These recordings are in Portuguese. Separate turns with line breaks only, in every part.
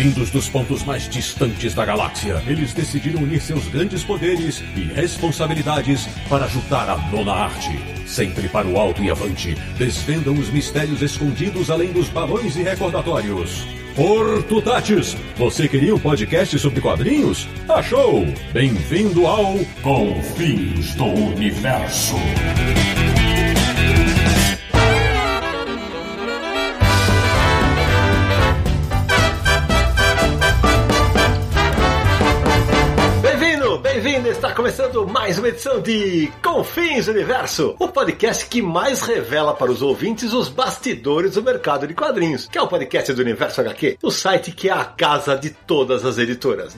Vindos dos pontos mais distantes da galáxia, eles decidiram unir seus grandes poderes e responsabilidades para ajudar a nona arte. Sempre para o alto e avante, desvendam os mistérios escondidos além dos balões e recordatórios. Hortutatis, você queria um podcast sobre quadrinhos? Achou! Bem-vindo ao Confins do Universo.
Bem-vindo! Está começando mais uma edição de Confins do Universo, o podcast que mais revela para os ouvintes os bastidores do mercado de quadrinhos, que é o podcast do Universo HQ, o site que é a casa de todas as editoras,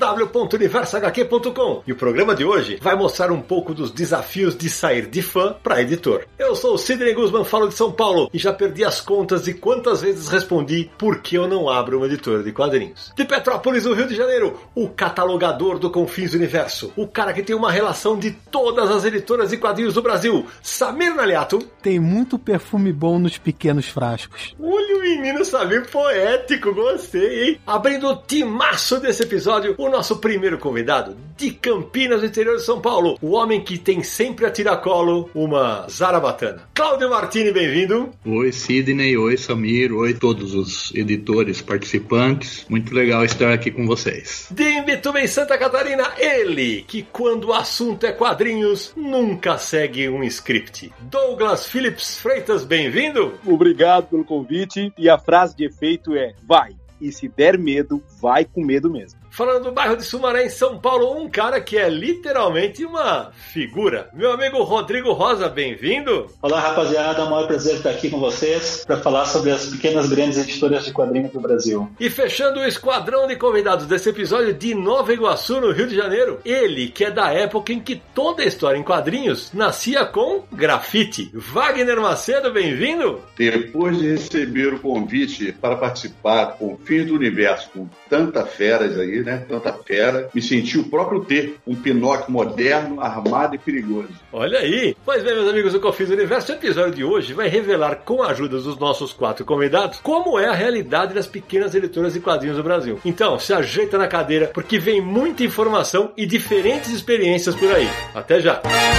www.universohq.com. E o programa de hoje vai mostrar um pouco dos desafios de sair de fã para editor. Eu sou o Sidney Guzman, falo de São Paulo e já perdi as contas de quantas vezes respondi por que eu não abro uma editora de quadrinhos. De Petrópolis, no Rio de Janeiro, o catalogador do Confins do Universo, o cara que tem uma relação de todas as editoras de quadrinhos do Brasil, Samir Naliato.
Tem muito perfume bom nos pequenos frascos.
Olha o menino Samir poético, gostei, hein? Abrindo o timaço desse episódio, o nosso primeiro convidado, de Campinas, no interior de São Paulo, o homem que tem sempre a tiracolo uma zarabatana. Cláudio Martini, bem-vindo.
Oi, Sidney, oi, Samir, oi, todos os editores participantes. Muito legal estar aqui com vocês.
De Imbituba, em Santa Catarina, ele, que quando o assunto é quadrinhos, nunca segue um script. Douglas Phillips Freitas, bem-vindo.
Obrigado pelo convite, e a frase de efeito é: vai, e se der medo, vai com medo mesmo.
Falando do bairro de Sumaré, em São Paulo, um cara que é literalmente uma figura. Meu amigo Rodrigo Rosa, bem-vindo.
Olá, rapaziada, é um maior prazer estar aqui com vocês para falar sobre as pequenas grandes editoras de quadrinhos do Brasil.
E fechando o esquadrão de convidados desse episódio de Nova Iguaçu, no Rio de Janeiro, ele que é da época em que toda a história em quadrinhos nascia com grafite. Wagner Macedo, bem-vindo.
Depois de receber o convite para participar do Confins do Universo com tantas feras aí, tanta fera, me senti o próprio T, um Pinóquio moderno, armado e perigoso.
Olha aí! Pois bem, meus amigos do Confins do Universo, o episódio de hoje vai revelar, com a ajuda dos nossos 4 convidados, como é a realidade das pequenas editoras de quadrinhos do Brasil. Então, se ajeita na cadeira, porque vem muita informação e diferentes experiências por aí. Até já!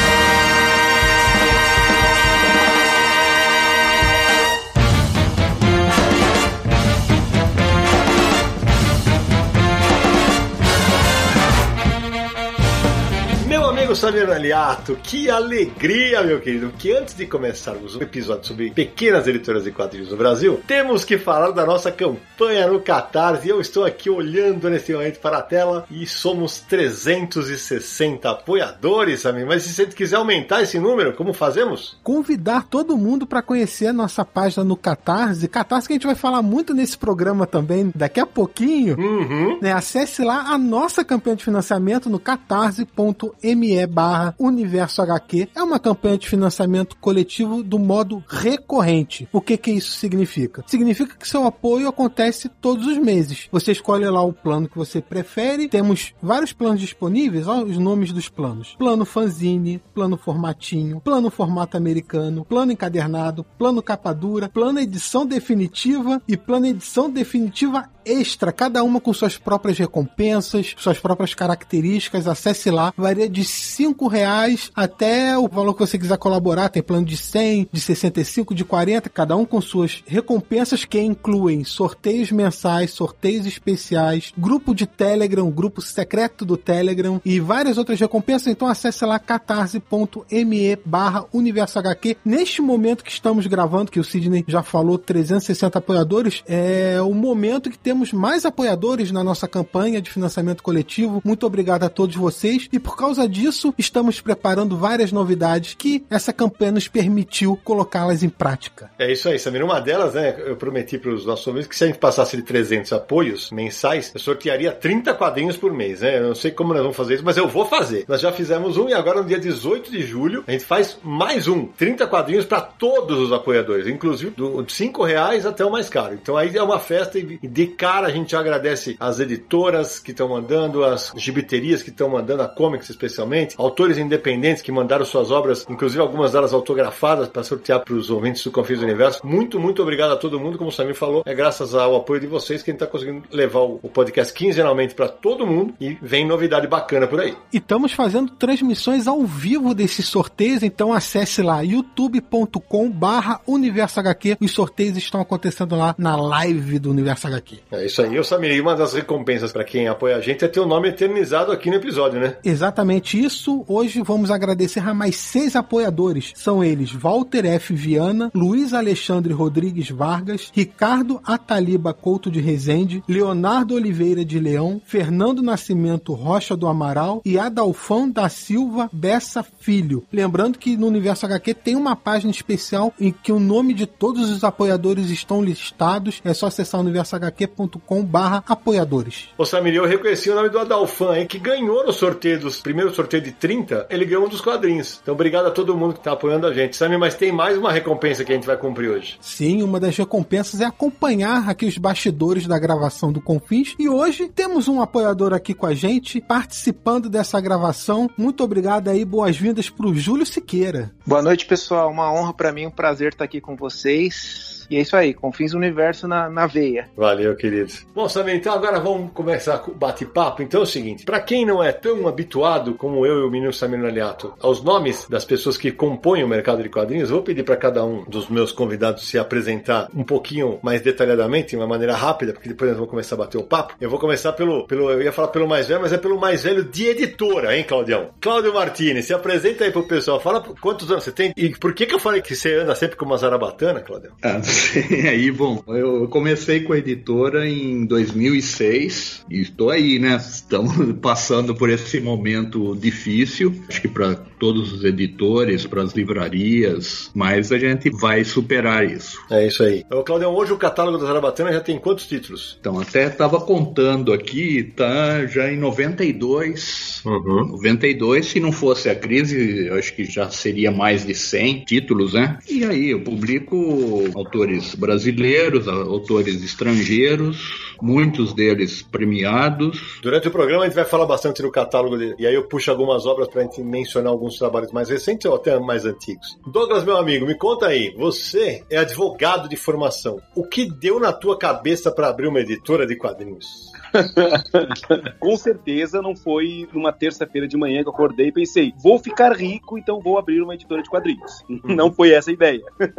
Samir Naliato, que alegria, meu querido, que antes de começarmos o episódio sobre pequenas editoras de quadrinhos no Brasil, temos que falar da nossa campanha no Catarse. Eu estou aqui olhando nesse momento para a tela e somos 360 apoiadores, Samir, mas se você quiser aumentar esse número, como fazemos?
Convidar todo mundo para conhecer a nossa página no Catarse, Catarse que a gente vai falar muito nesse programa também daqui a pouquinho, né? Acesse lá a nossa campanha de financiamento no catarse.me/Universo HQ. É uma campanha de financiamento coletivo do modo recorrente. O que isso significa? Significa que seu apoio acontece todos os meses. Você escolhe lá o plano que você prefere. Temos vários planos disponíveis. Olha os nomes dos planos: plano fanzine, plano formatinho, plano formato americano, plano encadernado, plano capa dura, plano edição definitiva e plano edição definitiva extra, cada uma com suas próprias recompensas, suas próprias características. Acesse lá, varia de R$5 até o valor que você quiser colaborar. Tem plano de 100, de 65, de 40, cada um com suas recompensas, que incluem sorteios mensais, sorteios especiais, grupo de Telegram, grupo secreto do Telegram e várias outras recompensas. Então acesse lá catarse.me/Universo HQ. Neste momento que estamos gravando, que o Sidney já falou, 360 apoiadores, é o momento que temos mais apoiadores na nossa campanha de financiamento coletivo. Muito obrigado a todos vocês, e por causa disso estamos preparando várias novidades que essa campanha nos permitiu colocá-las em prática.
É isso aí, Samir. Uma delas, eu prometi para os nossos ouvintes que se a gente passasse de 300 apoios mensais, eu sortearia 30 quadrinhos por mês, Eu não sei como nós vamos fazer isso, mas eu vou fazer. Nós já fizemos um e agora no dia 18 de julho a gente faz mais um, 30 quadrinhos para todos os apoiadores, inclusive de R$5 até o mais caro. Então aí é uma festa de cara, a gente já agradece as editoras que estão mandando, as gibiterias que estão mandando, a Comics especialmente, autores independentes que mandaram suas obras, inclusive algumas delas autografadas para sortear para os ouvintes do Confins do Universo. Muito, muito obrigado a todo mundo, como o Samir falou, é graças ao apoio de vocês que a gente está conseguindo levar o podcast quinzenalmente para todo mundo e vem novidade bacana por aí.
E estamos fazendo transmissões ao vivo desses sorteios, então acesse lá youtube.com/Universo HQ. Os sorteios estão acontecendo lá na live do Universo HQ.
É isso aí. Eu, Samir, e uma das recompensas para quem apoia a gente é ter o nome eternizado aqui no episódio, né?
Exatamente isso. Hoje vamos agradecer a mais 6 apoiadores. São eles Walter F. Viana, Luiz Alexandre Rodrigues Vargas, Ricardo Ataliba Couto de Rezende, Leonardo Oliveira de Leão, Fernando Nascimento Rocha do Amaral e Adalfão da Silva Bessa Filho. Lembrando que no Universo HQ tem uma página especial em que o nome de todos os apoiadores estão listados. É só acessar universohq.com/apoiadores.
Ô Samir, eu reconheci o nome do Adalfan aí, que ganhou no sorteio primeiro sorteio de 30, ele ganhou um dos quadrinhos. Então obrigado a todo mundo que está apoiando a gente. Samir, mas tem mais uma recompensa que a gente vai cumprir hoje.
Sim, uma das recompensas é acompanhar aqui os bastidores da gravação do Confins. E hoje temos um apoiador aqui com a gente, participando dessa gravação. Muito obrigado aí, boas-vindas pro Júlio Siqueira.
Boa noite, pessoal. Uma honra pra mim, um prazer estar aqui com vocês. E é isso aí, Confins do Universo na veia.
Valeu, querido. Bom, Samir, então agora vamos começar com o bate-papo. Então é o seguinte, pra quem não é tão habituado como eu e o menino Samir Naliato aos nomes das pessoas que compõem o mercado de quadrinhos, vou pedir para cada um dos meus convidados se apresentar um pouquinho mais detalhadamente, de uma maneira rápida, porque depois nós vamos começar a bater o papo. Eu vou começar pelo eu ia falar pelo mais velho, mas é pelo mais velho de editora, hein, Claudião? Cláudio Martins, se apresenta aí pro pessoal. Fala quantos anos você tem e por que eu falei que você anda sempre com uma zarabatana, Claudião?
Aí, bom, eu comecei com a editora em 2006 e estou aí, né? Estamos passando por esse momento difícil, acho que para todos os editores, para as livrarias, mas a gente vai superar isso.
É isso aí. Ô, Claudião, hoje o catálogo da Zarabatana já tem quantos títulos?
Então, até estava contando aqui, tá já em 92. 92, se não fosse a crise, eu acho que já seria mais de 100 títulos, né? E aí, eu publico autores brasileiros, autores estrangeiros, muitos deles premiados.
Durante o programa a gente vai falar bastante do catálogo dele, e aí eu puxo algumas obras pra gente mencionar alguns trabalhos mais recentes ou até mais antigos. Douglas, meu amigo, me conta aí, você é advogado de formação. O que deu na tua cabeça pra abrir uma editora de quadrinhos?
Com certeza não foi numa terça-feira de manhã que eu acordei e pensei, vou ficar rico, então vou abrir uma editora de quadrinhos. Não foi essa a ideia.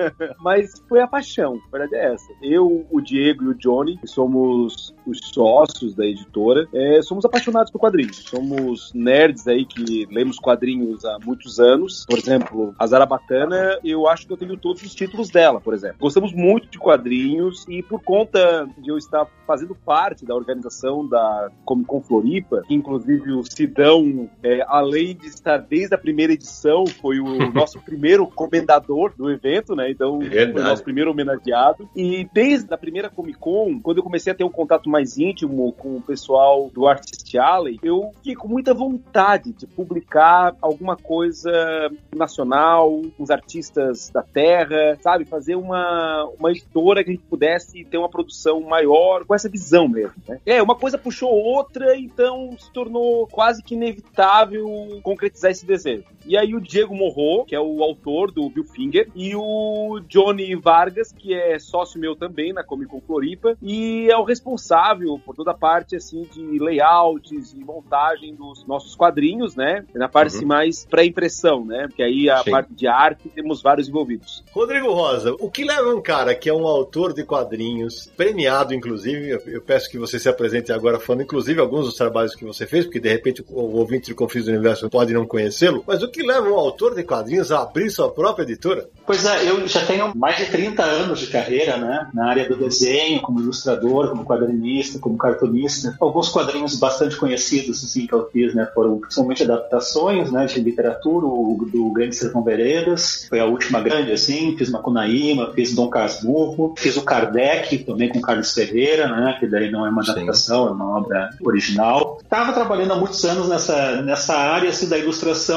Mas foi a paixão, a verdade é essa. Eu, o Diego e o Johnny, que somos os sócios da editora, somos apaixonados por quadrinhos. Somos nerds aí que lemos quadrinhos há muitos anos. Por exemplo, a Zarabatana, eu acho que eu tenho todos os títulos dela, por exemplo. Gostamos muito de quadrinhos e por conta de eu estar fazendo parte da organização da Comic Con Floripa, que inclusive o Sidão, além de estar desde a primeira edição, foi o nosso primeiro comendador do evento, né? Então, foi o nosso primeiro homenageado. E desde a primeira Comic Con, quando eu comecei a ter um contato mais íntimo com o pessoal do Artist Alley, eu fiquei com muita vontade de publicar alguma coisa nacional, com os artistas da terra, sabe? Fazer uma editora que a gente pudesse ter uma produção maior, com essa visão mesmo, né? Uma coisa puxou outra, então se tornou quase que inevitável concretizar esse desejo. E aí o Diego Morro, que é o autor do Bill Finger, e o Johnny Vargas, que é sócio meu também na Comic Con Floripa, e é o responsável por toda a parte assim de layouts e montagem dos nossos quadrinhos, né? Na parte mais pré-impressão, né? Porque aí a parte de arte temos vários envolvidos.
Rodrigo Rosa, o que leva um cara que é um autor de quadrinhos, premiado inclusive, eu peço que você se apresente agora falando inclusive alguns dos trabalhos que você fez, porque de repente o ouvinte do Confins do Universo pode não conhecê-lo, mas o que leva um autor de quadrinhos a abrir sua própria editora?
Pois é, eu já tenho mais de 30 anos de carreira, né, na área do desenho, como ilustrador, como quadrinista, como cartunista. Alguns quadrinhos bastante conhecidos assim, que eu fiz, né, foram principalmente adaptações, né, de literatura, o do Grande Sertão Veredas, foi a última grande, assim, fiz Macunaíma, fiz Dom Casmurro, fiz o Kardec, também com Carlos Ferreira, né, que daí não é uma adaptação, é uma obra original. Estava trabalhando há muitos anos nessa área assim, da ilustração e em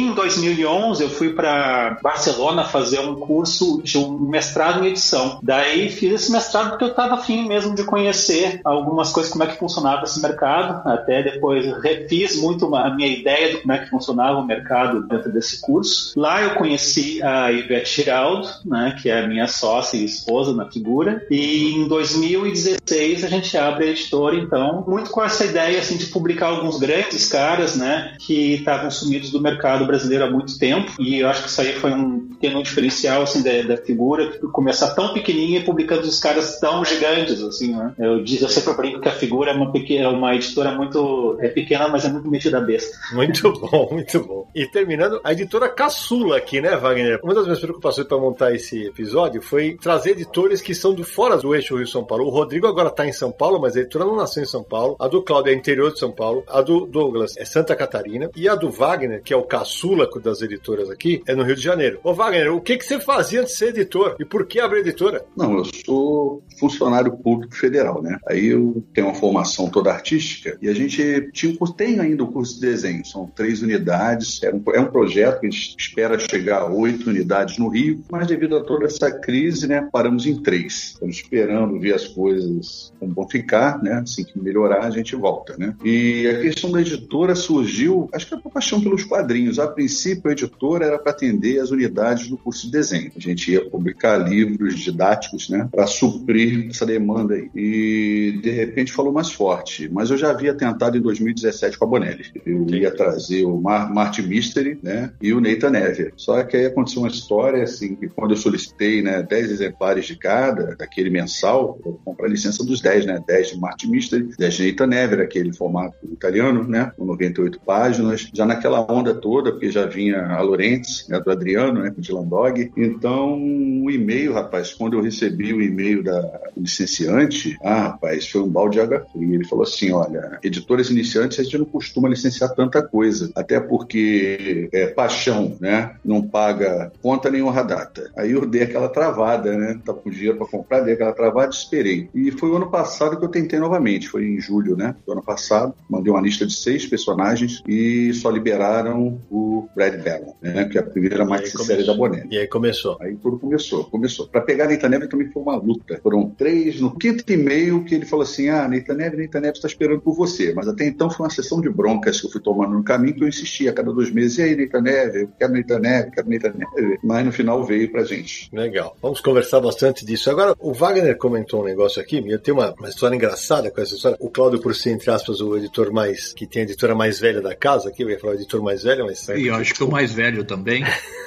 em 2011 eu fui para Barcelona fazer um curso de um mestrado em edição. Daí fiz esse mestrado porque eu estava afim mesmo de conhecer algumas coisas, como é que funcionava esse mercado. Até depois refiz muito a minha ideia de como é que funcionava o mercado dentro desse curso. Lá eu conheci a Ivete Giraldo, né, que é a minha sócia e esposa na figura. E em 2016 a gente abre a editora, então, muito com essa ideia assim, de publicar alguns grandes caras, né, que estavam sumidos do mercado brasileiro há muito tempo. E eu acho que isso aí foi um pequeno diferencial assim, da figura, começar tão pequenininha e publicando os caras tão gigantes. Assim, né? Eu sempre brinco que a figura é uma editora muito pequena, mas é muito metida besta.
Muito bom, muito bom. E terminando, a editora caçula aqui, né, Wagner? Uma das minhas preocupações para montar esse episódio foi trazer editores que são fora do eixo Rio-São Paulo. O Rodrigo agora está em São Paulo, mas a editora não nasceu em São Paulo. A do Cláudio é interior de São Paulo. A do Douglas é Santa Catarina. E a do Wagner, que é o caçula das editoras aqui, é no Rio de Janeiro. Ô Wagner, o que você fazia antes de ser editor? E por que abrir editora?
Não, eu sou funcionário público federal, né? Aí eu tenho uma formação toda artística e a gente tem ainda o curso de desenho. São 3 unidades. É um projeto que a gente espera chegar a 8 unidades no Rio, mas devido a toda essa crise, né, paramos em 3. Estamos esperando ver as coisas como vão ficar, né? Assim que melhorar, a gente volta, né? E a questão da editora surgiu, acho que é uma paixão pelos quadrinhos. A princípio, a editora era para atender as unidades do curso de desenho. A gente ia publicar livros didáticos, né, para suprir essa demanda aí. E, de repente, falou mais forte. Mas eu já havia tentado em 2017 com a Bonelli. Eu ia trazer o Martin Mystery, né, e o Neita Never. Só que aí aconteceu uma história, assim, que quando eu solicitei, né, 10 exemplares de cada, daquele mensal, eu comprei a licença dos 10, né, 10 de Martin Mystery, 10 de Neita Never, aquele formato italiano, né, com 98 páginas, já naquela onda toda, porque já vinha a Lorentz, né, do Adriano, né, com o Dylan Dog. Então, o e-mail, rapaz, quando eu recebi o e-mail da licenciante, rapaz, foi um balde de água fria. Ele falou assim, olha, editoras iniciantes a gente não costuma licenciar tanta coisa, até porque paixão, né, não paga conta nem honra data. Aí eu dei aquela travada, né, tava com dinheiro para comprar, dei aquela travada e esperei. E foi o ano passado que eu tentei novamente, foi em julho, né, do ano passado, mandei uma lista de 6 personagens e só liberaram o Red Baron, né, que é a primeira maxi-série da Bonelli.
E aí começou.
Aí tudo começou. Para pegar a Neita Neves também foi uma luta. Foram 3, no 5º e-mail que ele falou assim, Neita Neves está esperando por você. Mas até então foi uma sessão de broncas que eu fui tomando no caminho, que eu insistia a cada 2 meses, e aí Neita Neves, eu quero Neita Neves, quero Neita Neves. Mas no final veio pra gente.
Legal. Vamos conversar bastante disso. Agora, o Wagner comentou um negócio aqui, e eu tenho uma história engraçada com essa história. O Cláudio, por ser, entre aspas, o editor que tem a editora mais velha da casa, aqui eu ia falar o editor mais velho, mas...
E eu acho que o mais velho também.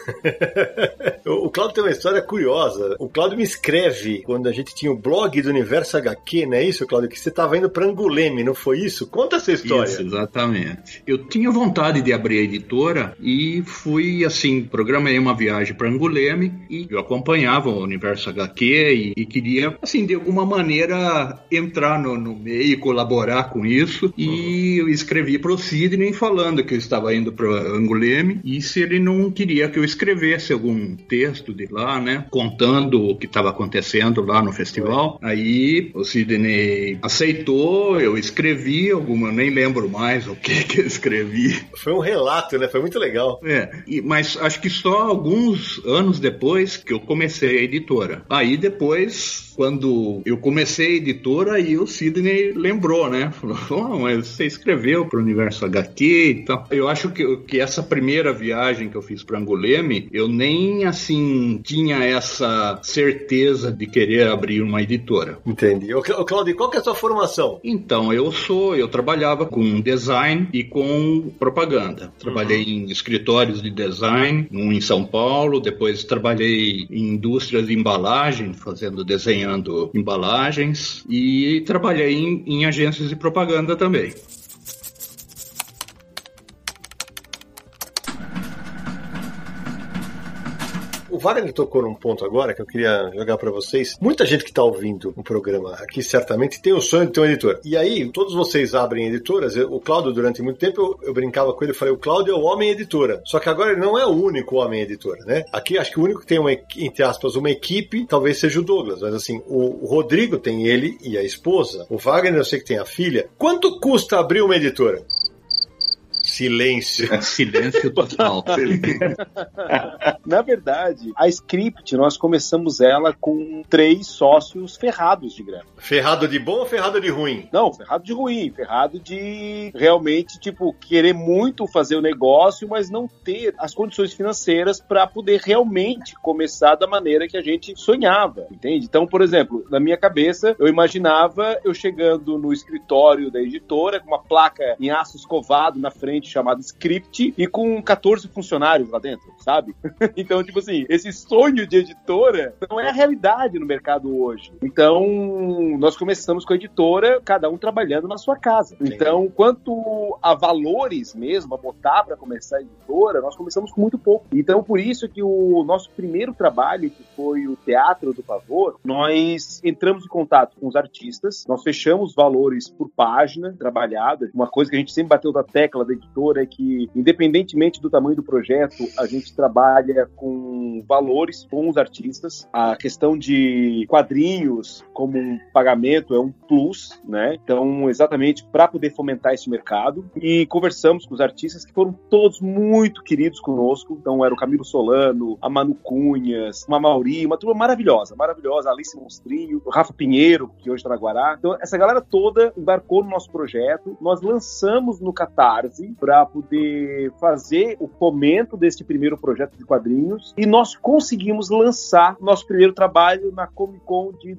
O Cláudio tem uma história curiosa. O Cláudio me escreve quando a gente tinha o blog do Universo HQ, não é isso, Cláudio? Que você estava indo para Anguleme, não foi isso? Conta essa história.
Isso, exatamente. Eu tinha vontade de abrir a editora e fui, assim, programei uma viagem para Anguleme e eu acompanhava o Universo HQ e queria, assim, de alguma maneira entrar no meio, colaborar com isso. E eu escrevi para o Sidney falando que eu estava indo para Anguleme e se ele não queria que eu escrevesse algum texto de lá, né, contando o que estava acontecendo lá no festival. Aí o Sidney aceitou, eu escrevi alguma, nem lembro mais o que eu escrevi.
Foi um relato, né? Foi muito legal.
Mas acho que só alguns anos depois que eu comecei a editora. Aí depois, quando eu comecei a editora, aí o Sidney lembrou, né? Falou, mas você escreveu para o Universo HQ e tal. Eu acho que essa primeira viagem que eu fiz para Anguleme, eu nem, assim, tinha essa certeza de querer abrir uma editora.
Entendi. Ô, Cláudio, qual que é a sua formação?
Então, eu trabalhava com design e com propaganda. Trabalhei em escritórios de design, um em São Paulo, depois trabalhei em indústrias de embalagem, desenhando embalagens, e trabalhei em agências de propaganda também.
O Wagner tocou num ponto agora que eu queria jogar pra vocês. Muita gente que tá ouvindo o programa aqui certamente tem o sonho de ter um editor. E aí, todos vocês abrem editoras. O Cláudio, durante muito tempo, eu brincava com ele e falei, o Cláudio é o homem editora. Só que agora ele não é o único homem editora, né? Aqui, acho que o único que tem, entre aspas, uma equipe, talvez seja o Douglas. Mas assim, o Rodrigo tem ele e a esposa. O Wagner, eu sei que tem a filha. Quanto custa abrir uma editora? Silêncio.
Silêncio total.
Na verdade, a Script, nós começamos ela com 3 sócios ferrados de grana.
Ferrado de bom ou ferrado de ruim?
Não, ferrado de ruim, ferrado de realmente, tipo, querer muito fazer o negócio, mas não ter as condições financeiras para poder realmente começar da maneira que a gente sonhava, entende? Então, por exemplo, na minha cabeça, eu imaginava eu chegando no escritório da editora com uma placa em aço escovado na frente chamada Script e com 14 funcionários lá dentro, sabe? Então, tipo assim, esse sonho de editora não é a realidade no mercado hoje. Então, nós começamos com a editora, cada um trabalhando na sua casa. Então, quanto a valores mesmo, a botar para começar a editora, nós começamos com muito pouco. Então, por isso que o nosso primeiro trabalho, que foi o Teatro do Pavor, nós entramos em contato com os artistas, nós fechamos valores por página trabalhada. Uma coisa que a gente sempre bateu da tecla da editora é que, independentemente do tamanho do projeto, a gente trabalha com valores com os artistas. A questão de quadrinhos como um pagamento é um plus, né? Então, exatamente para poder fomentar esse mercado. E conversamos com os artistas que foram todos muito queridos conosco. Então, era o Camilo Solano, a Manu Cunhas, uma Mauri, uma turma maravilhosa, a Alice Monstrinho, o Rafa Pinheiro, que hoje está na Guará. Então, essa galera toda embarcou no nosso projeto. Nós lançamos no Catarse para poder fazer o fomento desse primeiro projeto de quadrinhos e nós conseguimos lançar nosso primeiro trabalho na Comic Con de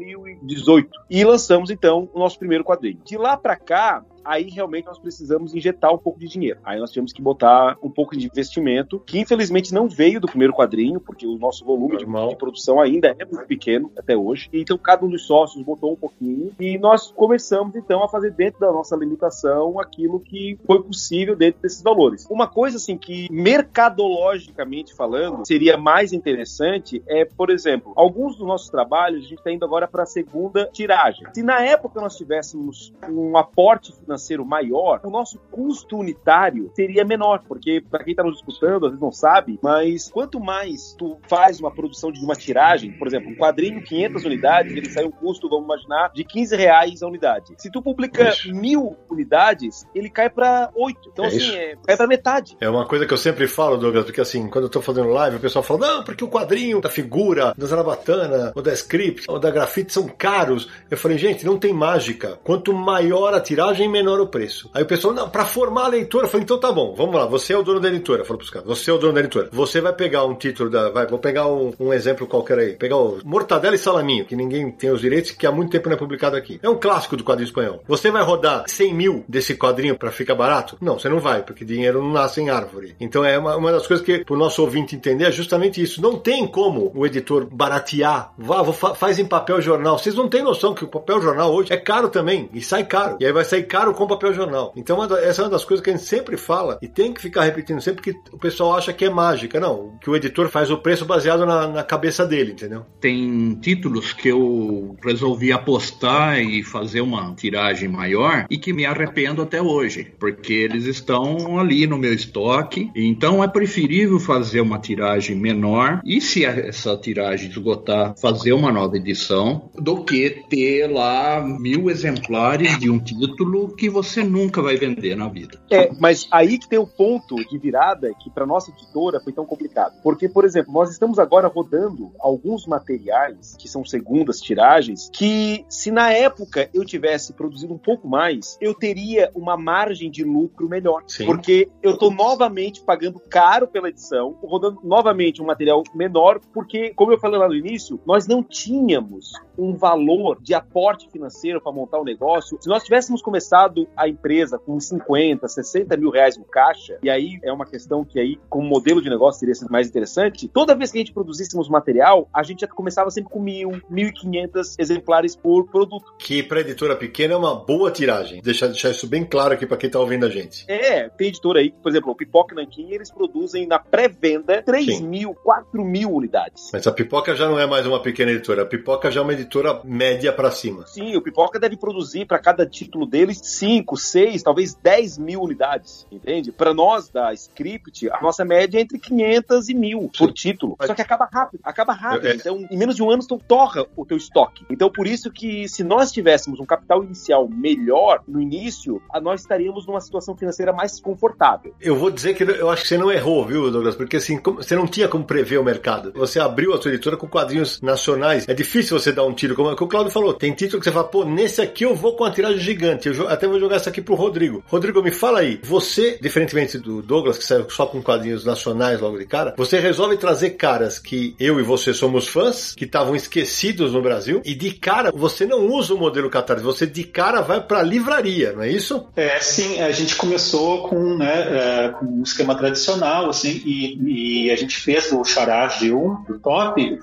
2018. E lançamos, então, o nosso primeiro quadrinho. De lá para cá, aí realmente nós precisamos injetar um pouco de dinheiro. Aí nós tivemos que botar um pouco de investimento, que infelizmente não veio do primeiro quadrinho, porque o nosso volume de produção ainda é muito pequeno até hoje. Então cada um dos sócios botou um pouquinho e nós começamos então a fazer dentro da nossa limitação aquilo que foi possível dentro desses valores. Uma coisa assim que mercadologicamente falando seria mais interessante é, por exemplo, alguns dos nossos trabalhos a gente está indo agora para a segunda tiragem. Se na época nós tivéssemos um aporte financeiro maior, o nosso custo unitário seria menor, porque para quem está nos escutando, às vezes não sabe, mas quanto mais tu faz uma produção de uma tiragem, por exemplo, um quadrinho 500 unidades, ele sai um custo, vamos imaginar, de R$15 a unidade. Se tu publica 1000 unidades, ele cai para 8. Então, assim, cai para metade.
É uma coisa que eu sempre falo, Douglas, porque assim, quando eu tô fazendo live, o pessoal fala, não, porque o quadrinho da figura, da Zarabatana, ou da Script, ou da Grafite são caros. Eu falei, gente, não tem mágica. Quanto maior a tiragem, menor o preço. Aí o pessoal, não, pra formar a leitora, eu falei, então tá bom, vamos lá, você é o dono da editora, falou pros caras, você é o dono da editora. Você vai pegar um título vou pegar um exemplo qualquer aí, pegar o Mortadela e Salaminho, que ninguém tem os direitos, que há muito tempo não é publicado aqui. É um clássico do quadrinho espanhol. Você vai rodar 100 mil desse quadrinho pra ficar barato? Não, você não vai, porque dinheiro não nasce em árvore. Então é uma das coisas que pro nosso ouvinte entender é justamente isso. Não tem como o editor baratear, faz em papel jornal. Vocês não têm noção que o papel jornal hoje é caro também, e sai caro. E aí vai sair caro com papel jornal. Então essa é uma das coisas que a gente sempre fala, e tem que ficar repetindo sempre, que o pessoal acha que é mágica. Não, que o editor faz o preço baseado na cabeça dele, entendeu?
Tem títulos que eu resolvi apostar e fazer uma tiragem maior e que me arrependo até hoje, porque eles estão ali no meu estoque. Então é preferível fazer uma tiragem menor e, se essa tiragem esgotar, fazer uma nova edição, do que ter lá 1000 exemplares de um título que você nunca vai vender na vida.
Mas aí que tem o ponto de virada que para nossa editora foi tão complicado. Porque, por exemplo, nós estamos agora rodando alguns materiais que são segundas tiragens, que se na época eu tivesse produzido um pouco mais, eu teria uma margem de lucro melhor. Sim. Porque eu estou novamente pagando caro pela edição, rodando novamente um material menor, porque, como eu falei lá no início, nós não tínhamos um valor de aporte financeiro para montar o negócio. Se nós tivéssemos começado a empresa com 50, 60 mil reais no caixa, e aí é uma questão que aí, como modelo de negócio, seria mais interessante, toda vez que a gente produzíssemos material, a gente já começava sempre com 1.000, 1.500 exemplares por produto.
Que para editora pequena é uma boa tiragem. Deixar isso bem claro aqui para quem tá ouvindo a gente.
Tem editora aí, por exemplo, o Pipoca e Nanquim, eles produzem na pré-venda 3.000, 4.000 unidades.
Mas a Pipoca já não é mais uma pequena editora, a Pipoca já é uma editora média para cima.
Sim, o Pipoca deve produzir para cada título deles 5, 6, talvez 10 mil unidades, entende? Para nós da Script, a nossa média é entre 500 e 1000 por título. Só que acaba rápido. Então, em menos de um ano, tu torra o teu estoque. Então, por isso que se nós tivéssemos um capital inicial melhor no início, nós estaríamos numa situação financeira mais confortável.
Eu vou dizer que eu acho que você não errou, viu, Douglas? Porque assim, você não tinha como prever o mercado. Você abriu a sua editora com quadrinhos nacionais. É difícil você dar um tiro, como o Cláudio falou. Tem título que você fala, pô, nesse aqui eu vou com uma tiragem gigante. Eu até vou jogar isso aqui pro Rodrigo. Rodrigo, me fala aí. Você, diferentemente do Douglas, que saiu só com quadrinhos nacionais logo de cara, você resolve trazer caras que eu e você somos fãs, que estavam esquecidos no Brasil, e de cara, você não usa o modelo Catarse, você de cara vai pra livraria, não é isso?
Sim, a gente começou com um esquema tradicional, assim, e a gente fez o Xará G1 do Top,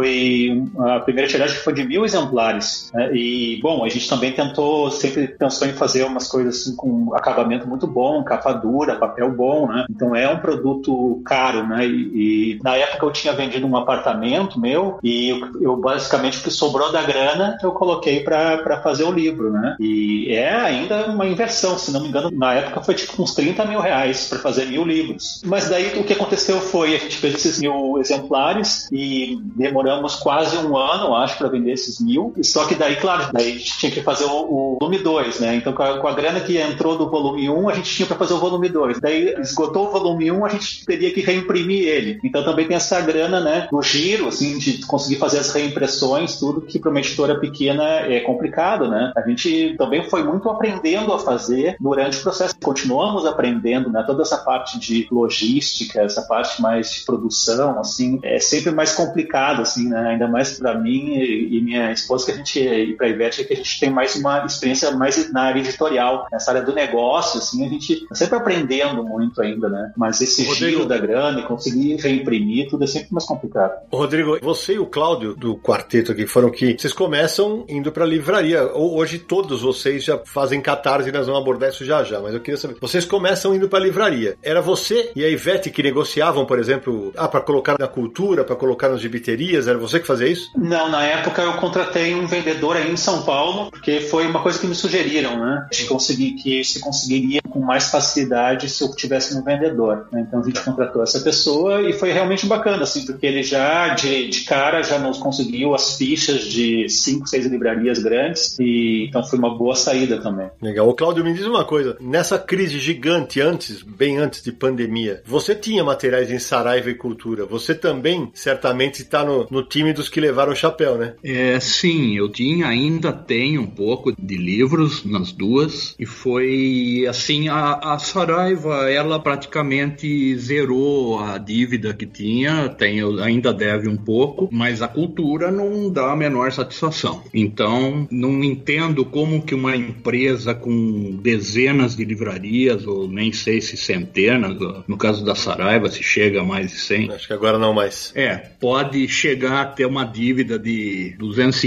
a primeira tiragem foi de 1000 exemplares, né? E, bom, a gente também sempre pensou em fazer umas coisas assim, com acabamento muito bom, capa dura, papel bom, né? Então é um produto caro, né? E na época eu tinha vendido um apartamento meu e eu basicamente o que sobrou da grana eu coloquei para fazer o livro, né? E é ainda uma inversão, se não me engano, na época foi tipo uns 30 mil reais para fazer 1000 livros. Mas daí o que aconteceu foi, a gente fez esses 1000 exemplares e demoramos quase um ano, acho, para vender esses 1000. Só que daí, claro, daí a gente tinha que fazer o volume 2, né? Então com a grana que entrou do volume 1, a gente tinha para fazer o volume 2. Daí esgotou o volume 1, a gente teria que reimprimir ele. Então também tem essa grana, né, no giro, assim, de conseguir fazer as reimpressões, tudo que para uma editora pequena é complicado, né? A gente também foi muito aprendendo a fazer durante o processo. Continuamos aprendendo, né? Toda essa parte de logística, essa parte mais de produção, assim, é sempre mais complicado, assim, né? Ainda mais para mim e minha esposa, e para a Ivete, que a gente tem mais uma experiência mais na área editorial, nessa área do negócio, assim, a gente tá sempre aprendendo muito ainda, né? Mas esse giro da grana e conseguir reimprimir, tudo é sempre mais complicado.
Rodrigo, você e o Cláudio do quarteto aqui foram que vocês começam indo pra livraria. Hoje todos vocês já fazem Catarse e nós vamos abordar isso já, mas eu queria saber, vocês começam indo pra livraria. Era você e a Ivete que negociavam, por exemplo, pra colocar na cultura, pra colocar nas gibiterias? Era você que fazia isso?
Não, na época eu contratei um vendedor aí em São Paulo, porque foi uma coisa que me sugeriram, né? Que se conseguiria com mais facilidade se eu tivesse um vendedor, né? Então a gente contratou essa pessoa e foi realmente bacana, assim, porque ele já de cara já nos conseguiu as fichas de 5, 6 livrarias grandes e então foi uma boa saída também.
Legal. Ô Cláudio, me diz uma coisa, nessa crise gigante bem antes de pandemia, você tinha materiais em Saraiva e Cultura, você também certamente está no time dos que levaram o chapéu, né?
Sim, eu ainda tenho um pouco de livros nas duas e foi assim, a Saraiva, ela praticamente zerou a dívida que tinha, ainda deve um pouco, mas a Cultura não dá a menor satisfação. Então, não entendo como que uma empresa com dezenas de livrarias, ou nem sei se centenas, no caso da Saraiva, se chega a mais de 100.
Acho que agora não mais.
Pode chegar a ter uma dívida de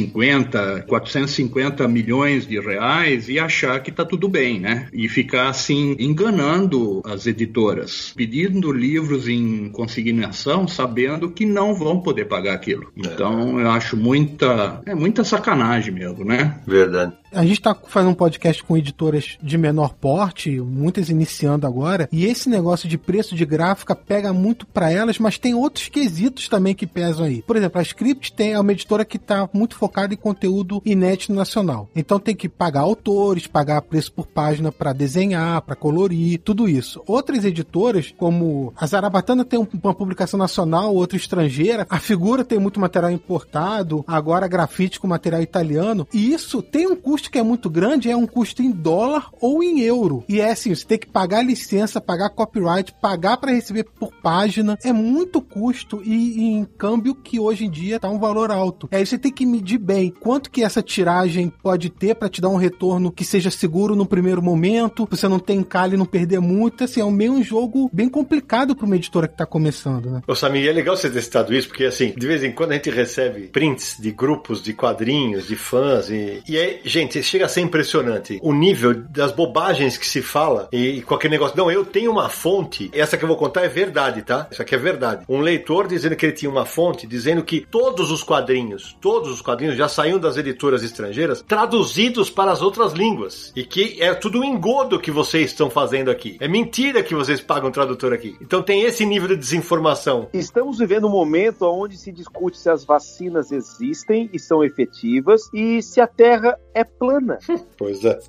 250, 450 milhões de reais e achar que tá tudo bem, né? E ficar assim, enganando as editoras, pedindo livros em consignação, sabendo que não vão poder pagar aquilo. Então, eu acho muita sacanagem mesmo, né?
Verdade.
A gente tá fazendo um podcast com editoras de menor porte, muitas iniciando agora, e esse negócio de preço de gráfica pega muito pra elas, mas tem outros quesitos também que pesam aí. Por exemplo, a Script é uma editora que tá muito focada em conteúdo inédito nacional. Então tem que pagar autores, pagar preço por página pra desenhar, pra colorir, tudo isso. Outras editoras, como a Zarabatana tem uma publicação nacional, outra estrangeira, a Figura tem muito material importado, agora a Grafite com material italiano, e isso tem um custo que é muito grande, é um custo em dólar ou em euro. E é assim, você tem que pagar licença, pagar copyright, pagar para receber por página. É muito custo e em câmbio que hoje em dia tá um valor alto. Aí você tem que medir bem quanto que essa tiragem pode ter para te dar um retorno que seja seguro no primeiro momento, você não ter encalhe e não perder muito. Assim, é meio um jogo bem complicado para uma editora que tá começando, né?
Ô Samir, é legal você ter citado isso, porque assim, de vez em quando a gente recebe prints de grupos de quadrinhos, de fãs, e aí, gente, gente, chega a ser impressionante o nível das bobagens que se fala e qualquer negócio. Não, eu tenho uma fonte, essa que eu vou contar é verdade, tá? Isso aqui é verdade. Um leitor dizendo que ele tinha uma fonte, dizendo que todos os quadrinhos já saíam das editoras estrangeiras traduzidos para as outras línguas. E que é tudo um engodo que vocês estão fazendo aqui. É mentira que vocês pagam tradutor aqui. Então tem esse nível de desinformação.
Estamos vivendo um momento onde se discute se as vacinas existem e são efetivas e se a Terra é plana.
Pois é.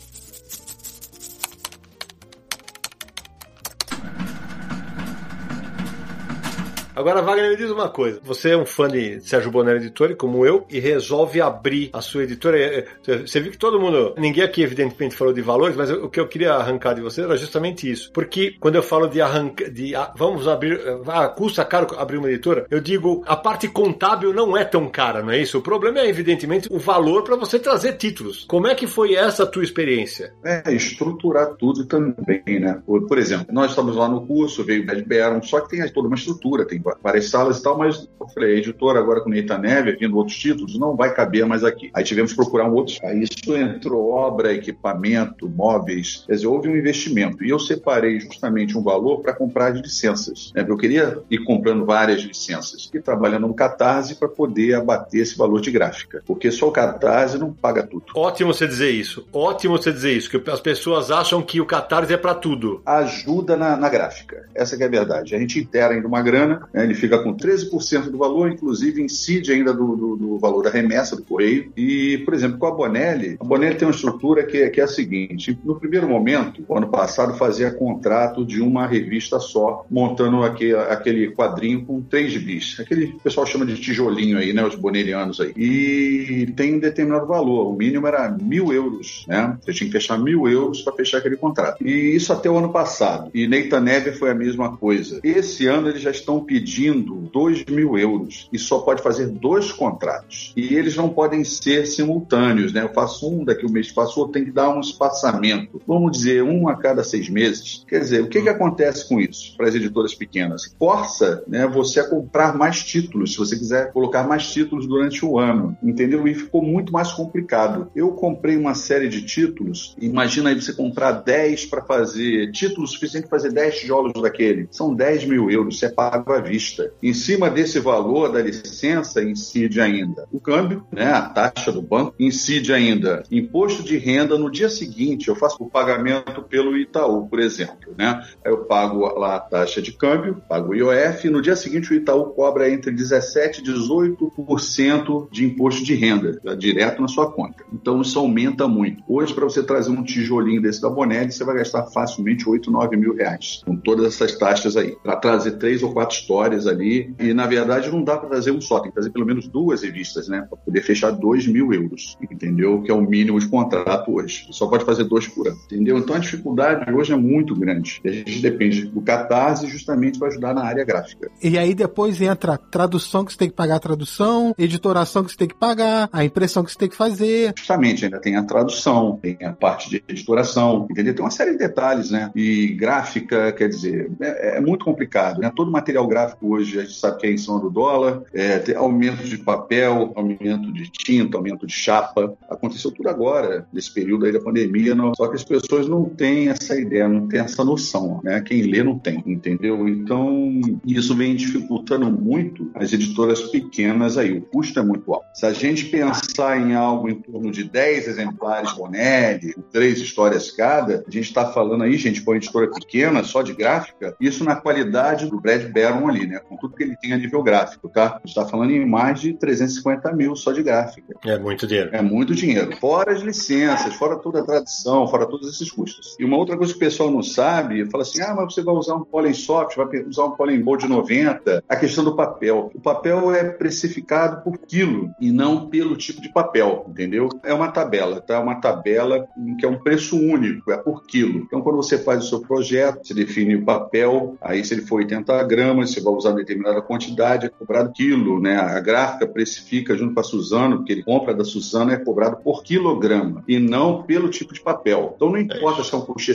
Agora, Wagner, me diz uma coisa. Você é um fã de Sérgio Bonelli Editore, como eu, e resolve abrir a sua editora. Você viu que todo mundo... Ninguém aqui, evidentemente, falou de valores, mas o que eu queria arrancar de você era justamente isso. Porque quando eu falo de arrancar... vamos abrir... custa caro abrir uma editora, eu digo, a parte contábil não é tão cara, não é isso? O problema é, evidentemente, o valor para você trazer títulos. Como é que foi essa tua experiência?
Estruturar tudo também, né? Por exemplo, nós estamos lá no curso, veio o Brad Barron, só que tem toda uma estrutura, tem várias salas e tal, mas eu falei, a editora agora com Neita Neve, vindo outros títulos, não vai caber mais aqui. Aí tivemos que procurar um outro. Aí isso entrou obra, equipamento, móveis, quer dizer, houve um investimento. E eu separei justamente um valor para comprar as licenças, né? Eu queria ir comprando várias licenças e trabalhando no Catarse para poder abater esse valor de gráfica, porque só o Catarse não paga tudo.
Ótimo você dizer isso, que as pessoas acham que o Catarse é para tudo.
Ajuda na gráfica, essa que é a verdade. A gente inteira ainda uma grana, né? Ele fica com 13% do valor, inclusive incide ainda do valor da remessa do correio. E, por exemplo, com a Bonelli tem uma estrutura que é a seguinte: no primeiro momento, o ano passado, fazia contrato de uma revista só, montando aquele quadrinho com 3 bis. Aquele que o pessoal chama de tijolinho aí, né? Os bonelianos aí. E tem um determinado valor, o mínimo era 1.000 euros, né? Você tinha que fechar 1.000 euros para fechar aquele contrato. E isso até o ano passado. E Neita Neve foi a mesma coisa. Esse ano eles já estão pedindo 2.000 euros e só pode fazer 2 contratos. E eles não podem ser simultâneos, né? Eu faço um, daqui o mês que passou, tem que dar um espaçamento. Vamos dizer, um a cada 6 meses. Quer dizer, o que acontece com isso para as editoras pequenas? Força, né, você a comprar mais títulos, se você quiser colocar mais títulos durante o ano, entendeu? E ficou muito mais complicado. Eu comprei uma série de títulos, imagina aí você comprar 10 para fazer títulos suficientes para fazer 10 tijolos daquele. São 10.000 euros, você paga à vista. Em cima desse valor da licença, incide ainda o câmbio, né, a taxa do banco, incide ainda imposto de renda. No dia seguinte, eu faço o pagamento pelo Itaú, por exemplo, né? Aí eu pago lá a taxa de câmbio, pago o IOF, e no dia seguinte o Itaú cobra entre 17% e 18% de imposto de renda, direto na sua conta. Então isso aumenta muito. Hoje, para você trazer um tijolinho desse da Bonelli, você vai gastar facilmente 8, 9 mil reais, com todas essas taxas aí, para trazer 3 ou 4 histórias ali. E na verdade não dá para trazer um só, tem que trazer pelo menos 2 revistas, né, para poder fechar 2.000 euros, entendeu? Que é o mínimo de contrato hoje. Só pode fazer 2 por ano, entendeu? Então a dificuldade hoje é muito grande. E a gente depende do Catarse justamente para ajudar na área gráfica.
E aí depois entra a tradução, que você tem que pagar a tradução, editoração que você tem que pagar, a impressão que você tem que fazer.
Justamente, ainda tem a tradução, tem a parte de editoração, entendeu? Tem uma série de detalhes, né? E gráfica, quer dizer, é muito complicado, né? Todo material gráfico hoje, a gente sabe que é em cima do dólar, tem aumento de papel, aumento de tinta, aumento de chapa. Aconteceu tudo agora, nesse período aí da pandemia, só que as pessoas não têm essa ideia, não têm essa noção, né? Quem lê não tem, entendeu? Então, isso vem dificultando muito as editoras pequenas aí, o custo é muito alto. Se a gente pensar em algo em torno de 10 exemplares Bonelli, 3 histórias cada, a gente está falando aí, gente, com a editora pequena, só de gráfica, isso na qualidade do Brad Barron ali, né? Com tudo que ele tem a nível gráfico, tá? A gente está falando em mais de 350 mil só de gráfica.
É muito dinheiro.
É muito dinheiro. Fora as licenças, fora toda a tradução, fora todos esses custos. E uma outra coisa que o pessoal não sabe, fala assim, mas você vai usar um Pollen Soft, vai usar um Pollen Bold 90, a questão do papel. O papel é precificado por quilo e não pelo tipo de papel, entendeu? É uma tabela, tá? Uma tabela que é um preço único, é por quilo. Então, quando você faz o seu projeto, você define o papel, aí se ele for 80 gramas, você vai usar uma determinada quantidade, é cobrado quilo, né? A gráfica precifica junto com a Suzano, porque ele compra da Suzano, é cobrado por quilograma e não pelo tipo de papel. Então, não importa se é um Coucher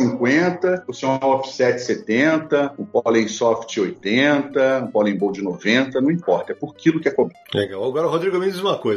150, ou se é um Offset 70, um Pollen Soft 80, um Pollen Bold 90, não importa, é por quilo que é cobrado.
Legal. Agora, Rodrigo, me diz uma coisa. Você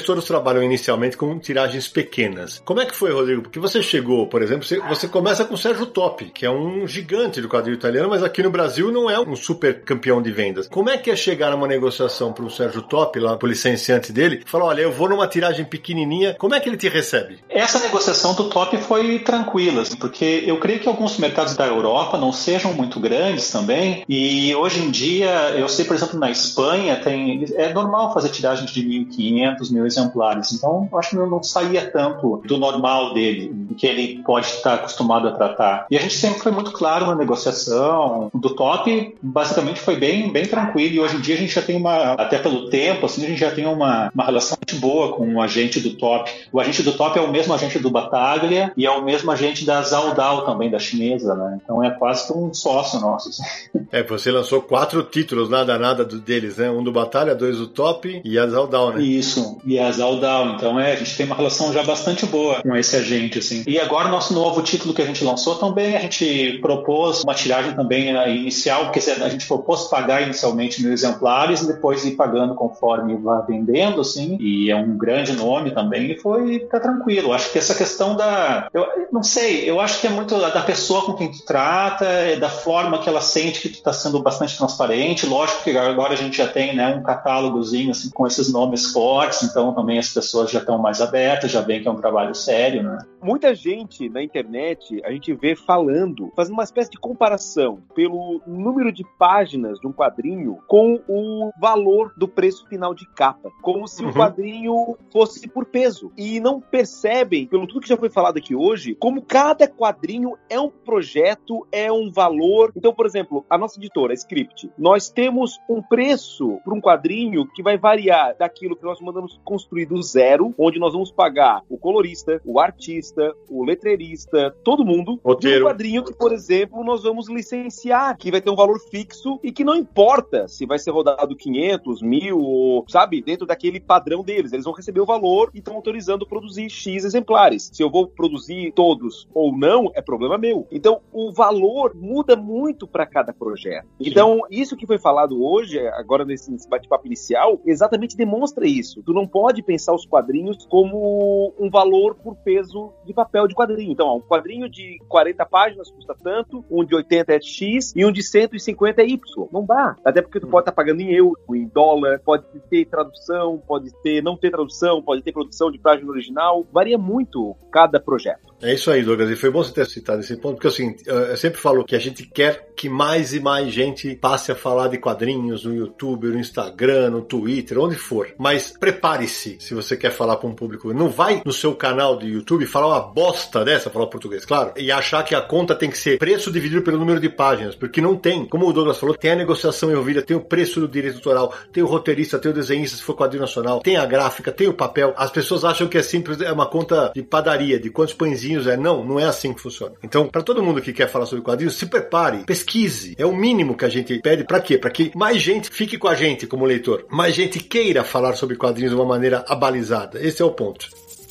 todos trabalham inicialmente com tiragens pequenas. Como é que foi, Rodrigo? Porque você chegou, por exemplo, você começa com o Sérgio Top, que é um gigante do quadrinho italiano, mas aqui no Brasil não é um super campeão de vendas. Como é que é chegar numa negociação para o Sérgio Top, lá pro licenciante dele, e falar, olha, eu vou numa tiragem pequenininha, como é que ele te recebe?
Essa negociação do Top foi tranquila, porque eu creio que alguns mercados da Europa não sejam muito grandes também, e hoje em dia, eu sei, por exemplo, na Espanha, é normal fazer tiragens de 1.500, 1.000 exemplares, então eu acho que não saía tanto do normal dele, que ele pode estar acostumado a tratar. E a gente sempre foi muito claro na negociação. Do Top, basicamente, foi bem tranquilo, e hoje em dia a gente já tem até pelo tempo, assim, a gente já tem uma relação muito boa com o agente do Top. O agente do Top é o mesmo agente do Battaglia e é o mesmo agente da Zaldal também, da chinesa, né? Então é quase que um sócio nosso. Assim.
Você lançou 4 títulos, nada deles, né? Um do Battaglia, 2 do Top e a Zaldal, né?
Isso, e a Zaldal. Então a gente tem uma relação já bastante boa com esse agente, assim. E agora o nosso novo título que a gente lançou também, a gente propôs uma tiragem também inicial, porque a gente propôs pagar inicialmente 1.000 exemplares e depois ir pagando conforme vai vendendo, assim, e é um grande nome também, e tá tranquilo. Acho que essa questão eu não sei, eu acho que é muito da pessoa com quem tu trata, da forma que ela sente que tu tá sendo bastante transparente. Lógico que agora a gente já tem, né, um catálogozinho, assim, com esses nomes fortes, então também as pessoas já estão mais abertas, já veem que é um trabalho sério, né?
Muita gente na internet, a gente vê fazendo uma espécie de comparação pelo número de páginas de um quadrinho com o valor do preço final de capa, como se o quadrinho fosse por peso, e não percebem, pelo tudo que já foi falado aqui hoje, como cada quadrinho é um projeto, é um valor. Então, por exemplo, a nossa editora, a Script, nós temos um preço para um quadrinho que vai variar daquilo que nós mandamos construir do zero, onde nós vamos pagar o colorista, o artista, o letreirista, todo mundo, de um quadrinho que, por exemplo, nós vamos licenciar, que vai ter um valor fixo e que não importa se vai ser rodado 500, 1.000, ou, sabe, dentro daquele padrão deles. Eles vão receber o valor e estão autorizando produzir X exemplares. Se eu vou produzir todos ou não, é problema meu. Então, o valor muda muito para cada projeto. Então, isso que foi falado hoje, agora nesse bate-papo inicial, exatamente demonstra isso. Tu não pode pensar os quadrinhos como um valor por peso de papel de quadrinho. Então, um quadrinho de 40 páginas custa tanto, um de 80 é X e um de 150 é Y. Não dá. Até porque tu pode estar pagando em euro, em dólar, pode ter tradução, pode ter não ter tradução, pode ter produção de página original. Varia muito cada projeto.
É isso aí, Douglas, e foi bom você ter citado esse ponto, porque assim, eu sempre falo que a gente quer que mais e mais gente passe a falar de quadrinhos no YouTube, no Instagram, no Twitter, onde for. Mas prepare-se, se você quer falar para um público. Não vai no seu canal de YouTube falar uma bosta dessa, falar português, claro, e achar que a conta tem que ser preço dividido pelo número de páginas, porque não tem. Como o Douglas falou, tem a negociação envolvida, tem o preço do direito autoral, tem o roteirista, tem o desenhista, se for quadrinho nacional, tem a gráfica, tem o papel. As pessoas acham que é simples, é uma conta de padaria, de quantos pãezinhos é. Não é assim que funciona. Então, para todo mundo que quer falar sobre quadrinhos, se prepare, pesquise. É o mínimo que a gente pede. Para quê? Para que mais gente fique com a gente como leitor. Mais gente queira falar sobre quadrinhos de uma maneira abalizada. Esse é o ponto.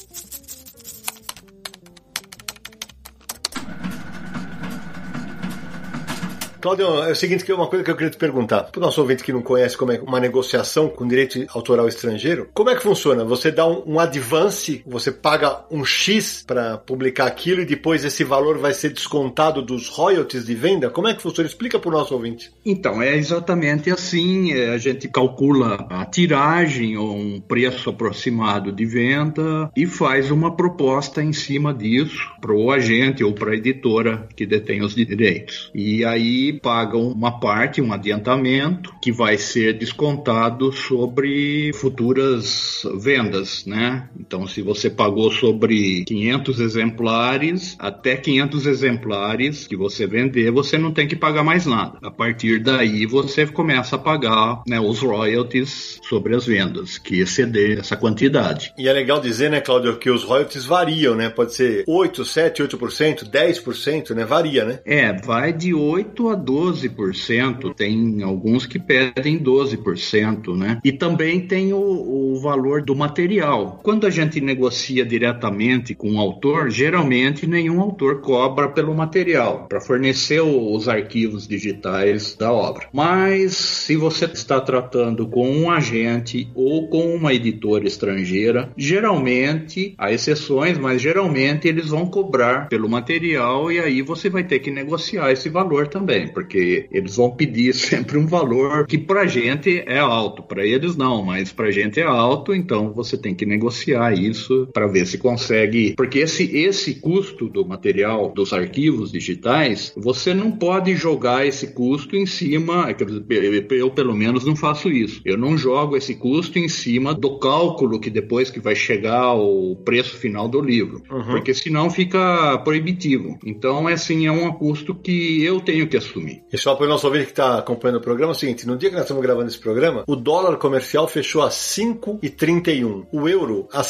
Cláudio, é o seguinte, que é uma coisa que eu queria te perguntar. Para o nosso ouvinte que não conhece como é uma negociação com direito autoral estrangeiro, como é que funciona? Você dá um advance, você paga um X para publicar aquilo e depois esse valor vai ser descontado dos royalties de venda? Como é que funciona? Explica para o nosso ouvinte.
Então, é exatamente assim. A gente calcula a tiragem ou um preço aproximado de venda e faz uma proposta em cima disso para o agente ou para a editora que detém os direitos. E aí pagam uma parte, um adiantamento, que vai ser descontado sobre futuras vendas, né? Então, se você pagou sobre 500 exemplares, até 500 exemplares que você vender, você não tem que pagar mais nada. A partir daí, você começa a pagar, né, os royalties sobre as vendas, que exceder essa quantidade.
E é legal dizer, né, Cláudio, que os royalties variam, né? Pode ser 8, 7, 8%, 10%, né? Varia, né?
Vai de 8% a 12%, tem alguns que pedem 12%, né? E também tem o valor do material. Quando a gente negocia diretamente com o autor, geralmente nenhum autor cobra pelo material, para fornecer os arquivos digitais da obra. Mas se você está tratando com um agente ou com uma editora estrangeira, geralmente, há exceções, mas geralmente eles vão cobrar pelo material e aí você vai ter que negociar esse valor também, porque eles vão pedir sempre um valor que pra gente é alto, para eles não, mas pra gente é alto, então você tem que negociar isso para ver se consegue, porque esse custo do material, dos arquivos digitais, você não pode jogar esse custo em cima, eu pelo menos não faço isso, eu não jogo esse custo em cima do cálculo que depois que vai chegar o preço final do livro, porque senão fica proibitivo. Então, assim, é um custo que eu tenho que assumir.
E só para o nosso ouvinte que está acompanhando o programa, é o seguinte, no dia que nós estamos gravando esse programa, o dólar comercial fechou a 5,31, o euro a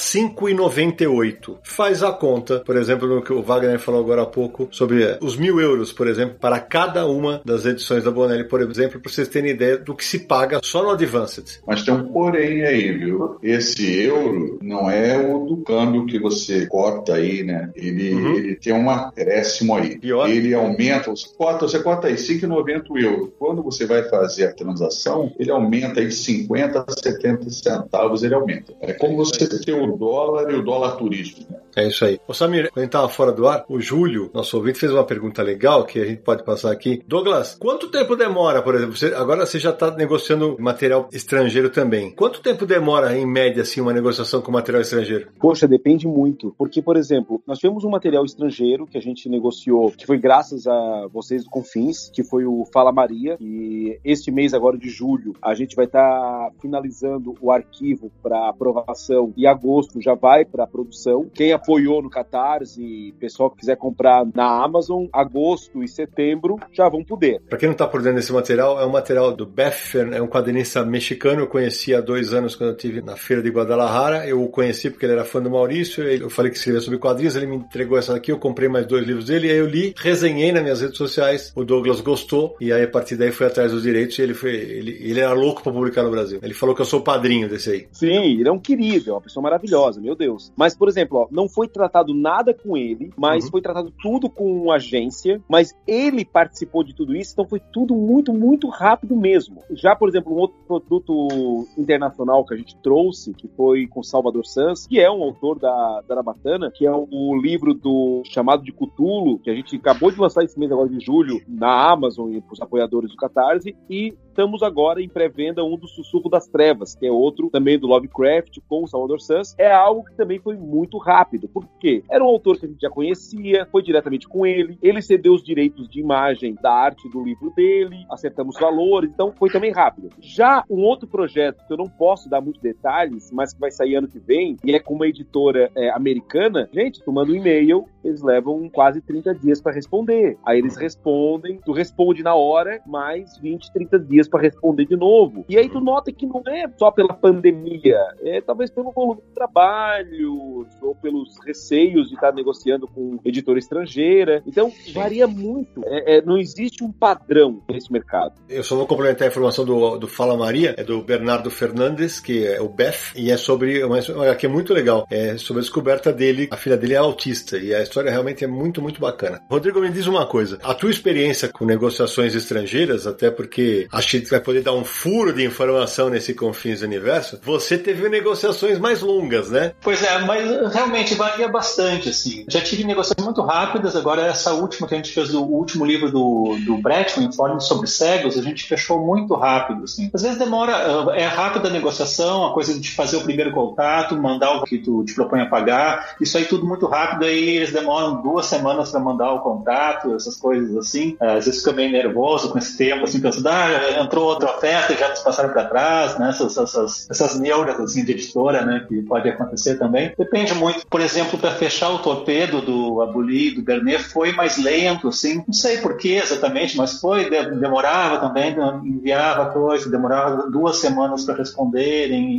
5,98. Faz a conta, por exemplo, no que o Wagner falou agora há pouco, sobre os 1.000 euros, por exemplo, para cada uma das edições da Bonelli, por exemplo, para vocês terem ideia do que se paga só no Advanced.
Mas tem um porém aí, viu? Esse euro não é o do câmbio que você cota aí, né? Ele tem um acréscimo aí.
Pior.
Ele aumenta, você cota aí 5,90 o euro. Quando você vai fazer a transação, ele aumenta aí de 50 a 70 centavos, ele aumenta. É como você ter o dólar e o dólar turístico, né?
É isso aí. Ô Samir, quando a gente estava fora do ar, o Júlio, nosso ouvinte, fez uma pergunta legal que a gente pode passar aqui. Douglas, quanto tempo demora, por exemplo, agora você já está negociando material estrangeiro também. Quanto tempo demora, em média, assim, uma negociação com material estrangeiro?
Poxa, depende muito. Porque, por exemplo, nós tivemos um material estrangeiro que a gente negociou, que foi graças a vocês do Confins, que foi o Fala Maria. E este mês agora de julho, a gente vai estar finalizando o arquivo para aprovação. E agosto já vai para produção. Quem apoiou no Catarse, pessoal que quiser comprar na Amazon, agosto e setembro já vão poder.
Para quem não está por dentro desse material, é um material do Beffer, é um quadrinista mexicano. Eu conheci há 2 anos quando eu estive na feira de Guadalajara. Eu o conheci porque ele era fã do Maurício. Eu falei que escrevia sobre quadrinhos, ele me entregou essa aqui, eu comprei mais 2 livros dele, aí eu li, resenhei nas minhas redes sociais, o Douglas gostou, e aí a partir daí foi atrás dos direitos e ele era louco para publicar no Brasil. Ele falou que eu sou o padrinho desse aí.
Sim, ele é um querido, é uma pessoa maravilhosa, meu Deus. Mas, por exemplo, ó, não foi tratado nada com ele, mas foi tratado tudo com uma agência, mas ele participou de tudo isso, então foi tudo muito, muito rápido mesmo. Já, por exemplo, um outro produto internacional que a gente trouxe, que foi com Salvador Sanz, que é um autor da Arabatana, que é o livro do Chamado de Cthulhu, que a gente acabou de lançar esse mês agora de julho na Amazon e para os apoiadores do Catarse, e estamos agora em pré-venda um do Sussurro das Trevas, que é outro também do Lovecraft com o Salvador Sanz. É algo que também foi muito rápido, porque era um autor que a gente já conhecia, foi diretamente com ele cedeu os direitos de imagem da arte do livro dele, acertamos valores, então foi também rápido. Já um outro projeto que eu não posso dar muitos detalhes, mas que vai sair ano que vem, e é com uma editora americana, gente, tu manda um e-mail, eles levam quase 30 dias para responder. Aí eles respondem, tu responde na hora, mais 20, 30 dias para responder de novo. E aí tu nota que não é só pela pandemia, é talvez pelo volume de trabalho, ou pelos receios de estar negociando com editora estrangeira. Então, varia muito. Não existe um padrão nesse mercado.
Eu só vou complementar a informação do Fala Maria, é do Bernardo Fernandes, que é o BEF, e é sobre, que é muito legal, é sobre a descoberta dele, a filha dele é autista, e a história realmente é muito, muito bacana. Rodrigo, me diz uma coisa, a tua experiência com negociações estrangeiras, até porque acho que vai poder dar um furo de informação nesse Confins do Universo, você teve negociações mais longas, né?
Pois é, mas realmente varia bastante, assim. Já tive negociações muito rápidas, agora essa última que a gente fez, o último livro do Brecht, o Informe sobre Cegos, a gente fechou muito rápido, assim. Às vezes demora, é rápida a negociação, a coisa de fazer o primeiro contato, mandar o que tu te propõe a pagar, isso aí tudo muito rápido, aí eles demoram 2 semanas para mandar o contato, essas coisas assim. Às vezes fica meio nervoso com esse tempo, assim, pensando, entrou outra oferta e já nos passaram para trás, né? Essas neuras, assim, de editora, né? Que pode acontecer também. Depende muito. Por exemplo, para fechar o Torpedo do Abuli, do Bernet, foi mais lento, assim. Não sei por que exatamente, mas demorava também, enviava coisa, demorava 2 semanas para responderem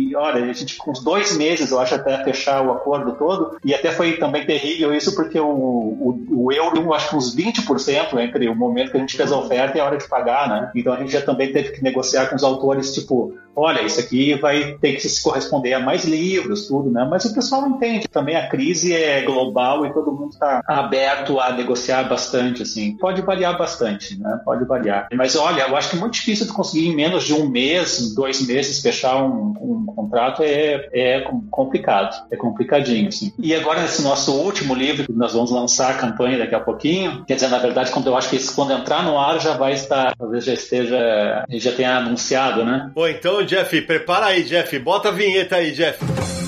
e olha, a gente com uns 2 meses, eu acho, até fechar o acordo todo, e até foi também terrível isso, porque o euro, eu acho que uns 20% entre o momento que a gente fez a oferta e a hora de pagar, né? Então a gente já também teve que negociar com os autores, tipo, olha, isso aqui vai ter que se corresponder a mais livros, tudo, né? Mas o pessoal não entende. Também a crise é global e todo mundo está aberto a negociar bastante, assim. Pode variar bastante, né? Pode variar. Mas olha, eu acho que é muito difícil de conseguir em menos de 1 mês, 2 meses, fechar um contrato é complicado. É complicadinho, assim. E agora, nesse nosso último livro, que nós vamos lançar a campanha daqui a pouquinho, quer dizer, na verdade, eu acho que quando entrar no ar já vai estar, talvez já esteja, a gente já tenha anunciado, né?
Bom, então, Jeff, prepara aí, Jeff. Bota a vinheta aí, Jeff.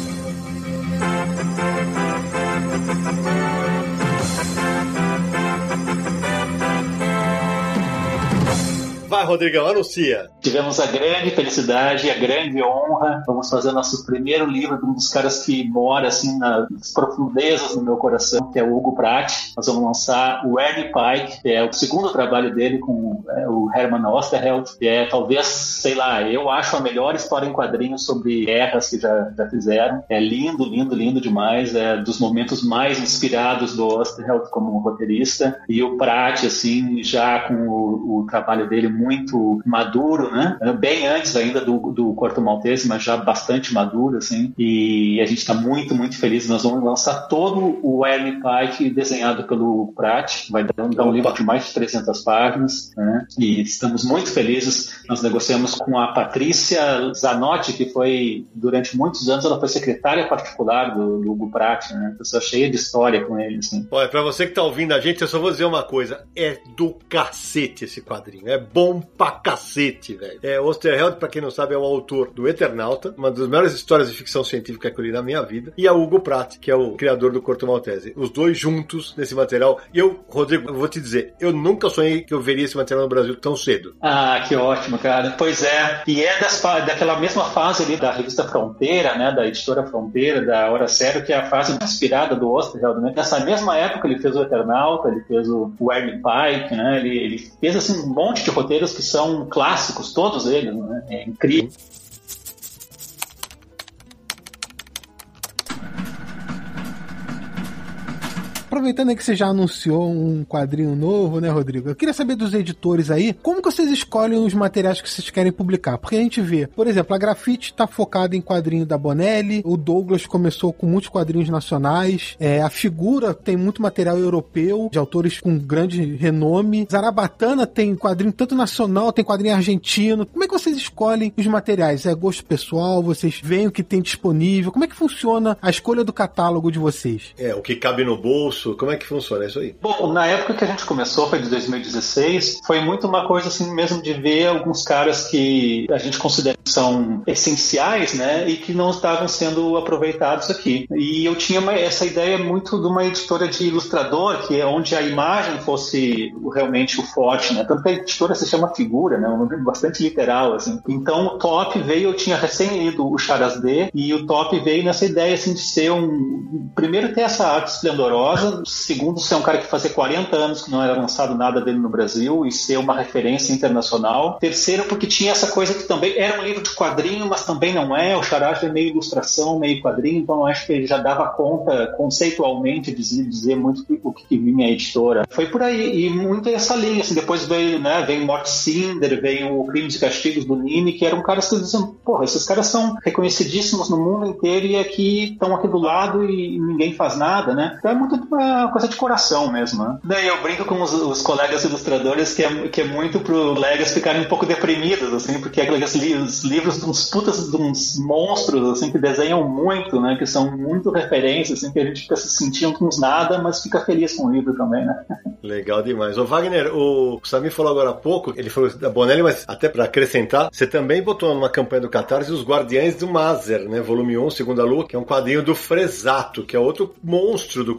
Vai, Rodrigão, anuncia.
Tivemos a grande felicidade, a grande honra. Vamos fazer nosso primeiro livro de um dos caras que mora assim nas profundezas do meu coração, que é o Hugo Pratt. Nós vamos lançar o Ernie Pike, que é o segundo trabalho dele com o Herman Osterheld, que é talvez, sei lá, eu acho a melhor história em quadrinhos sobre guerras que já fizeram. É lindo, lindo, lindo demais. É dos momentos mais inspirados do Osterheld como roteirista. E o Pratt, assim, já com o trabalho dele muito maduro, né? Bem antes ainda do Corto Maltese, mas já bastante maduro, assim. E a gente está muito, muito feliz. Nós vamos lançar todo o Ernie Pike desenhado pelo Pratt. Vai dar um livro de mais de 300 páginas, né? E estamos muito felizes. Nós negociamos com a Patrícia Zanotti, que foi, durante muitos anos, ela foi secretária particular do Hugo Pratt, né? Pessoa cheia de história com ele, assim.
Olha, pra você que tá ouvindo a gente, eu só vou dizer uma coisa. É do cacete esse quadrinho. É bom pra cacete, velho. Osterheld, pra quem não sabe, é o autor do Eternauta, uma das melhores histórias de ficção científica que eu li na minha vida, e é o Hugo Pratt, que é o criador do Corto Maltese. Os dois juntos nesse material. E eu, Rodrigo, eu vou te dizer, eu nunca sonhei que eu veria esse material no Brasil tão cedo.
Ah, que ótimo, cara. Pois é. E é daquela mesma fase ali da revista Fronteira, né, da editora Fronteira, da Hora Zero, que é a fase inspirada do Osterheld, né? Nessa mesma época ele fez o Eternauta, ele fez o Ernie Pike, né? Ele fez assim um monte de roteiros que são clássicos, todos eles, né? É incrível.
Aproveitando aí que você já anunciou um quadrinho novo, né, Rodrigo? Eu queria saber dos editores aí, como que vocês escolhem os materiais que vocês querem publicar? Porque a gente vê, por exemplo, a Grafite tá focada em quadrinho da Bonelli, o Douglas começou com muitos quadrinhos nacionais, a Figura tem muito material europeu, de autores com grande renome, Zarabatana tem quadrinho tanto nacional, tem quadrinho argentino. Como é que vocês escolhem os materiais? É gosto pessoal? Vocês veem o que tem disponível? Como é que funciona a escolha do catálogo de vocês?
O que cabe no bolso? Como é que funciona isso aí?
Bom, na época que a gente começou, foi de 2016, foi muito uma coisa assim mesmo de ver alguns caras que a gente considera que são essenciais, né, e que não estavam sendo aproveitados aqui. E eu tinha essa ideia muito de uma editora de ilustrador, que é onde a imagem fosse realmente o forte, né, tanto que a editora se chama Figura, né, um nome bastante literal, assim. Então o Top veio, eu tinha recém lido o Charasdê, e o Top veio nessa ideia, assim, de ser primeiro ter essa arte esplendorosa, segundo, ser um cara que fazia 40 anos que não era lançado nada dele no Brasil e ser uma referência internacional. Terceiro, porque tinha essa coisa que também era um livro de quadrinho, mas também não é. O Charasdê é meio ilustração, meio quadrinho, então eu acho que ele já dava conta conceitualmente de dizer muito o que vinha a editora. Foi por aí, e muito essa linha. Assim, depois veio Morte Cinder, veio o Crimes e Castigos do Nini, que eram caras que diziam, porra, esses caras são reconhecidíssimos no mundo inteiro e estão aqui do lado e ninguém faz nada, né? Então é muito uma coisa de coração mesmo, né? Daí eu brinco com os colegas ilustradores que é muito pro colegas ficarem um pouco deprimidos, assim, porque aqueles livros de uns monstros, assim, que desenham muito, né? Que são muito referências, assim, que a gente fica se sentindo uns nada, mas fica feliz com o livro também, né?
Legal demais. Ô Wagner, o Samir falou agora há pouco, ele falou da Bonelli, mas até pra acrescentar, você também botou numa campanha do Catarse os Guardiães do Mazer, né? Volume 1, Segunda Lua, que é um quadrinho do Fresato, que é outro monstro do quadrinho europeu.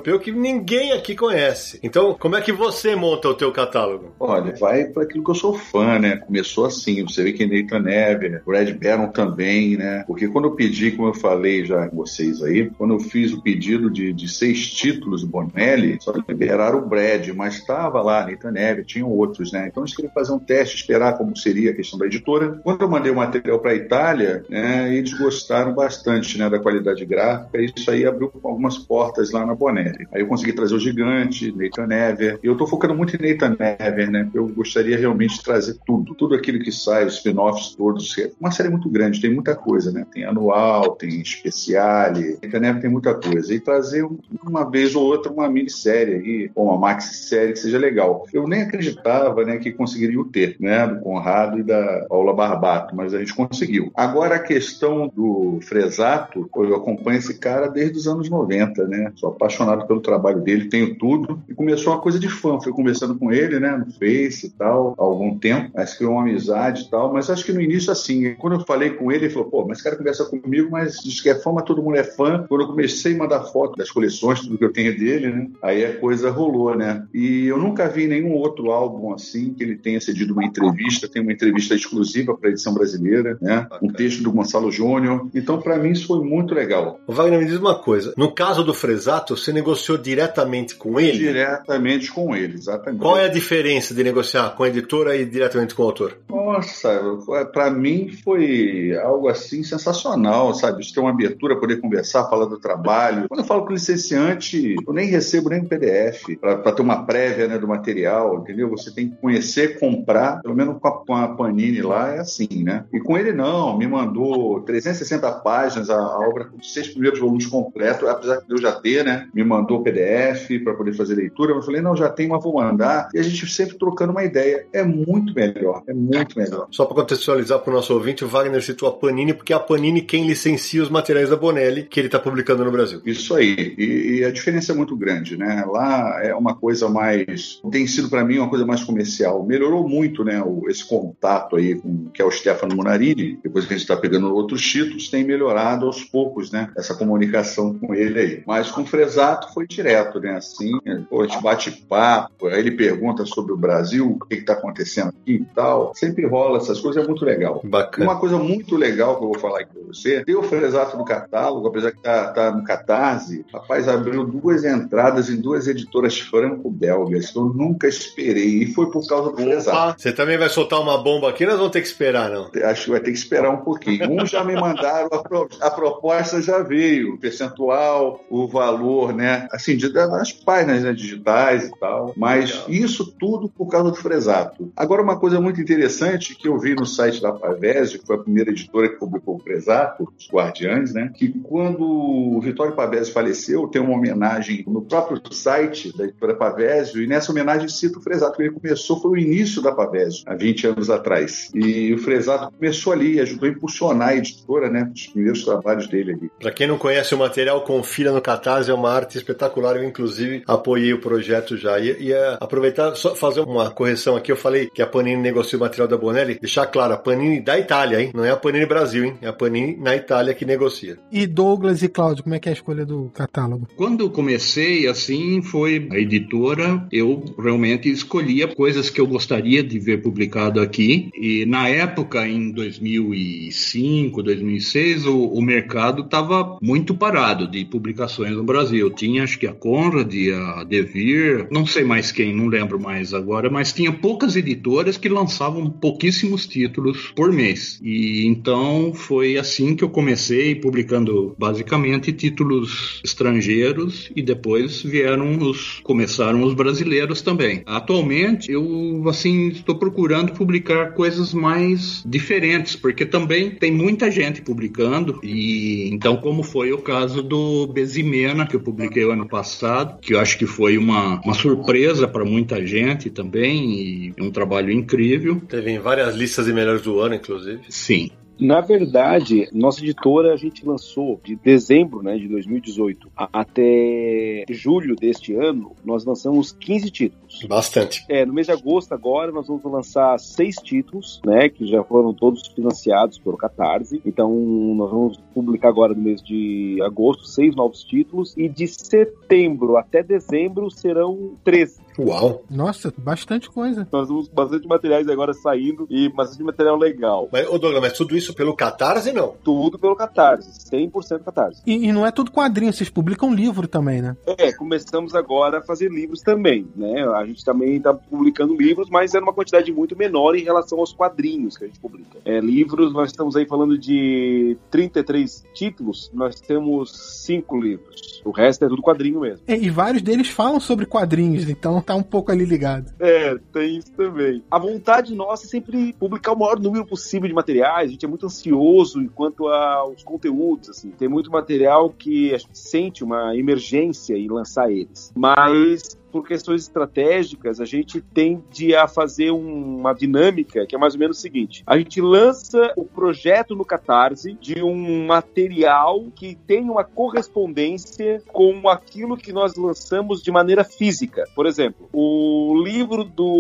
europeu que ninguém aqui conhece. Então, como é que você monta o teu catálogo?
Olha, vai para aquilo que eu sou fã, né? Começou assim, você vê que Nathan Never, Brad Barron também, né? Porque quando eu pedi, como eu falei já com vocês aí, quando eu fiz o pedido de 6 títulos do Bonelli, só liberaram o Brad, mas estava lá, Nathan Never, tinham outros, né? Então eles queriam fazer um teste, esperar como seria a questão da editora. Quando eu mandei o material para a Itália, né, eles gostaram bastante, né, da qualidade gráfica, e isso aí abriu algumas portas lá na Bonelli. Aí eu consegui trazer o Gigante, Nathan Never. Eu estou focando muito em Nathan Never, né? Eu gostaria realmente de trazer tudo aquilo que sai, os spin-offs todos. Uma série muito grande, tem muita coisa, né? Tem anual, tem especiale, Nathan Never tem muita coisa. E trazer uma vez ou outra uma minissérie aí, ou uma maxi-série que seja legal. Eu nem acreditava, né, que conseguiria ter, né, do Conrado e da Paula Barbato, mas a gente conseguiu. Agora a questão do Fresato, eu acompanho esse cara desde os anos 90, né? Sou apaixonado pelo trabalho dele, tenho tudo. E começou uma coisa de fã. Fui conversando com ele, né, no Face e tal, há algum tempo. Mas criou uma amizade e tal. Mas acho que no início, assim, quando eu falei com ele, ele falou, pô, mas esse cara conversa comigo, mas diz que é fã, mas todo mundo é fã. Quando eu comecei a mandar foto das coleções, tudo que eu tenho dele, né? Aí a coisa rolou, né? E eu nunca vi nenhum outro álbum assim que ele tenha cedido uma entrevista. Tem uma entrevista exclusiva para a edição brasileira, né? Um texto do Gonçalo Júnior. Então, para mim, isso foi muito legal.
O Wagner, me diz uma coisa. No caso do Fresato, você negociou diretamente com ele?
Diretamente com ele, exatamente.
Qual é a diferença de negociar com a editora e diretamente com o autor?
Nossa, para mim foi algo assim sensacional, sabe? De ter uma abertura, poder conversar, falar do trabalho. Quando eu falo com o licenciante, eu nem recebo nem o PDF para ter uma prévia, né, do material, entendeu? Você tem que conhecer, comprar, pelo menos com a Panini lá é assim, né? E com ele não, me mandou 360 páginas, a obra com 6 primeiros volumes completos, apesar de eu já ter, né? Me mandou o PDF para poder fazer leitura, eu falei, não, já tem, mas vou mandar. E a gente sempre trocando uma ideia. É muito melhor, é muito melhor.
Só para contextualizar para o nosso ouvinte, o Wagner citou a Panini, porque é a Panini quem licencia os materiais da Bonelli que ele está publicando no Brasil.
Isso aí. E a diferença é muito grande, né? Lá é uma coisa mais... Tem sido para mim uma coisa mais comercial. Melhorou muito, né? Esse contato aí que é o Stefano Monarini, depois que a gente está pegando outros títulos, tem melhorado aos poucos, né? Essa comunicação com ele aí. Mas com o Fresato foi direto, né? Assim, pô, a gente bate papo, aí ele pergunta sobre o Brasil, o que está acontecendo aqui e tal. Sempre rola essas coisas, é muito legal.
Bacana.
Uma coisa muito legal que eu vou falar aqui para você, ter o Fresato no catálogo, apesar que tá no Catarse, rapaz, abriu 2 entradas em 2 editoras franco-belgas, que eu nunca esperei, e foi por causa do Fresato.
Você também vai soltar uma bomba aqui, nós vamos ter que esperar, não?
Acho que vai ter que esperar um pouquinho. Já me mandaram, a proposta já veio, o percentual, o valor, né, assim, das páginas, né, digitais e tal, mas isso tudo por causa do Fresato. Agora, uma coisa muito interessante que eu vi no site da Pavésio, que foi a primeira editora que publicou o Fresato, os Guardiães, né, que quando o Vittorio Pavésio faleceu, tem uma homenagem no próprio site da editora Pavésio, e nessa homenagem cita o Fresato, que ele começou, foi o início da Pavésio, há 20 anos atrás. E o Fresato começou ali, ajudou a impulsionar a editora, né, os primeiros trabalhos dele ali.
Para quem não conhece o material, confira no Catarse, é uma arte espetacular, eu inclusive apoiei o projeto já. E aproveitar, só fazer uma correção aqui, eu falei que a Panini negocia o material da Bonelli, deixar claro, a Panini da Itália, hein? Não é a Panini Brasil, hein? É a Panini na Itália que negocia.
E Douglas e Cláudio, como é que é a escolha do catálogo?
Quando eu comecei, assim, foi a editora, eu realmente escolhia coisas que eu gostaria de ver publicado aqui, e na época, em 2005, 2006, o mercado estava muito parado de publicações no Brasil. Tinha, acho que a Conrad, a Devir, não sei mais quem, não lembro mais agora, mas tinha poucas editoras que lançavam pouquíssimos títulos por mês. E então foi assim que eu comecei, publicando basicamente títulos estrangeiros, e depois começaram os brasileiros também. Atualmente eu assim estou procurando publicar coisas mais diferentes, porque também tem muita gente publicando, e então, como foi o caso do Bezimena, que eu publiquei o ano passado, que eu acho que foi uma surpresa para muita gente também, e um trabalho incrível.
Teve em várias listas de melhores do ano, inclusive.
Sim.
Na verdade, nossa editora, a gente lançou de dezembro, né, de 2018 até julho deste ano, nós lançamos 15 títulos.
Bastante.
No mês de agosto agora, nós vamos lançar 6 títulos, né, que já foram todos financiados pelo Catarse. Então, nós vamos publicar agora no mês de agosto 6 novos títulos, e de setembro até dezembro serão 13.
Uau!
Nossa, bastante coisa.
Nós temos bastante materiais agora saindo e bastante material legal.
Mas, Douglas, mas tudo isso pelo Catarse, não?
Tudo pelo Catarse, 100% Catarse.
E não é tudo quadrinho, vocês publicam livro também, né?
Começamos agora a fazer livros também, né? A gente também está publicando livros, mas é numa quantidade muito menor em relação aos quadrinhos que a gente publica. Livros, nós estamos aí falando de 33 títulos, nós temos 5 livros. O resto é tudo quadrinho mesmo.
E vários deles falam sobre quadrinhos, então tá um pouco ali ligado.
Tem isso também. A vontade nossa é sempre publicar o maior número possível de materiais. A gente é muito ansioso enquanto aos conteúdos, assim. Tem muito material que a gente sente uma emergência em lançar eles. Mas por questões estratégicas, a gente tende a fazer uma dinâmica que é mais ou menos o seguinte: a gente lança o projeto no Catarse de um material que tem uma correspondência com aquilo que nós lançamos de maneira física. Por exemplo, o livro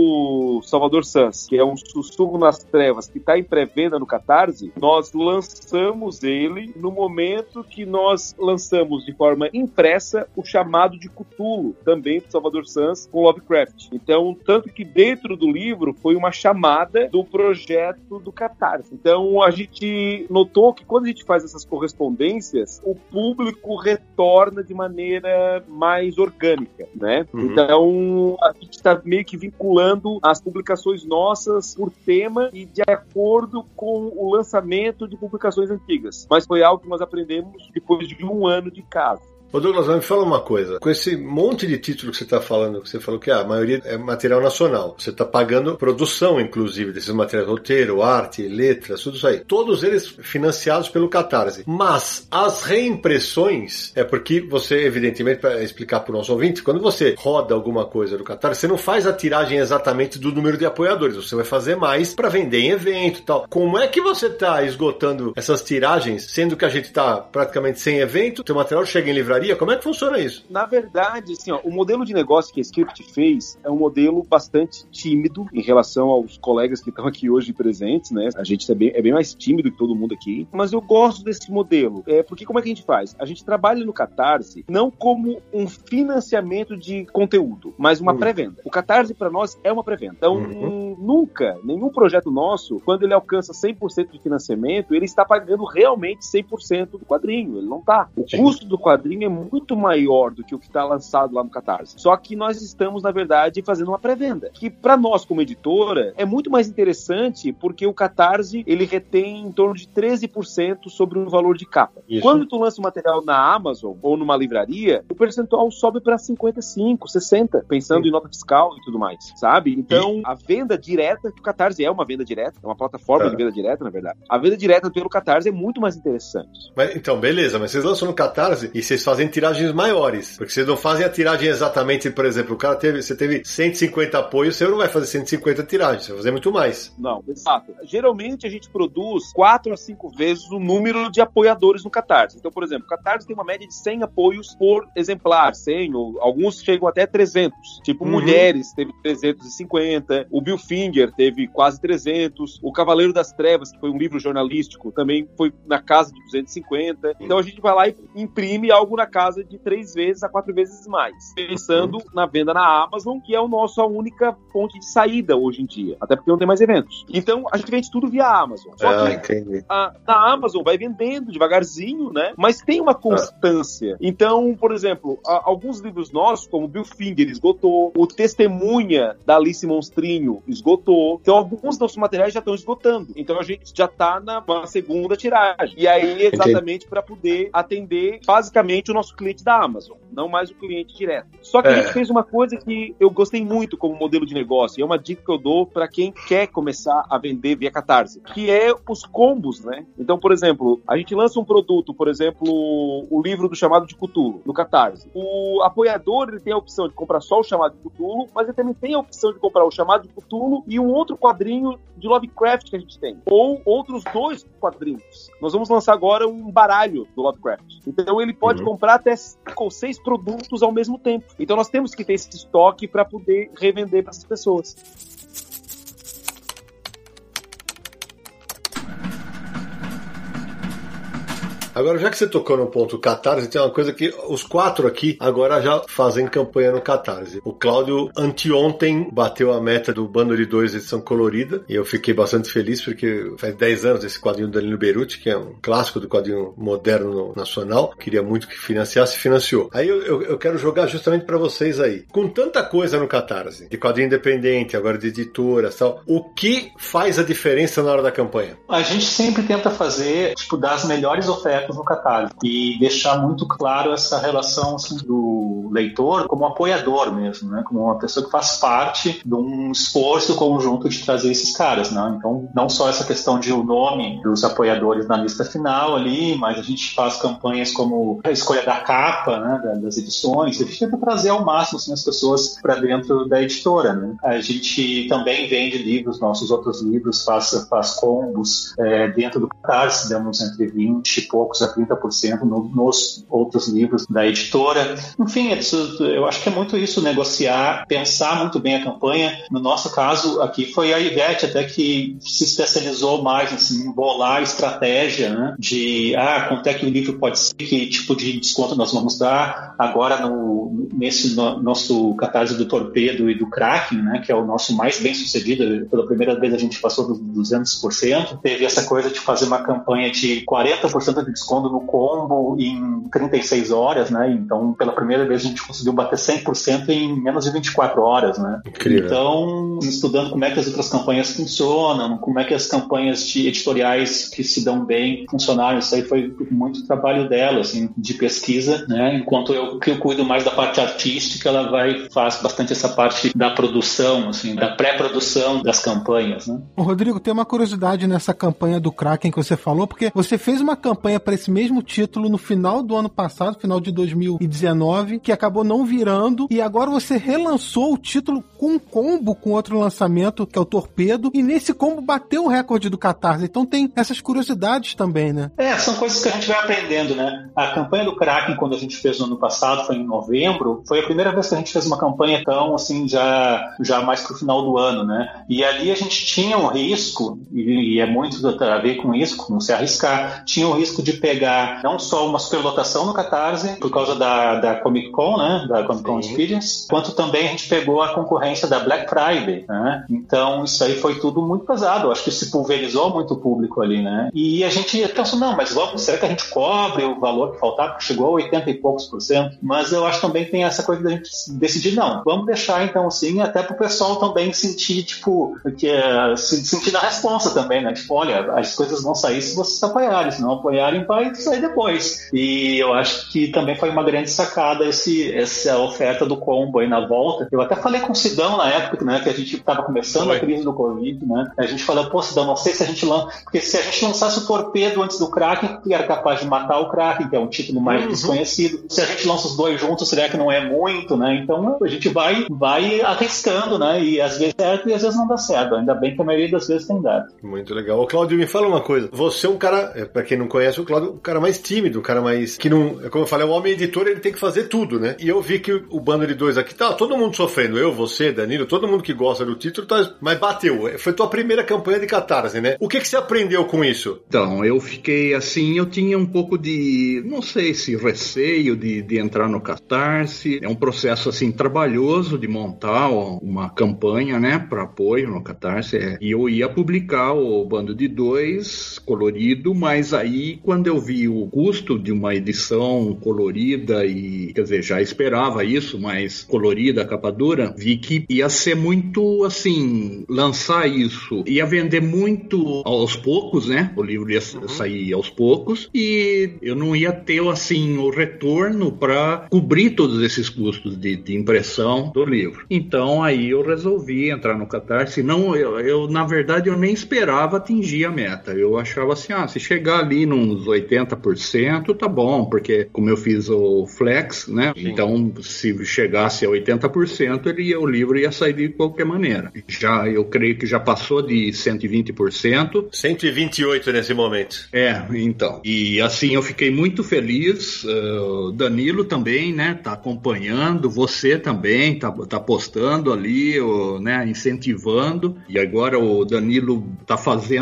do Salvador Sanz, que é Um Sussurro nas Trevas, que está em pré-venda no Catarse, nós lançamos ele no momento que nós lançamos de forma impressa o Chamado de Cthulhu, também do Salvador Sanz, com Lovecraft. Então, tanto que dentro do livro foi uma chamada do projeto do Catarse. Então, a gente notou que quando a gente faz essas correspondências, o público retorna de maneira mais orgânica, né? Então, a gente está meio que vinculando as publicações nossas por tema e de acordo com o lançamento de publicações antigas. Mas foi algo que nós aprendemos depois de 1 ano de casa.
Ô Douglas, me fala uma coisa. Com esse monte de título que você está falando, que você falou que a maioria é material nacional, você está pagando produção, inclusive, desses materiais, roteiro, arte, letras, tudo isso aí. Todos eles financiados pelo Catarse. Mas as reimpressões, porque você, evidentemente, para explicar para o nosso ouvinte, quando você roda alguma coisa do Catarse, você não faz a tiragem exatamente do número de apoiadores, você vai fazer mais para vender em evento e tal. Como é que você está esgotando essas tiragens, sendo que a gente está praticamente sem evento, teu material chega em livraria? Como é que funciona isso?
Na verdade, assim, o modelo de negócio que a Script fez é um modelo bastante tímido em relação aos colegas que estão aqui hoje presentes, né? A gente é bem mais tímido que todo mundo aqui, mas eu gosto desse modelo. Porque como é que a gente faz? A gente trabalha no Catarse não como um financiamento de conteúdo, mas uma pré-venda. O Catarse, para nós, é uma pré-venda. Então, nunca, nenhum projeto nosso, quando ele alcança 100% de financiamento, ele está pagando realmente 100% do quadrinho. Ele não está. O custo do quadrinho é muito maior do que o que está lançado lá no Catarse. Só que nós estamos, na verdade, fazendo uma pré-venda, que para nós, como editora, é muito mais interessante porque o Catarse, ele retém em torno de 13% sobre o valor de capa. Isso. Quando tu lança um material na Amazon ou numa livraria, o percentual sobe para 55%, 60%, pensando em nota fiscal e tudo mais, sabe? Então, a venda direta, que o Catarse é uma venda direta, é uma plataforma de venda direta, na verdade. A venda direta pelo Catarse é muito mais interessante.
Mas, então, beleza, mas vocês lançam no Catarse e vocês fazem tiragens maiores, porque vocês não fazem a tiragem exatamente, por exemplo, você teve 150 apoios, você não vai fazer 150 tiragens, você vai fazer muito mais.
Não, exato. Geralmente a gente produz 4 a 5 vezes o número de apoiadores no Catarse. Então, por exemplo, o Catarse tem uma média de 100 apoios por exemplar, 100, ou alguns chegam até 300. Tipo, Mulheres teve 350, o Bill Finger teve quase 300, o Cavaleiro das Trevas, que foi um livro jornalístico, também foi na casa de 250. Então a gente vai lá e imprime algo na casa de 3 vezes a 4 vezes mais, pensando na venda na Amazon, que é a nossa única fonte de saída hoje em dia, até porque não tem mais eventos. Então a gente vende tudo via Amazon. Só que na Amazon vai vendendo devagarzinho, né? Mas tem uma constância. Então, por exemplo, alguns livros nossos, como Bill Finger, esgotou, o Testemunha da Alice Monstrinho esgotou. Então alguns dos nossos materiais já estão esgotando. Então a gente já está na segunda tiragem. E aí exatamente para poder atender basicamente o nosso cliente da Amazon, não mais o cliente direto. Só que a gente fez uma coisa que eu gostei muito como modelo de negócio, e é uma dica que eu dou para quem quer começar a vender via Catarse, que é os combos, né? Então, por exemplo, a gente lança um produto, por exemplo, o livro do Chamado de Cthulhu, no Catarse. O apoiador, ele tem a opção de comprar só o Chamado de Cthulhu, mas ele também tem a opção de comprar o Chamado de Cthulhu e um outro quadrinho de Lovecraft que a gente tem, ou outros 2 quadrinhos. Nós vamos lançar agora um baralho do Lovecraft. Então ele pode comprar até 5 ou 6 produtos ao mesmo tempo. Então nós temos que ter esse estoque para poder revender para essas pessoas.
Agora, já que você tocou no ponto Catarse, tem uma coisa que os 4 aqui agora já fazem campanha no Catarse. O Cláudio, anteontem, bateu a meta do Bando de 2 edição colorida, e eu fiquei bastante feliz, porque faz 10 anos esse quadrinho do Danilo Beruti, que é um clássico do quadrinho moderno nacional, queria muito que financiasse, financiou. Aí eu quero jogar justamente para vocês aí. Com tanta coisa no Catarse, de quadrinho independente, agora de editora e tal, o que faz a diferença na hora da campanha?
A gente sempre tenta fazer, dar as melhores ofertas no Catarse e deixar muito claro essa relação assim, do leitor como apoiador mesmo, né? Como uma pessoa que faz parte de um esforço conjunto de trazer esses caras, né? Então, não só essa questão de o nome dos apoiadores na lista final ali, mas a gente faz campanhas como a escolha da capa, né? Das edições, a gente tenta trazer ao máximo assim, as pessoas para dentro da editora, né? A gente também vende livros, nossos outros livros, faz combos dentro do Catarse, damos entre 20 e poucos a 30% nos outros livros da editora. Enfim, eu acho que é muito isso, negociar, pensar muito bem a campanha. No nosso caso, aqui foi a Ivete até que se especializou mais assim, em bolar estratégia, né? De quanto é que o livro pode ser, que tipo de desconto nós vamos dar agora nesse nosso Catarse do Torpedo e do Kraken, né? Que é o nosso mais bem sucedido. Pela primeira vez a gente passou dos 200%. Teve essa coisa de fazer uma campanha de 40% de desconto no combo em 36 horas, né? Então, pela primeira vez a gente conseguiu bater 100% em menos de 24 horas, né?
Incrível.
Então, estudando como é que as outras campanhas funcionam, como é que as campanhas de editoriais que se dão bem funcionaram, isso aí foi muito trabalho dela, assim, de pesquisa, né? Enquanto eu cuido mais da parte artística, ela faz bastante essa parte da produção, assim, da pré-produção das campanhas, né?
Ô, Rodrigo, tem uma curiosidade nessa campanha do Kraken que você falou, porque você fez uma campanha para esse mesmo título no final do ano passado, final de 2019, que acabou não virando, e agora você relançou o título com um combo com outro lançamento, que é o Torpedo, e nesse combo bateu o recorde do Catarse. Então tem essas curiosidades também, né?
São coisas que a gente vai aprendendo, né? A campanha do Kraken, quando a gente fez no ano passado, foi em novembro, foi a primeira vez que a gente fez uma campanha tão, assim, já mais pro final do ano, né? E ali a gente tinha um risco, e é muito a ver com isso, não se arriscar, tinha o risco de pegar não só uma superlotação no Catarse, por causa da Comic Con, né? Da Comic Con Experience, quanto também a gente pegou a concorrência da Black Friday, né? Então isso aí foi tudo muito pesado, eu acho que se pulverizou muito o público ali, né? E a gente pensou, não, mas será que a gente cobre o valor que faltava? Porque chegou a 80 e poucos %, mas eu acho que também tem essa coisa da gente decidir, não, vamos deixar então assim, até pro pessoal também sentir, sentir na responsa também, né? Olha, as coisas vão sair se vocês apoiarem, se não apoiarem vai sair depois. E eu acho que também foi uma grande sacada essa oferta do combo aí na volta. Eu até falei com o Sidão na época, né, que a gente estava começando a crise do Covid, né? A gente falou, Sidão, não sei se a gente lança, porque se a gente lançasse o Torpedo antes do Kraken, era capaz de matar o Kraken, que é um título mais desconhecido. Se a gente lança os dois juntos, será que não é muito, né? Então a gente vai arriscando, né? E às vezes é certo e às vezes não dá certo. Ainda bem que a maioria das vezes tem dado.
Muito legal. Ô, Cláudio, me fala uma coisa. Você é um cara, pra quem não conhece o Cláudio, um cara mais tímido, um cara mais... que não... Como eu falei, o homem editor, ele tem que fazer tudo, né? E eu vi que o Bando de 2 aqui, tá todo mundo sofrendo. Eu, você, Danilo, todo mundo que gosta do título, tá... mas bateu. Foi tua primeira campanha de Catarse, né? O que você aprendeu com isso?
Então, eu fiquei assim, eu tinha um pouco de, não sei se receio de entrar no Catarse. É um processo, assim, trabalhoso de montar uma campanha, né, para apoio no Catarse. E eu ia publicar o Bando de 2 colorido, mas aí, quando quando eu vi o custo de uma edição colorida e, quer dizer, já esperava isso, mas colorida, capa dura, vi que ia ser muito, assim, lançar isso, ia vender muito aos poucos, né? O livro ia sair aos poucos e eu não ia ter, assim, o retorno para cobrir todos esses custos de impressão do livro. Então, aí eu resolvi entrar no Catarse. Não, eu na verdade, eu nem esperava atingir a meta. Eu achava assim, se chegar ali nos 80%, tá bom, porque como eu fiz o Flex, né? Sim. Então, se chegasse a 80%, o livro ia sair de qualquer maneira. Eu creio que já passou de 120%.
128 nesse momento.
Então. E assim, eu fiquei muito feliz. Danilo também, né? Tá acompanhando. Você também tá postando ali, né? Incentivando. E agora o Danilo tá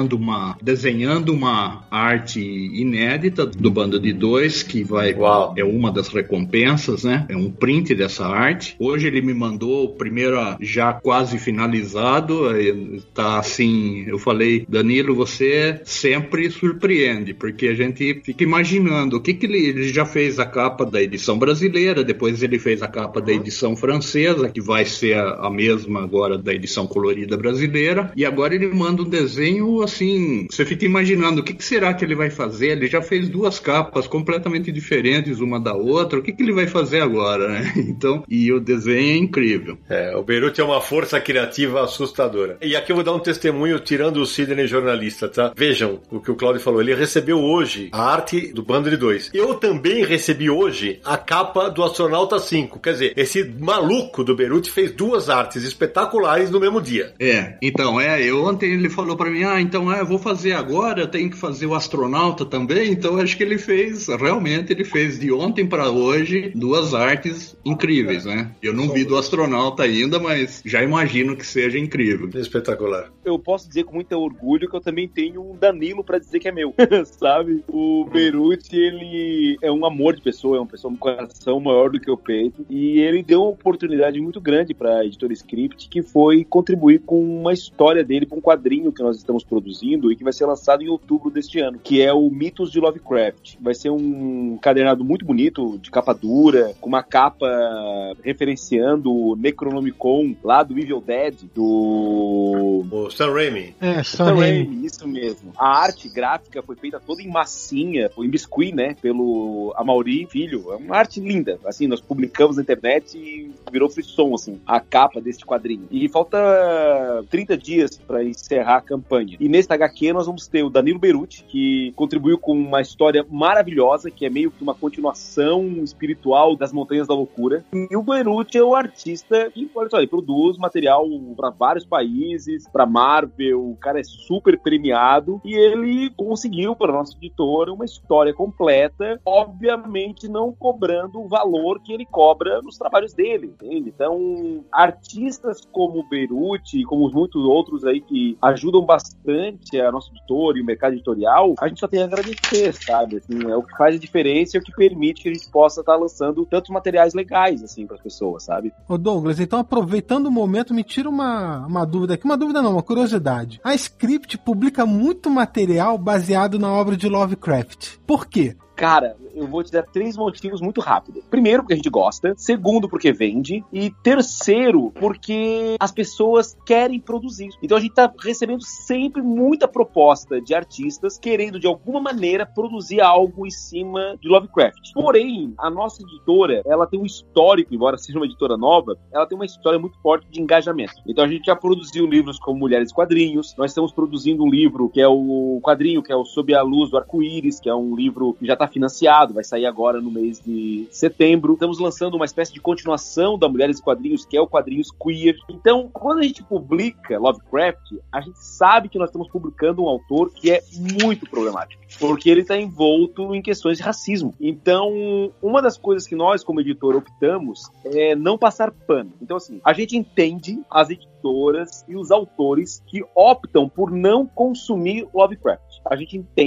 desenhando uma arte inédita do Bando de Dois, que é uma das recompensas, né? É um print dessa arte. Hoje ele me mandou o primeiro já quase finalizado. Tá assim, eu falei, Danilo, você sempre surpreende, porque a gente fica imaginando o que ele já fez a capa da edição brasileira, depois ele fez a capa da edição francesa, que vai ser a mesma agora da edição colorida brasileira, e agora ele manda um desenho assim, você fica imaginando o que será que ele vai fazer. Ele já fez 2 capas completamente diferentes uma da outra, o que ele vai fazer agora, né? Então, e o desenho é incrível.
O Beruti é uma força criativa assustadora. E aqui eu vou dar um testemunho tirando o Sidney jornalista, tá? Vejam o que o Cláudio falou. Ele recebeu hoje a arte do Bando de Dois. Eu também recebi hoje a capa do Astronauta 5. Quer dizer, esse maluco do Beruti fez 2 artes espetaculares no mesmo dia.
Então, ontem ele falou pra mim, eu vou fazer agora, eu tenho que fazer o Astronauta também, então acho que ele fez de ontem pra hoje 2 artes incríveis, né? Eu não vi do Astronauta ainda, mas já imagino que seja incrível.
Espetacular.
Eu posso dizer com muito orgulho que eu também tenho um Danilo pra dizer que é meu, sabe? O Beruti, ele é um amor de pessoa, é uma pessoa com um coração maior do que o peito, e ele deu uma oportunidade muito grande pra Editora Script, que foi contribuir com uma história dele, com um quadrinho que nós estamos produzindo e que vai ser lançado em outubro deste ano, que é o Mitos de Lovecraft. Vai ser um encadernado muito bonito, de capa dura, com uma capa referenciando o Necronomicon lá do Evil Dead, do
Sam Raimi.
Sam Raimi, isso mesmo. A arte gráfica foi feita toda em massinha, em biscuit, né, pelo Amaury Filho. É uma arte linda. Assim, nós publicamos na internet e virou frisson, assim, a capa deste quadrinho. E falta 30 dias para encerrar a campanha. E nesse HQ nós vamos ter o Danilo Beruti, que contribuiu com uma história maravilhosa, que é meio que uma continuação espiritual das Montanhas da Loucura. E o Beruti é o artista que, olha só, ele produz material para vários países, para Marvel, o cara é super premiado, e ele conseguiu para nossa editora uma história completa, obviamente não cobrando o valor que ele cobra nos trabalhos dele, entende? Então, artistas como o Beruti, como muitos outros aí que ajudam bastante a nossa editora e o mercado editorial, a gente só tem a agradecer, sabe? Assim, é o que faz a diferença e é o que permite que a gente possa estar lançando tantos materiais legais, assim, para as pessoas, sabe?
Ô Douglas, então aproveitando o momento, me tira uma dúvida aqui. Uma dúvida não, uma curiosidade. A Script publica muito material baseado na obra de Lovecraft. Por quê?
Cara, eu vou te dar 3 motivos muito rápido. Primeiro, porque a gente gosta. Segundo, porque vende. E terceiro, porque as pessoas querem produzir. Então a gente tá recebendo sempre muita proposta de artistas querendo, de alguma maneira, produzir algo em cima de Lovecraft. Porém, a nossa editora, ela tem um histórico, embora seja uma editora nova, ela tem uma história muito forte de engajamento. Então a gente já produziu livros como Mulheres Quadrinhos. Nós estamos produzindo um livro que é o quadrinho, que é o Sob a Luz do Arco-Íris, que é um livro que já está financiado, vai sair agora no mês de setembro. Estamos lançando uma espécie de continuação da Mulheres Quadrinhos, que é o Quadrinhos Queer. Então, quando a gente publica Lovecraft, a gente sabe que nós estamos publicando um autor que é muito problemático, porque ele está envolto em questões de racismo. Então, uma das coisas que nós, como editora, optamos é não passar pano. Então, assim, a gente entende as editoras e os autores que optam por não consumir Lovecraft. A gente entende.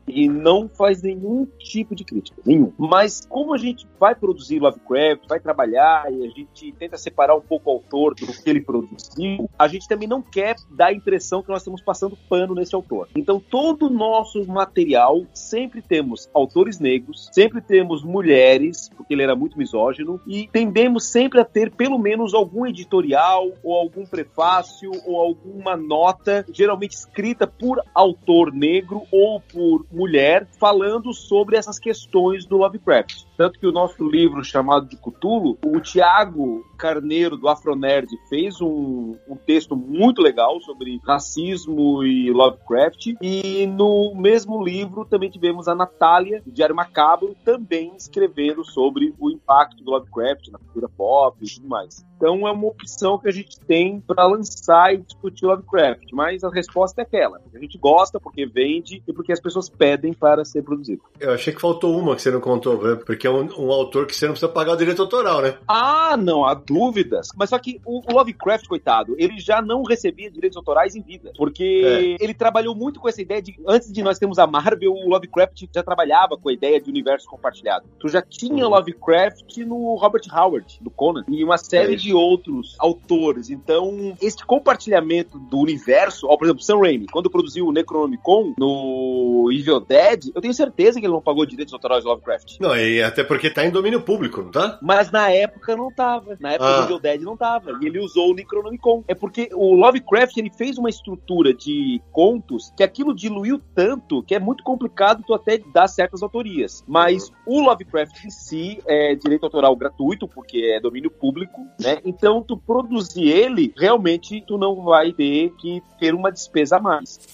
e não faz nenhum tipo de crítica, nenhum. Mas como a gente vai produzir Lovecraft, vai trabalhar e a gente tenta separar um pouco o autor do que ele produziu, a gente também não quer dar a impressão que nós estamos passando pano nesse autor. Então todo o nosso material sempre temos autores negros, sempre temos mulheres, porque ele era muito misógino, e tendemos sempre a ter pelo menos algum editorial ou algum prefácio ou alguma nota, geralmente escrita por autor negro ou por mulher, falando sobre essas questões do Lovecraft. Tanto que o nosso livro chamado de Cthulhu, o Tiago Carneiro, do Afronerd, fez um texto muito legal sobre racismo e Lovecraft. E no mesmo livro também tivemos a Natália, do Diário Macabro, também escrevendo sobre o impacto do Lovecraft na cultura pop e tudo mais. Então é uma opção que a gente tem para lançar e discutir Lovecraft. Mas a resposta é aquela. A gente gosta porque vende e porque as pessoas pedem para ser produzido.
Eu achei que faltou uma que você não contou, porque é um autor que você não precisa pagar o direito autoral, né?
Ah, não, há dúvidas. Mas só que o Lovecraft, coitado, ele já não recebia direitos autorais em vida. Porque ele trabalhou muito com essa ideia de... Antes de nós termos a Marvel, o Lovecraft já trabalhava com a ideia de universo compartilhado. Tu já tinha Lovecraft no Robert Howard, do Conan, e uma série de outros autores. Então, esse compartilhamento do universo... Ó, por exemplo, Sam Raimi, quando produziu o Necronomicon no Evil Dead, eu tenho certeza que ele não pagou direitos autorais do Lovecraft.
Não, e até porque tá em domínio público, não tá?
Mas na época não tava. Na época do Evil Dead não tava. E ele usou o Necronomicon. É porque o Lovecraft, ele fez uma estrutura de contos que aquilo diluiu tanto que é muito complicado tu até dar certas autorias. Mas o Lovecraft em si é direito autoral gratuito, porque é domínio público, né? Então tu produzir ele, realmente tu não vai ter que ter uma despesa a mais.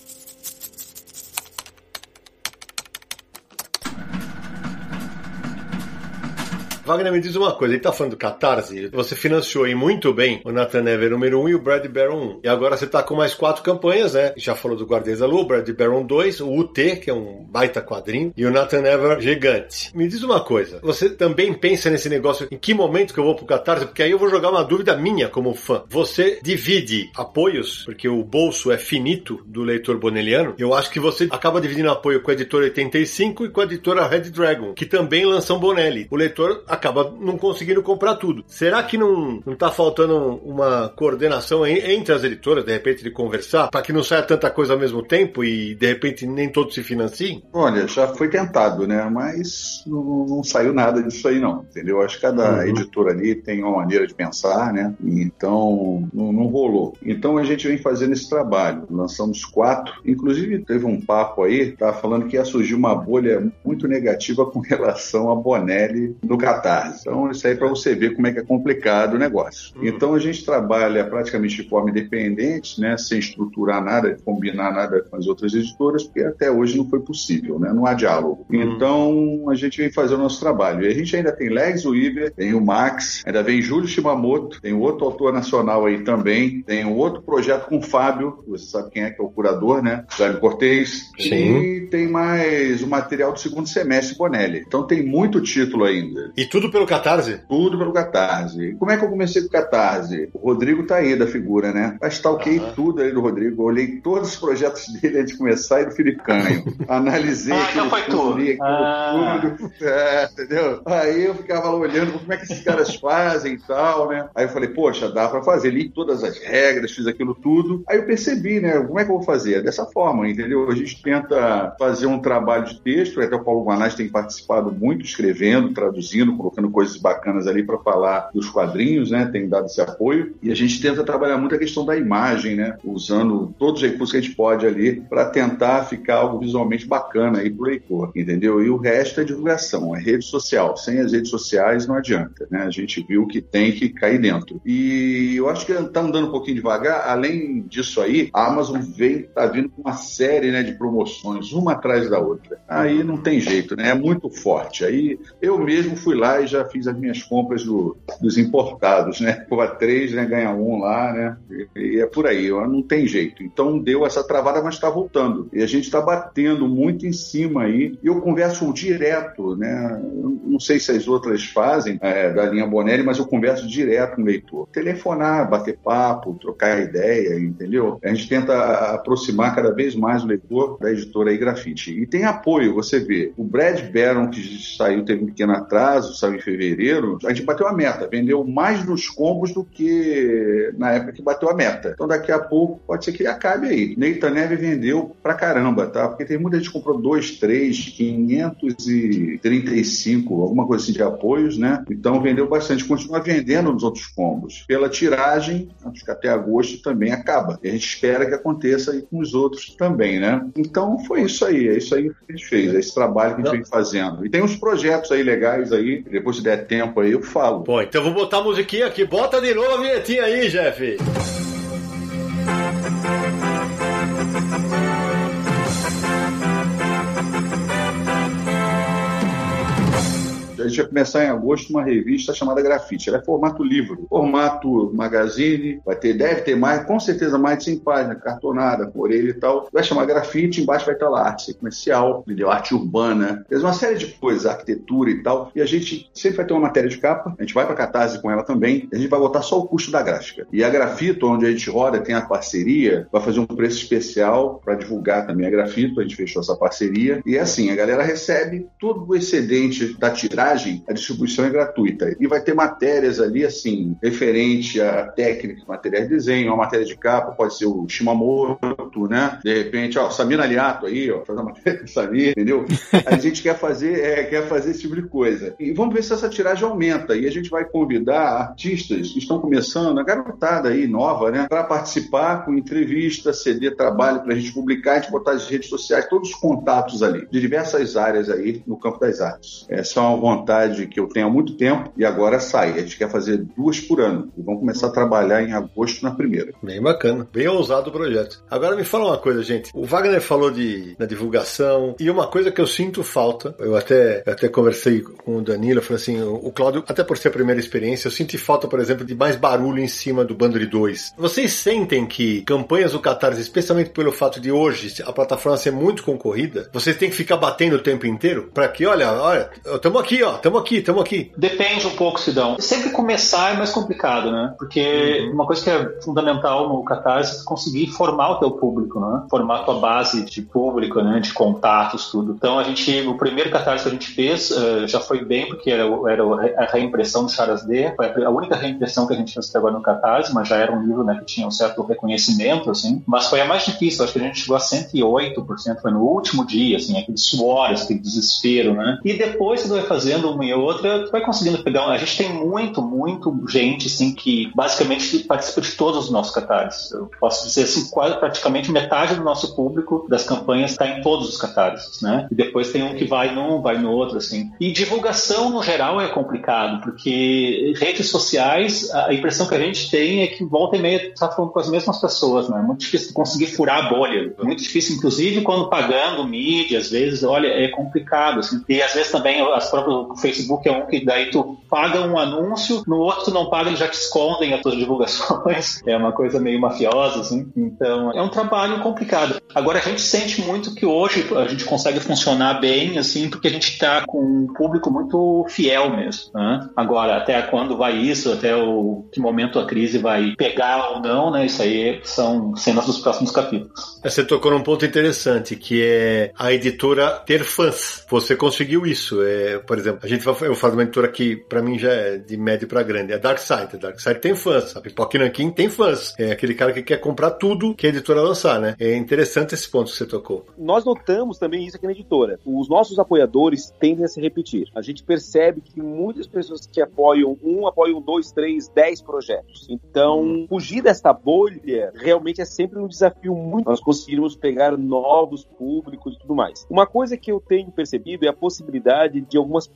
Wagner, me diz uma coisa, ele tá falando do Catarse, você financiou aí muito bem o Nathan Never número 1 e o Brad Barron 1. E agora você tá com mais 4 campanhas, né? Já falou do Guardiões da Lua, o Brad Barron 2, o UT, que é um baita quadrinho, e o Nathan Never gigante. Me diz uma coisa, você também pensa nesse negócio, em que momento que eu vou pro Catarse? Porque aí eu vou jogar uma dúvida minha como fã. Você divide apoios, porque o bolso é finito do leitor bonelliano, eu acho que você acaba dividindo apoio com a editora 85 e com a editora Red Dragon, que também lançam Bonelli. O leitor acaba não conseguindo comprar tudo. Será que não tá faltando uma coordenação entre as editoras, de repente, de conversar, para que não saia tanta coisa ao mesmo tempo e, de repente, nem todos se financiem?
Olha, já foi tentado, né? Mas não saiu nada disso aí, não. Entendeu? Acho que cada editora ali tem uma maneira de pensar, né? Então, não rolou. Então, a gente vem fazendo esse trabalho. Lançamos 4. Inclusive, teve um papo aí, tava falando que ia surgir uma bolha muito negativa com relação a Bonelli no Catarse. Então, isso aí é para você ver como é que é complicado o negócio. Então, a gente trabalha praticamente de forma independente, né, sem estruturar nada, combinar nada com as outras editoras, porque até hoje não foi possível, né, não há diálogo. Então, a gente vem fazer o nosso trabalho. E a gente ainda tem Legs Weaver, tem o Max, ainda vem Júlio Shimamoto, tem outro autor nacional aí também, tem um outro projeto com o Fábio, você sabe quem é que é o curador, né, Jálio Cortez. Sim. E tem mais o material do segundo semestre Bonelli. Então, tem muito título ainda.
E tudo pelo Catarse?
Tudo pelo Catarse. Como é que eu comecei com o Catarse? O Rodrigo tá aí da figura, né? Eu stalkeei tudo aí do Rodrigo. Eu olhei todos os projetos dele antes de começar e do Felipe Canho. Analisei
então foi tudo.
Tudo. Entendeu? Aí eu ficava lá olhando como é que esses caras fazem e tal, né? Aí eu falei, poxa, dá pra fazer. Li todas as regras, fiz aquilo tudo. Aí eu percebi, né? Como é que eu vou fazer? Dessa forma, entendeu? A gente tenta fazer um trabalho de texto. Até o Paulo Guanais tem participado muito, escrevendo, traduzindo, colocando coisas bacanas ali para falar dos quadrinhos, né? Tem dado esse apoio. E a gente tenta trabalhar muito a questão da imagem, né? Usando todos os recursos que a gente pode ali para tentar ficar algo visualmente bacana aí pro leitor, entendeu? E o resto é divulgação, é rede social. Sem as redes sociais não adianta, né? A gente viu que tem que cair dentro. E eu acho que tá andando um pouquinho devagar. Além disso aí, a Amazon tá vindo com uma série, né, de promoções, uma atrás da outra. Aí não tem jeito, né? É muito forte. Aí eu mesmo fui lá lá e já fiz as minhas compras dos importados, né? Pô, 3, né? Ganha 1 lá, né? E é por aí, não tem jeito. Então deu essa travada, mas está voltando. E a gente está batendo muito em cima aí. E eu converso direto, né? Eu não sei se as outras fazem, da linha Bonelli, mas eu converso direto com o leitor. Telefonar, bater papo, trocar ideia, entendeu? A gente tenta aproximar cada vez mais o leitor da editora aí Grafite. E tem apoio, você vê. O Brad Barron, que saiu, teve um pequeno atraso, saiu em fevereiro, a gente bateu a meta. Vendeu mais nos combos do que na época que bateu a meta. Então daqui a pouco pode ser que ele acabe aí. Neita Neve vendeu pra caramba, tá? Porque tem muita gente que comprou 2, 3, 535, alguma coisa assim de apoios, né? Então vendeu bastante. Continua vendendo nos outros combos. Pela tiragem, acho que até agosto também acaba. E a gente espera que aconteça aí com os outros também, né? Então foi isso aí. É isso aí que a gente fez. É esse trabalho que a gente vem fazendo. E tem uns projetos aí legais aí. Depois, se der tempo aí, eu falo.
Bom, então vou botar a musiquinha aqui. Bota de novo a vinhetinha aí, Jeff.
A gente vai começar em agosto uma revista chamada Grafite. Ela é formato livro, formato magazine, deve ter mais, com certeza mais de 100 páginas, cartonada, com orelha e tal. Vai chamar Grafite, embaixo vai estar lá arte sequencial, arte urbana, fez uma série de coisas, arquitetura e tal. E a gente sempre vai ter uma matéria de capa, a gente vai para Catarse com ela também, e a gente vai botar só o custo da gráfica. E a Grafito, onde a gente roda, tem a parceria, vai fazer um preço especial para divulgar também a Grafito, a gente fechou essa parceria. E é assim, a galera recebe todo o excedente da tiragem, a distribuição é gratuita. E vai ter matérias ali, assim, referente a técnicas, materiais de desenho, uma matéria de capa, pode ser o Shimamoto, né? De repente, Samir Aliato aí, faz uma matéria com o Samir, entendeu? A gente quer fazer esse tipo de coisa. E vamos ver se essa tiragem aumenta. E a gente vai convidar artistas que estão começando, a garotada aí, nova, né? Para participar com entrevista, ceder trabalho para a gente publicar, a gente botar nas redes sociais, todos os contatos ali, de diversas áreas aí no campo das artes. Essa é uma vontade que eu tenho há muito tempo e agora sai. A gente quer fazer 2 por ano e vamos começar a trabalhar em agosto na primeira.
Bem bacana, bem ousado o projeto. Agora me fala uma coisa, gente. O Wagner falou na divulgação e uma coisa que eu sinto falta, eu até conversei com o Danilo, eu falei assim, o Cláudio, até por ser a primeira experiência, eu senti falta, por exemplo, de mais barulho em cima do Bando de 2. Vocês sentem que campanhas do Catarse, especialmente pelo fato de hoje a plataforma ser muito concorrida, vocês têm que ficar batendo o tempo inteiro para que, olha, estamos aqui, estamos aqui.
Depende um pouco, Sidão. Sempre começar é mais complicado, né? Porque uma coisa que é fundamental no Catarse é conseguir formar o teu público, né? Formar a tua base de público, né? De contatos, tudo. Então, o primeiro Catarse que a gente fez já foi bem, porque era a reimpressão do Charas D. Foi a única reimpressão que a gente fez até agora no Catarse, mas já era um livro, né, que tinha um certo reconhecimento, assim. Mas foi a mais difícil. Acho que a gente chegou a 108%, foi no último dia, assim, aquele suor, aquele desespero, né? E depois você vai fazendo uma e outra, tu vai conseguindo pegar. A gente tem muito gente, assim, que basicamente participa de todos os nossos catarses. Eu posso dizer assim, praticamente metade do nosso público das campanhas está em todos os catarses, né? E depois tem um que vai num, vai no outro, assim. E divulgação, no geral, é complicado, porque redes sociais, a impressão que a gente tem é que volta e meia está falando com as mesmas pessoas, né? É muito difícil conseguir furar a bolha. Muito difícil, inclusive, quando pagando mídia, às vezes, olha, é complicado, assim. E às vezes também o Facebook é um que daí tu paga um anúncio, no outro tu não paga, eles já te escondem as tuas divulgações. É uma coisa meio mafiosa, assim. Então, é um trabalho complicado. Agora, a gente sente muito que hoje a gente consegue funcionar bem, assim, porque a gente está com um público muito fiel mesmo, né? Agora, até quando vai isso, até que momento a crise vai pegar ou não, né? Isso aí são cenas dos próximos capítulos.
Você tocou num ponto interessante, que é a editora ter fãs. Você conseguiu isso. Por exemplo, eu faço uma editora que pra mim já é de médio pra grande, é Darkside. A Darkside tem fãs, a Pipoca Nanquim tem fãs. É aquele cara que quer comprar tudo que a editora lançar, né? É interessante esse ponto que você tocou.
Nós notamos também isso aqui na editora. Os nossos apoiadores tendem a se repetir. A gente percebe que muitas pessoas que apoiam 2, 3, 10 projetos. Então, fugir dessa bolha realmente é sempre um desafio muito. Nós conseguimos pegar novos públicos e tudo mais. Uma coisa que eu tenho percebido é a possibilidade de algumas perguntas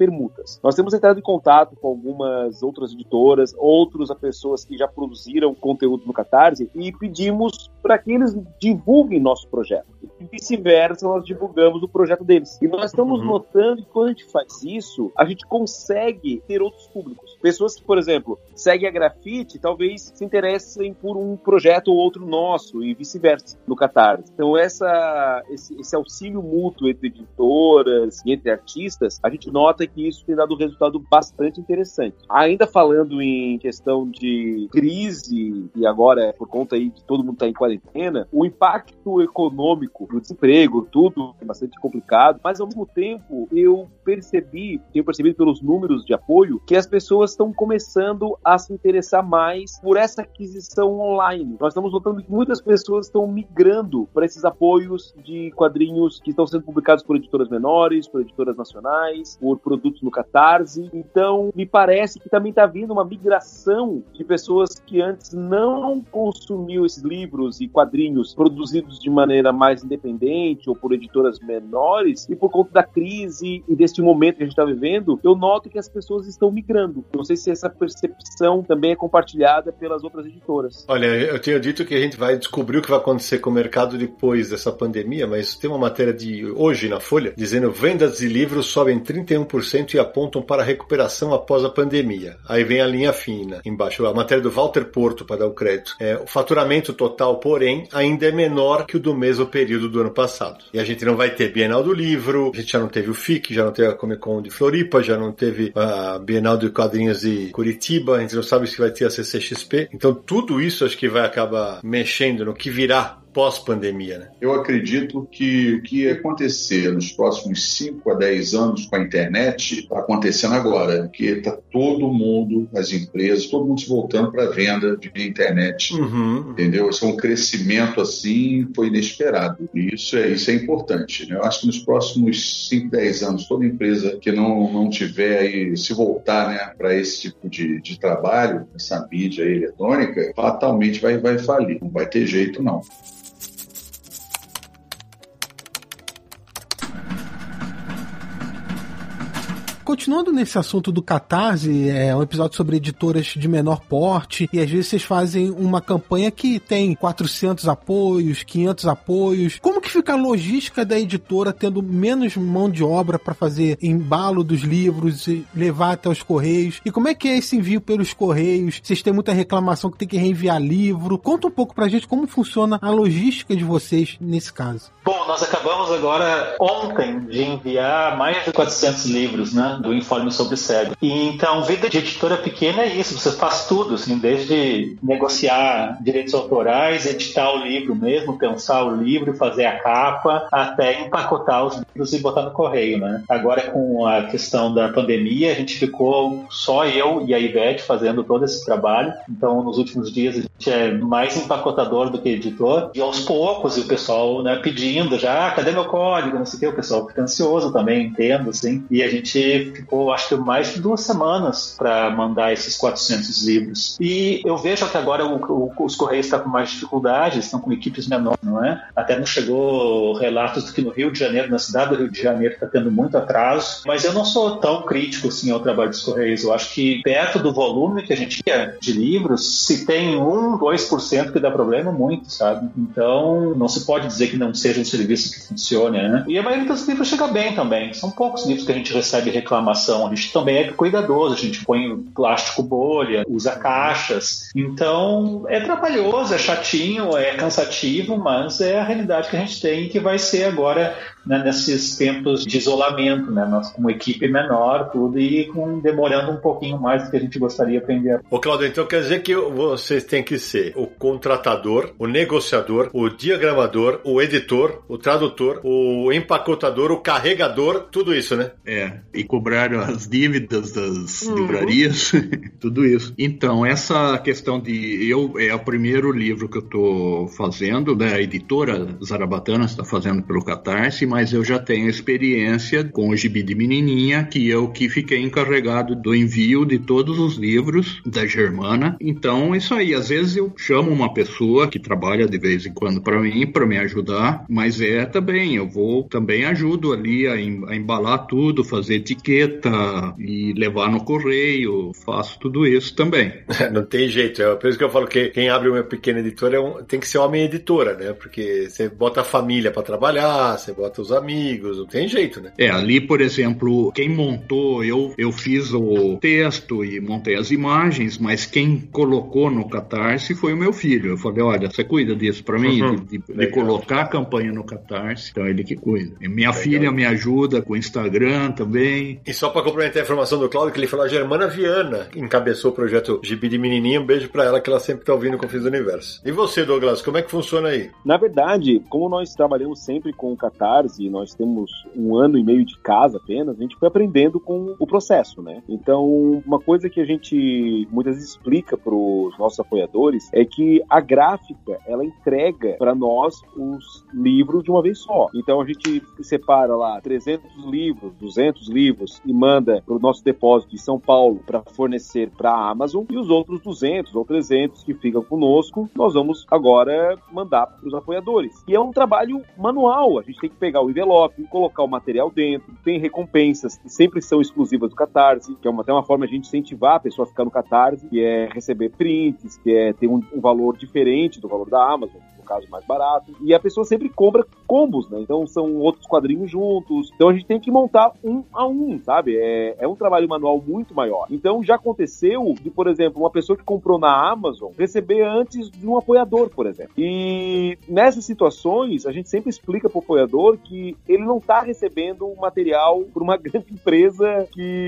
permutas. Nós temos entrado em contato com algumas outras editoras, outras pessoas que já produziram conteúdo no Catarse e pedimos para que eles divulguem nosso projeto. E vice-versa, nós divulgamos o projeto deles. E nós estamos notando que quando a gente faz isso, a gente consegue ter outros públicos. Pessoas que, por exemplo, seguem a Grafite, talvez se interessem por um projeto ou outro nosso, e vice-versa, no Catarse. Então, esse auxílio mútuo entre editoras e entre artistas, a gente nota que isso tem dado um resultado bastante interessante. Ainda falando em questão de crise, e agora, por conta aí de todo mundo estar em quarentena, o impacto econômico do desemprego, tudo é bastante complicado, mas ao mesmo tempo eu tenho percebido pelos números de apoio, que as pessoas estão começando a se interessar mais por essa aquisição online. Nós estamos notando que muitas pessoas estão migrando para esses apoios de quadrinhos que estão sendo publicados por editoras menores, por editoras nacionais, por produtos no Catarse. Então, me parece que também está vindo uma migração de pessoas que antes não consumiam esses livros e quadrinhos produzidos de maneira mais independente ou por editoras menores, e por conta da crise e deste momento que a gente está vivendo, eu noto que as pessoas estão migrando. Não sei se essa percepção também é compartilhada pelas outras editoras.
Olha, eu tinha dito que a gente vai descobrir o que vai acontecer com o mercado depois dessa pandemia, mas tem uma matéria de hoje na Folha dizendo: vendas de livros sobem 31% e apontam para a recuperação após a pandemia. Aí vem a linha fina embaixo, a matéria do Walter Porto, para dar o crédito. O faturamento total, porém, ainda é menor que o do mesmo período do ano passado. E a gente não vai ter Bienal do Livro, a gente já não teve o FIC, já não teve a Comic Con de Floripa, já não teve a Bienal de Quadrinhos de Curitiba, a gente não sabe se vai ter a CCXP. Então tudo isso acho que vai acabar mexendo no que virá pós-pandemia, né?
Eu acredito que o que ia acontecer nos próximos 5 a 10 anos com a internet está acontecendo agora, que está todo mundo, as empresas, todo mundo se voltando para a venda via internet, entendeu? Esse é um crescimento assim, foi inesperado. E isso é importante, né? Eu acho que nos próximos 5, 10 anos, toda empresa que não tiver aí, se voltar, né, para esse tipo de trabalho, essa mídia aí eletrônica, fatalmente vai falir. Não vai ter jeito, não.
Continuando nesse assunto do Catarse, é um episódio sobre editoras de menor porte, e às vezes vocês fazem uma campanha que tem 400 apoios, 500 apoios. Como que fica a logística da editora tendo menos mão de obra para fazer embalo dos livros e levar até os correios? E como é que é esse envio pelos correios? Vocês têm muita reclamação que tem que reenviar livro? Conta um pouco pra gente como funciona a logística de vocês nesse caso.
Bom, nós acabamos agora ontem de enviar mais de 400 livros, né, do Informe sobre Cego. E então, vida de editora pequena é isso, você faz tudo, assim, desde negociar direitos autorais, editar o livro mesmo, pensar o livro, fazer a capa, até empacotar os livros e botar no correio, né? Agora, com a questão da pandemia, a gente ficou só eu e a Ivete fazendo todo esse trabalho. Então, nos últimos dias, a gente é mais empacotador do que editor. E aos poucos, o pessoal, né, pedindo já, cadê meu código? Não sei o que, o pessoal fica ansioso também, entendo, assim. E a gente ficou, acho que mais de 2 semanas para mandar esses 400 livros. E eu vejo que agora os Correios estão com mais dificuldades, estão com equipes menores, não é? Até não chegou relatos de que no Rio de Janeiro, na cidade do Rio de Janeiro, está tendo muito atraso. Mas eu não sou tão crítico assim ao trabalho dos Correios. Eu acho que perto do volume que a gente quer de livros, se tem 1, 2% que dá problema, muito, sabe? Então, não se pode dizer que não seja um serviço que funcione, né? E a maioria dos livros chega bem também. São poucos livros que a gente recebe reclamação. A gente também é cuidadoso. A gente põe plástico bolha, usa caixas. Então, é trabalhoso, é chatinho, é cansativo, mas é a realidade que a gente tem e que vai ser agora, né, nesses tempos de isolamento, né? Nós com uma equipe menor, tudo, e demorando um pouquinho mais do que a gente gostaria para enviar.
Ô, Cláudio, então quer dizer que vocês têm que ser o contratador, o negociador, o diagramador, o editor, o tradutor, o empacotador, o carregador, tudo isso, né?
E cobrar as dívidas das livrarias, tudo isso. Então, essa questão é o primeiro livro que eu estou fazendo, né? A editora Zarabatana está fazendo pelo Catarse, mas mas eu já tenho experiência com o Gibi de Menininha, que eu que fiquei encarregado do envio de todos os livros da Germana. Então, isso aí, às vezes eu chamo uma pessoa que trabalha de vez em quando para mim, para me ajudar, mas também, eu também ajudo ali a embalar tudo, fazer etiqueta e levar no correio, faço tudo isso também.
Não tem jeito, é por isso que eu falo que quem abre uma pequena editora tem que ser homem editora, né? Porque você bota a família para trabalhar, você bota os amigos, não tem jeito, né?
Ali, por exemplo, quem montou, eu fiz o texto e montei as imagens, mas quem colocou no Catarse foi o meu filho. Eu falei, olha, você cuida disso para mim, de colocar a campanha no Catarse, então ele que cuida. E minha filha me ajuda com o Instagram também.
E só para complementar a informação do Cláudio, que ele falou, a Germana Viana encabeçou o projeto Gibi de Menininha, um beijo para ela, que ela sempre tá ouvindo Confins do Universo. E você, Douglas, como é que funciona aí?
Na verdade, como nós trabalhamos sempre com o Catarse, nós temos 1 ano e meio de casa apenas, a gente foi aprendendo com o processo, né? Então, uma coisa que a gente muitas vezes explica para os nossos apoiadores é que a gráfica, ela entrega para nós os livros de uma vez só. Então, a gente separa lá 300 livros, 200 livros e manda para o nosso depósito de São Paulo para fornecer para a Amazon, e os outros 200 ou 300 que ficam conosco, nós vamos agora mandar para os apoiadores. E é um trabalho manual, a gente tem que pegar o envelope, colocar o material dentro, tem recompensas que sempre são exclusivas do Catarse, que é até uma forma de a gente incentivar a pessoa a ficar no Catarse, que é receber prints, que é ter um valor diferente do valor da Amazon, no caso mais barato, e a pessoa sempre compra combos, né? Então são outros quadrinhos juntos, então a gente tem que montar 1 a 1, sabe? É um trabalho manual muito maior. Então já aconteceu de, por exemplo, uma pessoa que comprou na Amazon receber antes de um apoiador, por exemplo. E nessas situações, a gente sempre explica para o apoiador que ele não está recebendo um material por uma grande empresa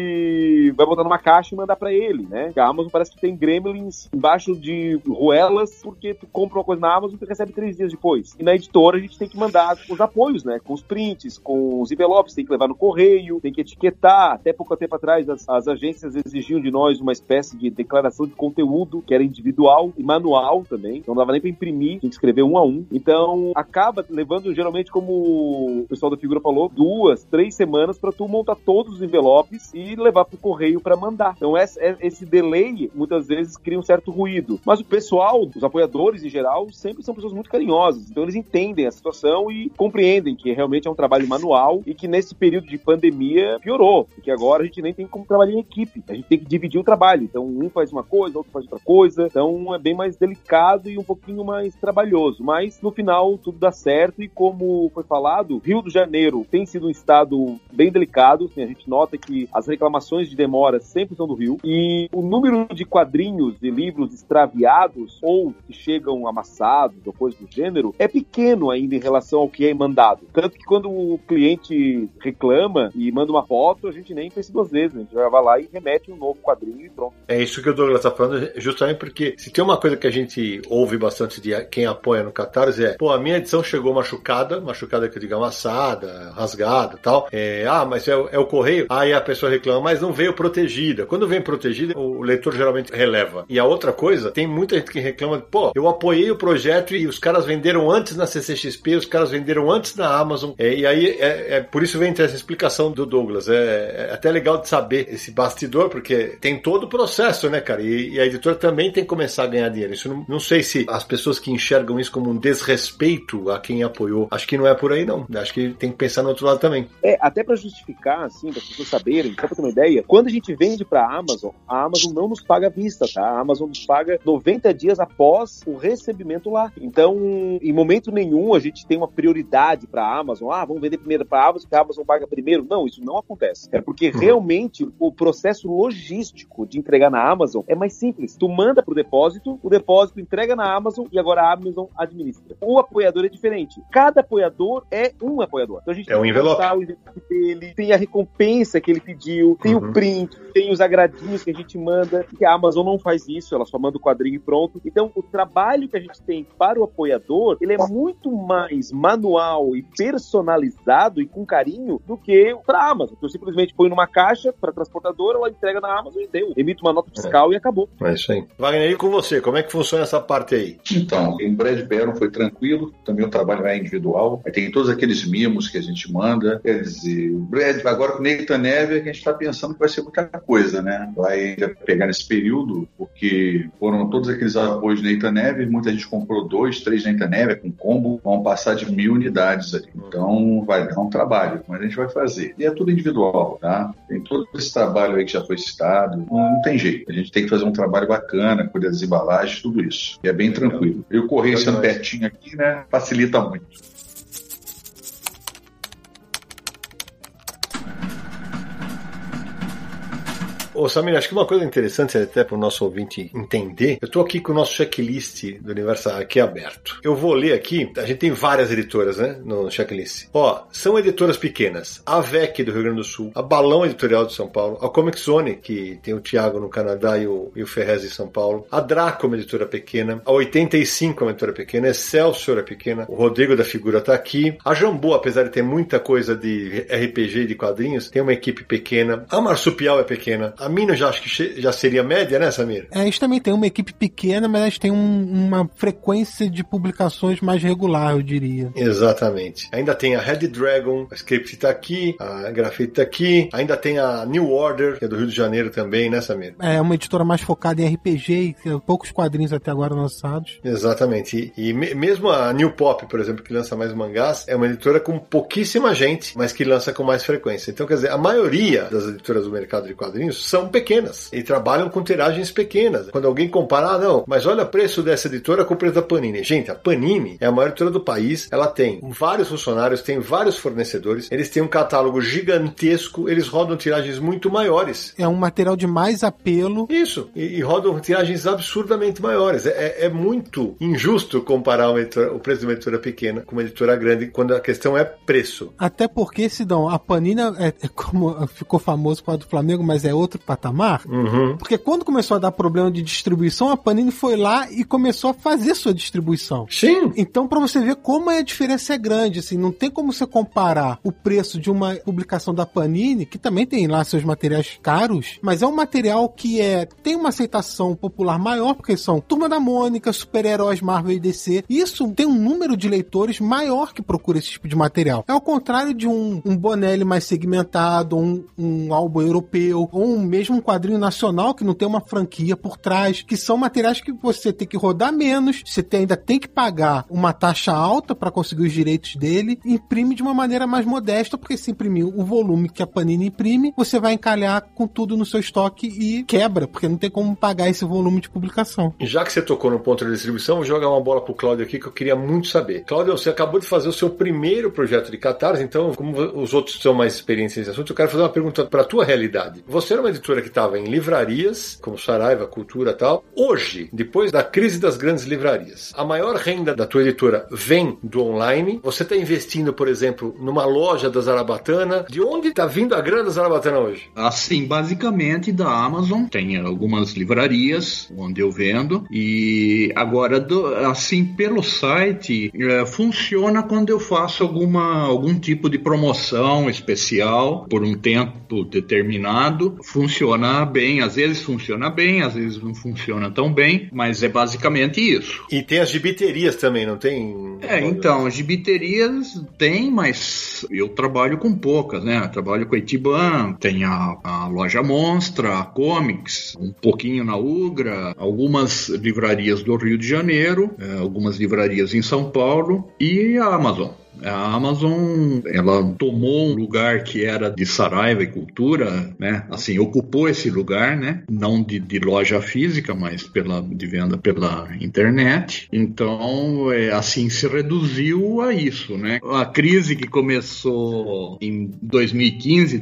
que vai botar numa caixa e mandar para ele, né? Porque a Amazon parece que tem gremlins embaixo de ruelas, porque tu compra uma coisa na Amazon e tu recebe 3 dias depois. E na editora a gente tem que mandar os apoios, né? Com os prints, com os envelopes, tem que levar no correio, tem que etiquetar. Até pouco tempo atrás as agências exigiam de nós uma espécie de declaração de conteúdo que era individual e manual também. Então não dava nem para imprimir, tinha que escrever 1 a 1. Então acaba levando geralmente, como o pessoal da figura falou, 2, 3 semanas para tu montar todos os envelopes e levar pro correio para mandar. Então esse delay muitas vezes cria um certo ruído. Mas o pessoal, os apoiadores em geral, sempre são pessoas muito carinhosas. Então eles entendem a situação e compreendem que realmente é um trabalho manual e que nesse período de pandemia piorou, porque agora a gente nem tem como trabalhar em equipe. A gente tem que dividir o trabalho. Então um faz uma coisa, outro faz outra coisa. Então é bem mais delicado e um pouquinho mais trabalhoso. Mas no final tudo dá certo e, como foi falado, Rio de Janeiro tem sido um estado bem delicado. Assim, a gente nota que as reclamações de demora sempre são do Rio, e o número de quadrinhos e livros extraviados ou que chegam amassados ou coisa do gênero é pequeno ainda em relação ao que é mandado. Tanto que quando o cliente reclama e manda uma foto, a gente nem pensa 2 vezes, a gente vai lá e remete um novo quadrinho e pronto.
É isso que o Douglas está falando, justamente porque se tem uma coisa que a gente ouve bastante de quem apoia no Catarse é, a minha edição chegou machucada que eu digo amassada, rasgada e tal, mas é o correio, aí a pessoa reclama, mas não veio protegida. Quando vem protegida, o leitor geralmente releva. E a outra coisa, tem muita gente que reclama, eu apoiei o projeto e os caras venderam antes na CCXP, os caras venderam antes na Amazon, e aí por isso vem essa explicação do Douglas. É até legal de saber esse bastidor, porque tem todo o processo, né, cara? E a editora também tem que começar a ganhar dinheiro. Isso não sei se as pessoas que enxergam isso como um desrespeito a quem apoiou, acho que não é por aí, não. Acho que tem que pensar no outro lado também.
Até pra justificar, assim, para as pessoas saberem, só pra ter uma ideia, quando a gente vende pra Amazon, a Amazon não nos paga à vista, tá? A Amazon nos paga 90 dias após o recebimento lá. Então, em momento nenhum, a gente tem uma prioridade pra Amazon. Vamos vender primeiro pra Amazon, que a Amazon paga primeiro. Não, isso não acontece. É porque realmente o processo logístico de entregar na Amazon é mais simples. Tu manda pro depósito, o depósito entrega na Amazon e agora a Amazon administra. O apoiador é diferente. Cada apoiador é um apoiador. Então a gente
tem um envelope
dele, tem a recompensa que ele pediu, tem o print, tem os agradinhos que a gente manda, que a Amazon não faz isso, ela só manda o quadrinho e pronto. Então o trabalho que a gente tem para o apoiador, ele é muito mais manual e personalizado e com carinho do que pra Amazon. Eu simplesmente põe numa caixa pra transportadora, ela entrega na Amazon e deu. Emite uma nota fiscal e acabou.
É isso aí. Wagner, e com você, como é que funciona essa parte aí?
Então, em Brad Barron foi tranquilo, também o trabalho é individual, aí tem todos aqueles mimos que a gente manda, quer dizer, o Brad, agora com o Nathan Neve, que a gente está pensando que vai ser muita coisa, né? Vai pegar nesse período, porque foram todos aqueles apoios de Nathan Neve, muita gente comprou 2, 3 Nathan Neve com combo, vão passar de 1.000 unidades ali. Então, vai dar um trabalho, mas a gente vai fazer. E é tudo individual, tá? Tem todo esse trabalho aí que já foi citado, não tem jeito. A gente tem que fazer um trabalho bacana, cuidar das embalagens, tudo isso. E é bem tranquilo. E o correio sendo pertinho aqui, né, facilita muito.
Ô Samir, acho que uma coisa interessante até para o nosso ouvinte entender, eu estou aqui com o nosso checklist do Universo aqui aberto. Eu vou ler aqui, a gente tem várias editoras, né, no checklist. Ó, são editoras pequenas, a VEC do Rio Grande do Sul, a Balão Editorial de São Paulo, a Comic Zone, que tem o Thiago no Canadá e o Ferrez em São Paulo, a Draco é uma editora pequena, a 85 é uma editora pequena, a Excelsior é pequena, o Rodrigo da Figura está aqui, a Jambô, apesar de ter muita coisa de RPG e de quadrinhos, tem uma equipe pequena, a Marsupial é pequena, a Mino já acho que já seria média, né, Samir?
A gente também tem uma equipe pequena, mas a gente tem uma frequência de publicações mais regular, eu diria.
Exatamente. Ainda tem a Red Dragon, a Script tá aqui, a Grafite tá aqui, ainda tem a New Order, que é do Rio de Janeiro também, né, Samir?
É uma editora mais focada em RPG e tem poucos quadrinhos até agora lançados.
Exatamente. E mesmo a New Pop, por exemplo, que lança mais mangás, é uma editora com pouquíssima gente, mas que lança com mais frequência. Então, quer dizer, a maioria das editoras do mercado de quadrinhos são pequenas e trabalham com tiragens pequenas. Quando alguém compara, não, mas olha o preço dessa editora com o preço da Panini. Gente, a Panini é a maior editora do país, ela tem vários funcionários, tem vários fornecedores, eles têm um catálogo gigantesco, eles rodam tiragens muito maiores.
É um material de mais apelo.
Isso, e rodam tiragens absurdamente maiores. É muito injusto comparar o preço de uma editora pequena com uma editora grande quando a questão é preço.
Até porque, Sidão, a Panini é como ficou famoso com a do Flamengo, mas é outro patamar.
Uhum.
Porque quando começou a dar problema de distribuição, a Panini foi lá e começou a fazer sua distribuição.
Sim.
Então, pra você ver como a diferença é grande, assim, não tem como você comparar o preço de uma publicação da Panini, que também tem lá seus materiais caros, mas é um material que tem uma aceitação popular maior, porque são Turma da Mônica, super-heróis Marvel e DC. Isso tem um número de leitores maior que procura esse tipo de material. É ao contrário de um Bonelli mais segmentado, um álbum europeu, ou mesmo um quadrinho nacional que não tem uma franquia por trás, que são materiais que você tem que rodar menos, você ainda tem que pagar uma taxa alta para conseguir os direitos dele, imprime de uma maneira mais modesta, porque se imprimir o volume que a Panini imprime, você vai encalhar com tudo no seu estoque e quebra, porque não tem como pagar esse volume de publicação.
Já que você tocou no ponto de distribuição, vou jogar uma bola pro Cláudio aqui que eu queria muito saber. Cláudio, você acabou de fazer o seu primeiro projeto de Catarse, então, como os outros são mais experientes nesse assunto, eu quero fazer uma pergunta para a tua realidade. Você era uma editora que estava em livrarias, como Saraiva, Cultura e tal. Hoje, depois da crise das grandes livrarias, a maior renda da tua editora vem do online. Você está investindo, por exemplo, numa loja da Zarabatana. De onde está vindo a grana da Zarabatana hoje?
Assim, basicamente da Amazon. Tem algumas livrarias onde eu vendo. E agora, assim, pelo site, funciona quando eu faço algum tipo de promoção especial por um tempo determinado. Funciona bem, às vezes funciona bem, às vezes não funciona tão bem, mas é basicamente isso.
E tem as gibiterias também, não tem?
Então, as gibiterias tem, mas eu trabalho com poucas, né? Eu trabalho com a Itiban, tem a Loja Monstra, a Comics, um pouquinho na Ugra, algumas livrarias do Rio de Janeiro, algumas livrarias em São Paulo e a Amazon. A Amazon, ela tomou um lugar que era de Saraiva e Cultura, né? Assim, ocupou esse lugar, né? Não de loja física, mas de venda pela internet. Então, assim, se reduziu a isso, né? A crise que começou em 2015,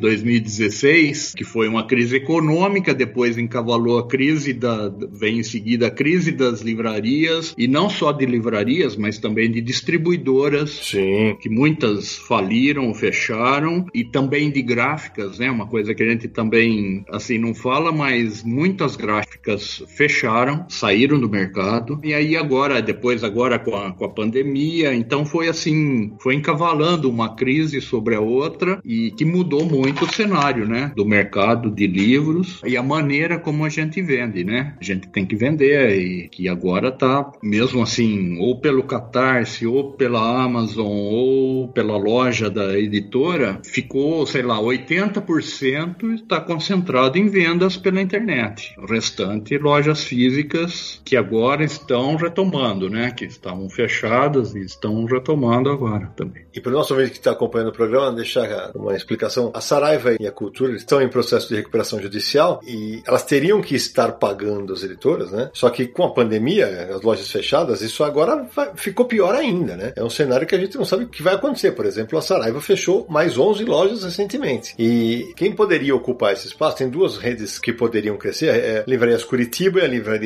2016, que foi uma crise econômica, depois encavalou a crise vem em seguida a crise das livrarias, e não só de livrarias, mas também de distribuidoras.
Sim. Sim.
Que muitas faliram, fecharam, e também de gráficas, né? Uma coisa que a gente também, assim, não fala, mas muitas gráficas fecharam, saíram do mercado, e aí depois com a pandemia, então foi assim, foi encavalando uma crise sobre a outra, e que mudou muito o cenário, né? Do mercado de livros, e a maneira como a gente vende, né? A gente tem que vender, e que agora tá, mesmo assim, ou pelo Catarse, ou pela Amazon, ou pela loja da editora, ficou, sei lá, 80% está concentrado em vendas pela internet. O restante, lojas físicas que agora estão retomando, né? Que estavam fechadas e estão retomando agora também.
E para o nosso ouvinte que está acompanhando o programa, deixar uma explicação. A Saraiva e a Cultura estão em processo de recuperação judicial e elas teriam que estar pagando as editoras, né? Só que com a pandemia, as lojas fechadas, isso agora ficou pior ainda, né? É um cenário que a gente não sabe o que vai acontecer. Por exemplo, a Saraiva fechou mais 11 lojas recentemente. E quem poderia ocupar esse espaço? Tem duas redes que poderiam crescer, Livrarias Curitiba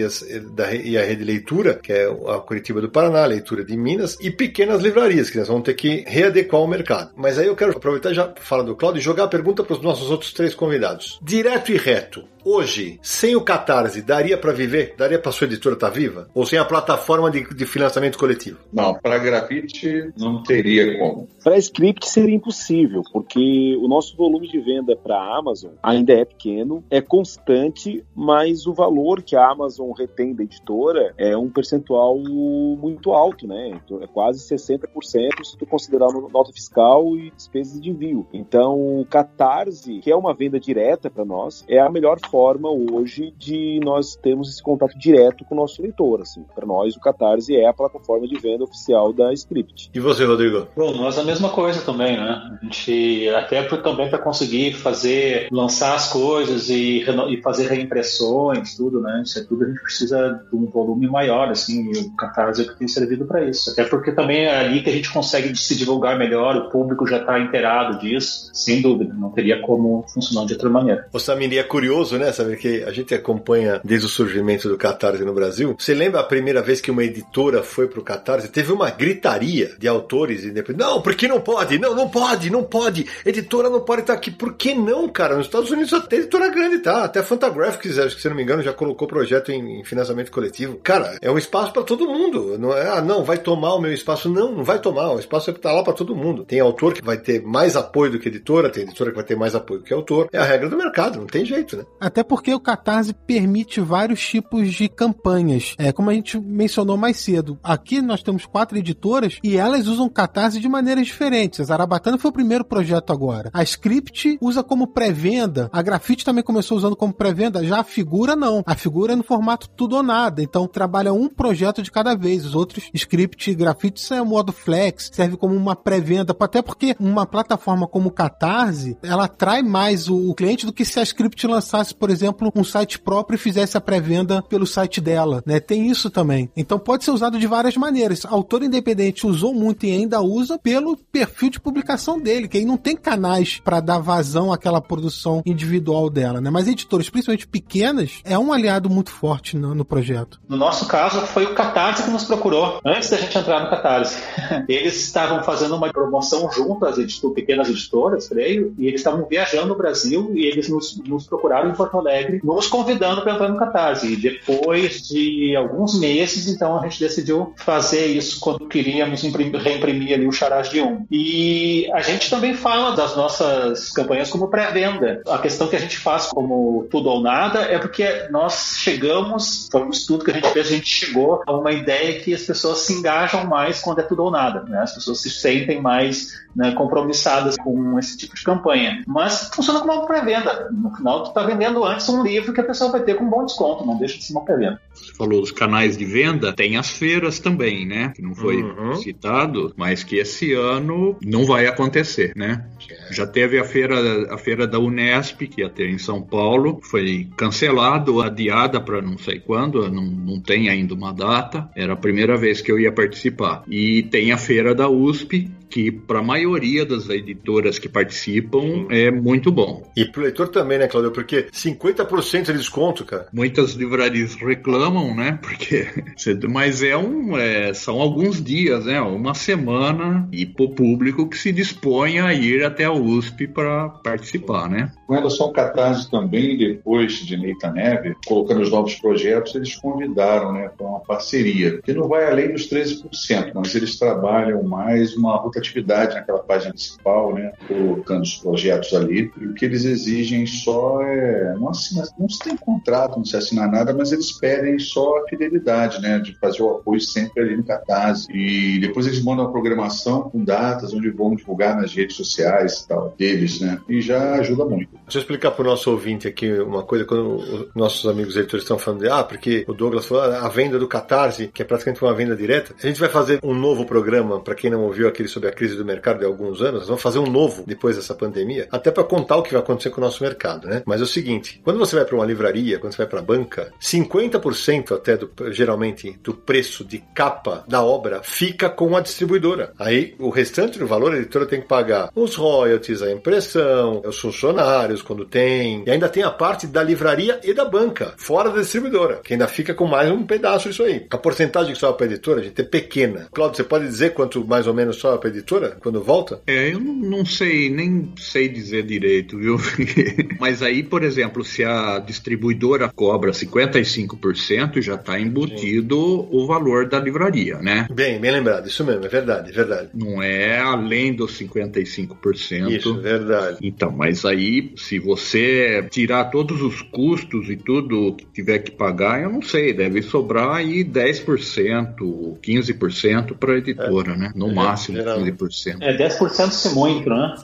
e a Rede Leitura, que é a Curitiba do Paraná, a Leitura de Minas, e pequenas livrarias, que nós vamos ter que readequar o mercado. Mas aí eu quero aproveitar e já falar do Cláudio e jogar a pergunta para os nossos outros 3 convidados. Direto e reto. Hoje, sem o Catarse, daria para viver? Daria para sua editora estar viva? Ou sem a plataforma de financiamento coletivo?
Não, para grafite não teria como.
Para script seria impossível, porque o nosso volume de venda para a Amazon ainda é pequeno, é constante, mas o valor que a Amazon retém da editora é um percentual muito alto, né? Então, é quase 60% se tu considerar nota fiscal e despesas de envio. Então, o Catarse, que é uma venda direta para nós, é a melhor forma hoje de nós termos esse contato direto com o nosso leitor. Assim. Para nós, o Catarse é a plataforma de venda oficial da Script.
E você, Rodrigo?
Bom, nós a mesma coisa também, né? A gente, até também para conseguir lançar as coisas e fazer reimpressões, tudo, né? Isso é tudo, a gente precisa de um volume maior, assim, e o Catarse é que tem servido para isso. Até porque também é ali que a gente consegue se divulgar melhor, o público já está inteirado disso, sem dúvida, não teria como funcionar de outra maneira.
O Samir, é curioso, né? Sabe que a gente acompanha desde o surgimento do Catarse no Brasil. Você lembra a primeira vez que uma editora foi pro Catarse? Teve uma gritaria de autores independentes. Não, porque não pode, não pode. Editora não pode estar aqui. Por que não, cara? Nos Estados Unidos até editora grande tá. Até a Fantagraphics, acho que se não me engano, já colocou projeto em financiamento coletivo. Cara, é um espaço para todo mundo. Não é, não, vai tomar o meu espaço. Não vai tomar. O espaço tá lá para todo mundo. Tem autor que vai ter mais apoio do que editora, tem editora que vai ter mais apoio do que autor. É a regra do mercado, não tem jeito, né?
Até porque o Catarse permite vários tipos de campanhas. Como a gente mencionou mais cedo, aqui nós temos 4 editoras e elas usam Catarse de maneiras diferentes. A Zarabatana foi o primeiro projeto agora. A Script usa como pré-venda. A Grafite também começou usando como pré-venda. Já a Figura não. A Figura é no formato tudo ou nada. Então trabalha um projeto de cada vez. Os outros, Script e Grafite, isso é o modo flex. Serve como uma pré-venda. Até porque uma plataforma como o Catarse, ela atrai mais o cliente do que se a Script lançasse, por exemplo, um site próprio e fizesse a pré-venda pelo site dela, né? Tem isso também. Então pode ser usado de várias maneiras. Autor independente usou muito e ainda usa pelo perfil de publicação dele, que aí não tem canais para dar vazão àquela produção individual dela, né? Mas editoras, principalmente pequenas, é um aliado muito forte no projeto.
No nosso caso, foi o Catarse que nos procurou, antes da gente entrar no Catarse. Eles estavam fazendo uma promoção junto às pequenas editoras, creio, e eles estavam viajando no Brasil e eles nos procuraram em Porto Alegre, nos convidando para entrar no Catarse. E depois de alguns meses, então, a gente decidiu fazer isso quando queríamos reimprimir ali o Charás de 1. E a gente também fala das nossas campanhas como pré-venda. A questão que a gente faz como tudo ou nada é porque nós chegamos, foi um estudo que a gente fez, a gente chegou a uma ideia que as pessoas se engajam mais quando é tudo ou nada, né? As pessoas se sentem mais, né, compromissadas com esse tipo de campanha. Mas funciona como uma pré-venda. No final, tu está vendendo antes um livro que a pessoa vai ter com um bom desconto, não deixa de ser uma pré-venda.
Você falou dos canais de venda, tem as feiras também, né? Que não foi citado, mas que esse ano não vai acontecer, né? Já teve a feira da Unesp, que ia ter em São Paulo, foi cancelado, adiada para não sei quando, não tem ainda uma data, era a primeira vez que eu ia participar. E tem a feira da USP, que para a maioria das editoras que participam é muito bom.
E pro leitor também, né, Cláudio? Porque 50% de desconto, cara.
Muitas livrarias reclamam, né? Porque, mas são alguns dias, né? Uma semana, e pro público que se dispõe a ir até a USP para participar, né?
Com relação ao Catarse também, depois de Neita Neve, colocando os novos projetos, eles convidaram, né, para uma parceria, que não vai além dos 13%, mas eles trabalham mais uma rotatividade naquela página principal, né, colocando os projetos ali, e o que eles exigem só não se tem contrato, não se assina nada, mas eles pedem só a fidelidade, né, de fazer o apoio sempre ali no Catarse, e depois eles mandam a programação com datas onde vão divulgar nas redes sociais e tal, deles, né, e já ajuda muito.
Deixa eu explicar para o nosso ouvinte aqui uma coisa, quando os nossos amigos editores estão falando porque o Douglas falou a venda do Catarse, que é praticamente uma venda direta. A gente vai fazer um novo programa, para quem não ouviu aquele sobre a crise do mercado de alguns anos, nós vamos fazer um novo depois dessa pandemia, até para contar o que vai acontecer com o nosso mercado, né? Mas é o seguinte, quando você vai para uma livraria, quando você vai para a banca, 50% até geralmente do preço de capa da obra fica com a distribuidora. Aí o restante do valor a editora tem que pagar os royalties, a impressão, os funcionários quando tem, e ainda tem a parte da livraria e da banca, fora da distribuidora, que ainda fica com mais um pedaço disso aí. A porcentagem que sobra para a editora, gente, é pequena. Cláudio, você pode dizer quanto mais ou menos sobra para a editora quando volta?
Eu não sei, nem sei dizer direito, viu? Mas aí, por exemplo, se a distribuidora cobra 55%, já está embutido o valor da livraria, né?
Bem lembrado, isso mesmo, é verdade.
Não é além dos 55%.
Isso, verdade.
Então, mas aí, se você tirar todos os custos e tudo que tiver que pagar, eu não sei, deve sobrar aí 10%, 15% para a editora, né? No máximo 15%.
10% se muito, né?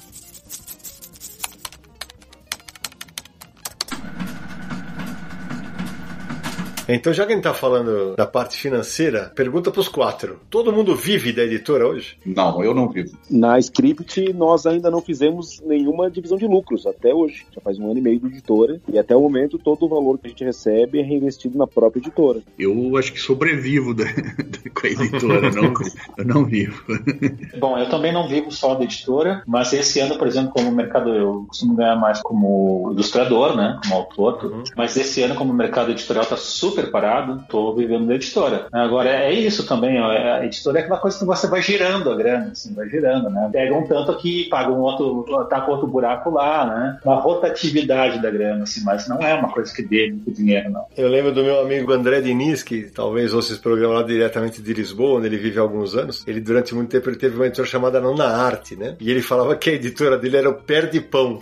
Então, já que a gente está falando da parte financeira, pergunta para os 4. Todo mundo vive da editora hoje?
Não, eu não vivo.
Na Script, nós ainda não fizemos nenhuma divisão de lucros até hoje. Já faz 1 ano e meio de editora. E até o momento, todo o valor que a gente recebe é reinvestido na própria editora.
Eu acho que sobrevivo com a editora, eu não vivo.
Bom, eu também não vivo só da editora, mas esse ano, por exemplo, como mercado, eu costumo ganhar mais como ilustrador, né? Como autor. Mas esse ano, como o mercado editorial está super parado, tô vivendo da editora. Agora, é isso também, ó, a editora é aquela coisa que você vai girando a grana, assim, vai girando, né? Pega um tanto aqui, paga um outro, tá com outro buraco lá, né? Uma rotatividade da grana, assim, mas não é uma coisa que dê muito dinheiro, não.
Eu lembro do meu amigo André Diniz, que talvez ouça esse programa lá diretamente de Lisboa, onde ele vive há alguns anos. Ele, durante muito tempo, ele teve uma editora chamada Nona Arte, né? E ele falava que a editora dele era o Perde-Pão.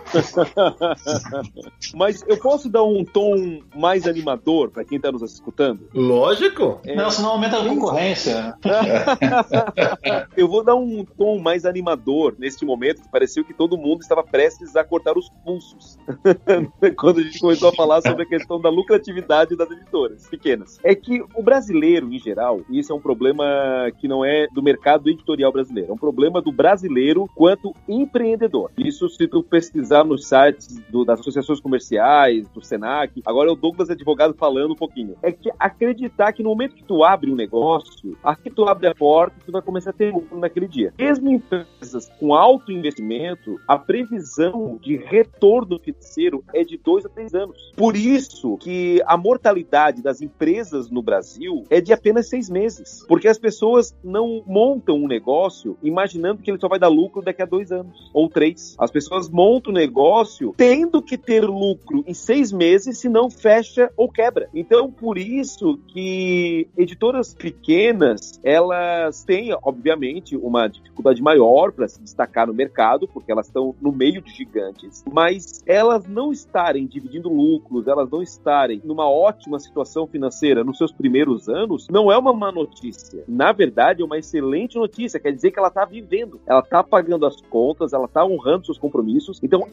Mas eu posso dar um tom mais animador para quem está nos escutando?
Lógico.
Não, senão aumenta a concorrência.
Eu vou dar um tom mais animador neste momento, que pareceu que todo mundo estava prestes a cortar os pulsos quando a gente começou a falar sobre a questão da lucratividade das editoras pequenas. É que o brasileiro, em geral, e isso é um problema que não é do mercado editorial brasileiro, é um problema do brasileiro quanto empreendedor. Isso, se tu pesquisar nos sites das associações comerciais, do Senac, agora é o Douglas advogado falando um pouquinho, é que acreditar que no momento que tu abre um negócio, aqui tu abre a porta, tu vai começar a ter lucro naquele dia. Mesmo empresas com alto investimento, a previsão de retorno financeiro é de 2 a 3 anos. Por isso que a mortalidade das empresas no Brasil é de apenas 6 meses, porque as pessoas não montam um negócio imaginando que ele só vai dar lucro daqui a 2 anos, ou 3. As pessoas montam o negócio tendo que ter lucro em 6 meses, senão fecha ou quebra. Então, por isso que editoras pequenas, elas têm, obviamente, uma dificuldade maior para se destacar no mercado, porque elas estão no meio de gigantes, mas elas não estarem dividindo lucros, elas não estarem numa ótima situação financeira nos seus primeiros anos, não é uma má notícia. Na verdade, é uma excelente notícia, quer dizer que ela está vivendo, ela está pagando as contas, ela está honrando seus compromissos, então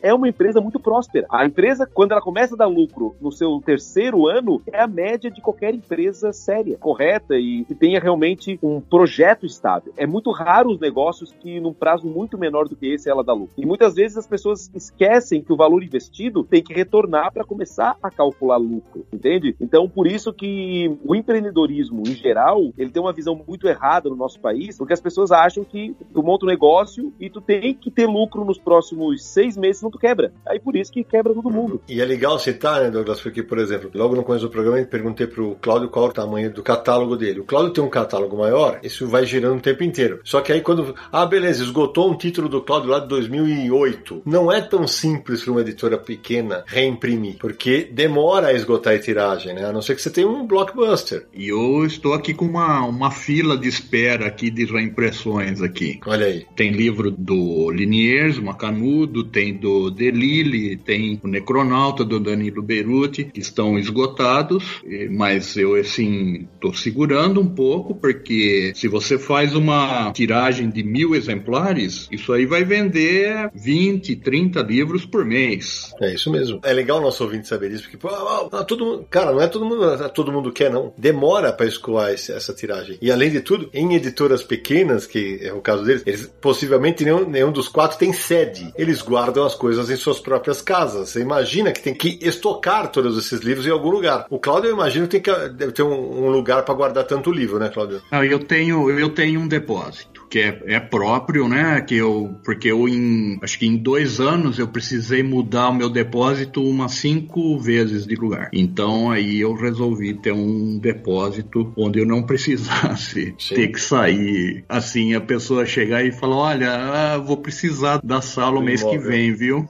é uma empresa muito próspera. A empresa, quando ela começa a dar lucro no seu terceiro ano, é a média de qualquer empresa séria, correta e que tenha realmente um projeto estável. É muito raro os negócios que, num prazo muito menor do que esse, ela dá lucro. E muitas vezes as pessoas esquecem que o valor investido tem que retornar para começar a calcular lucro, entende? Então, por isso que o empreendedorismo, em geral, ele tem uma visão muito errada no nosso país, porque as pessoas acham que tu monta um negócio e tu tem que ter lucro nos próximos 6 meses, senão tu quebra. Aí por isso que quebra todo mundo.
E é legal citar, né, Douglas, porque, por exemplo, logo no começo do programa eu perguntei pro Cláudio qual é o tamanho do catálogo dele. O Cláudio tem um catálogo maior, isso vai girando o tempo inteiro. Só que aí quando... beleza, esgotou um título do Cláudio lá de 2008. Não é tão simples para uma editora pequena reimprimir, porque demora a esgotar a tiragem, né? A não ser que você tenha um blockbuster.
E eu estou aqui com uma fila de espera aqui de reimpressões aqui.
Olha aí.
Tem livro do Liniers, Macanudo, tem do Delille, tem o Necronauta do Danilo Beruti, que estão esgotados, mas eu, assim, estou segurando um pouco, porque se você faz uma tiragem de 1.000 exemplares, isso aí vai vender 20, 30 livros por mês.
É isso mesmo. É legal o nosso ouvinte saber isso, porque todo mundo, cara, não é todo mundo quer, não. Demora para escoar essa tiragem. E além de tudo, em editoras pequenas, que é o caso deles, eles possivelmente nenhum dos 4 tem sede. Eles guardam as coisas em suas próprias casas. Você imagina que tem que estocar todos esses livros em algum lugar. O Cláudio, eu imagino, deve ter um lugar para guardar tanto livro, né, Cláudio?
Não, eu tenho um depósito que é próprio, né? Porque eu acho que em 2 anos eu precisei mudar o meu depósito umas 5 vezes de lugar. Então aí eu resolvi ter um depósito onde eu não precisasse ter que sair. Assim, a pessoa chegar e falar, olha, vou precisar da sala o mês que vem, viu?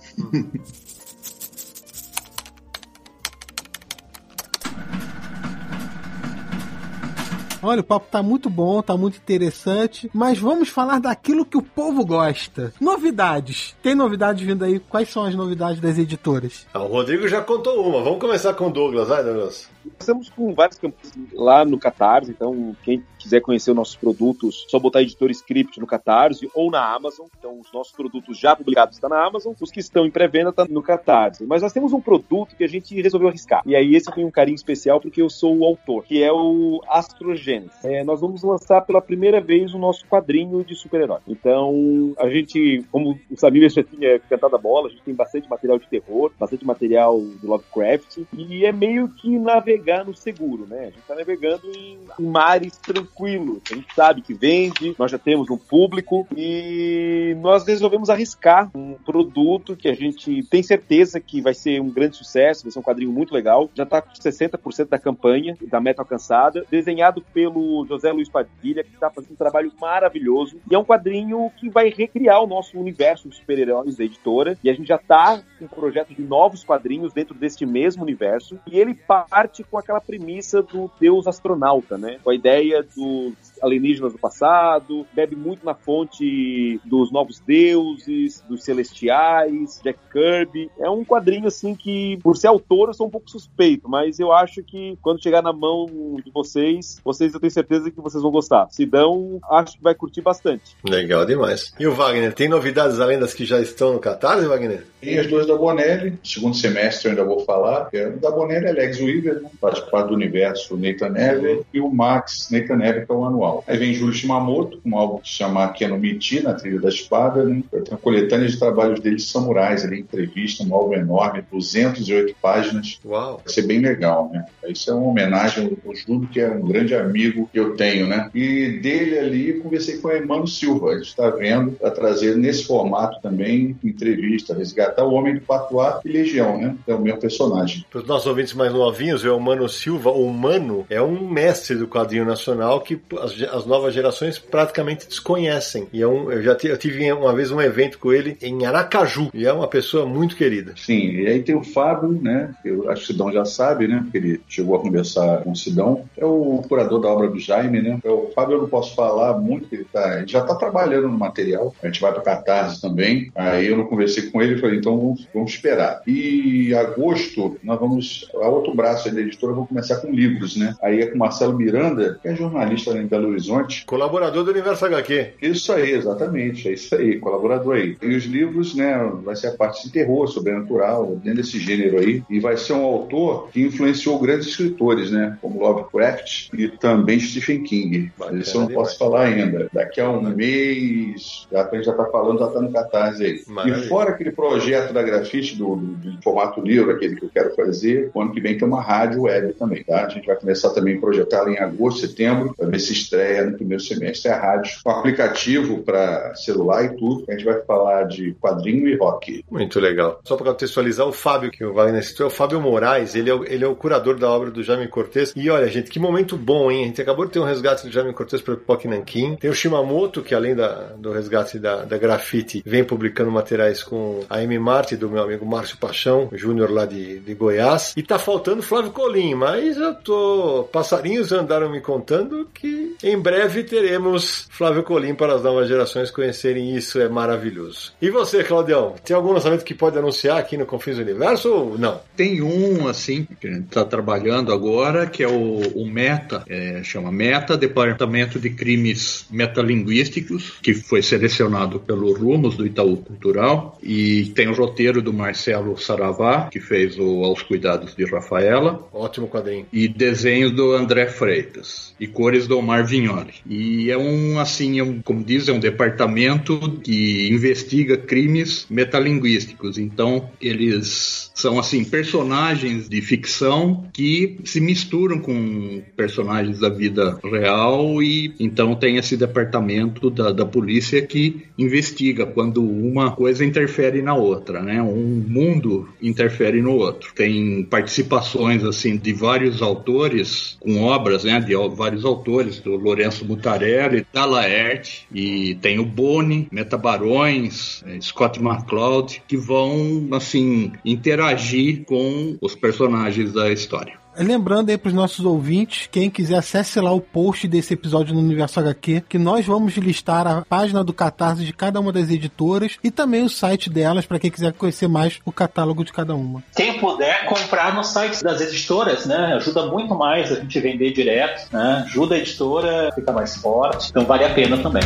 Olha, o papo tá muito bom, tá muito interessante, mas vamos falar daquilo que o povo gosta. Novidades. Tem novidades vindo aí? Quais são as novidades das editoras?
O Rodrigo já contou uma. Vamos começar com o Douglas. Vai, Douglas.
Estamos com vários campanhas lá no Catarse, então quem quiser conhecer os nossos produtos, só botar Editor Script no Catarse ou na Amazon. Então os nossos produtos já publicados estão na Amazon, os que estão em pré-venda estão no Catarse. Mas nós temos um produto que a gente resolveu arriscar. E aí esse tem um carinho especial porque eu sou o autor, que é o Astrogênesis. Nós vamos lançar pela primeira vez o nosso quadrinho de super-herói. Então a gente, como o Samir já tinha cantado a bola, a gente tem bastante material de terror, bastante material de Lovecraft, e é meio que navegar no seguro, né? A gente tá navegando em mares tranquilos. A gente sabe que vende, nós já temos um público e nós resolvemos arriscar um produto que a gente tem certeza que vai ser um grande sucesso, vai ser um quadrinho muito legal. Já tá com 60% da campanha, da meta alcançada, desenhado pelo José Luiz Padilha, que tá fazendo um trabalho maravilhoso. E é um quadrinho que vai recriar o nosso universo de super-heróis da editora. E a gente já tá com um projeto de novos quadrinhos dentro deste mesmo universo. E ele parte com aquela premissa do deus astronauta, né? Com a ideia dos alienígenas do passado, bebe muito na fonte dos novos deuses, dos celestiais, Jack Kirby. É um quadrinho, assim, que, por ser autor, eu sou um pouco suspeito, mas eu acho que quando chegar na mão de vocês eu tenho certeza que vocês vão gostar. Se não, acho que vai curtir bastante.
Legal demais. E o Wagner, tem novidades além das que já estão no Catarse, Wagner?
Tem as duas da Bonelli, segundo semestre eu ainda vou falar. O da Bonelli é Lex Weaver, né? Faz parte do universo Nathan Never, e o Max Nathan Never, que é o anual. Aí vem Júlio Shimamoto, com algo que se chama Keno Michi, na Trilha da Espada, né? Eu tenho uma coletânea de trabalhos dele, samurais, ali, entrevista, um álbum enorme, 208 páginas.
Uau!
Vai ser bem legal, né? Isso é uma homenagem ao Júlio, que é um grande amigo que eu tenho, né? E dele ali, conversei com o Emmanuel Silva, a gente está vendo, para trazer nesse formato também, entrevista, resgatar o Homem do Patuá e Legião, né? É o meu personagem.
Para os nossos ouvintes mais novinhos, o Emmanuel Silva, o Mano, é um mestre do quadrinho nacional que as novas gerações praticamente desconhecem. E eu tive uma vez um evento com ele em Aracaju, e é uma pessoa muito querida.
Sim, e aí tem o Fábio, né? Eu acho que o Sidão já sabe, né? Porque ele chegou a conversar com o Sidão. É o curador da obra do Jaime, né? O Fábio eu não posso falar muito, ele já está trabalhando no material, a gente vai para Catarse também, aí eu não conversei com ele e falei, então vamos esperar. E em agosto, nós vamos, a outro braço aí da editora, vamos começar com livros, né? Aí é com Marcelo Miranda, que é jornalista lá em Belo Horizonte.
Colaborador do Universo HQ.
Isso aí, exatamente, é isso aí, colaborador aí. E os livros, né, vai ser a parte de terror, sobrenatural, dentro desse gênero aí, e vai ser um autor que influenciou grandes escritores, né, como Lovecraft e também Stephen King. Mas isso eu não posso falar ainda. Daqui a um mês, a gente já está falando, já está no Catarse aí. Maravilha. E fora aquele projeto da Grafite, do formato livro, aquele que eu quero fazer, o ano que vem tem uma rádio web também, tá? A gente vai começar também a projetar ela em agosto, setembro, para ver se estreia no primeiro semestre. É a rádio, com aplicativo para celular e tudo. A gente vai falar de quadrinho e rock.
Muito legal. Só para contextualizar, o Fábio, que o Wagner citou, é o Fábio Moraes, ele é o curador da obra do Jaime Cortez. E olha, gente, que momento bom, hein? A gente acabou de ter um resgate do Jaime Cortez para o Pipoque Nanquim. Tem o Shimamoto, que além do resgate da Grafite, vem publicando materiais com a M. Marte, do meu amigo Márcio Paixão, Júnior lá de Goiás. E tá faltando Flávio Colim, mas passarinhos andaram me contando que em breve teremos Flávio Colim para as novas gerações conhecerem. Isso é maravilhoso. E você, Claudião, tem algum lançamento que pode anunciar aqui no Confins do Universo ou não?
Tem um, assim, que a gente está trabalhando agora, que é o META, chama META, Departamento de Crimes Metalinguísticos, que foi selecionado pelo Rumos, do Itaú Cultural, e tem o roteiro do Marcelo Saravá, que fez o Aos Cuidados de Rafaela.
Ótimo quadrinho.
E desenhos do André Freitas, e cores do Omar Vignoli. E é como diz, é um departamento que investiga crimes metalinguísticos. Então, eles são, assim, personagens de ficção que se misturam com personagens da vida real, e então tem esse departamento da polícia que investiga quando uma coisa interfere na outra, né? Um mundo interfere no outro. Tem participações, assim, de vários autores, com obras, né, de vários autores, do Lourenço Mutarelli, da Laerte, e tem o Boni, Metabarões, Scott McCloud, que vão, assim, interagir com os personagens da história.
Lembrando aí para os nossos ouvintes, quem quiser acesse lá o post desse episódio no Universo HQ, que nós vamos listar a página do Catarse de cada uma das editoras e também o site delas, para quem quiser conhecer mais o catálogo de cada uma.
Quem puder comprar no site das editoras, né? Ajuda muito mais a gente vender direto, né? Ajuda a editora, fica mais forte, então vale a pena também.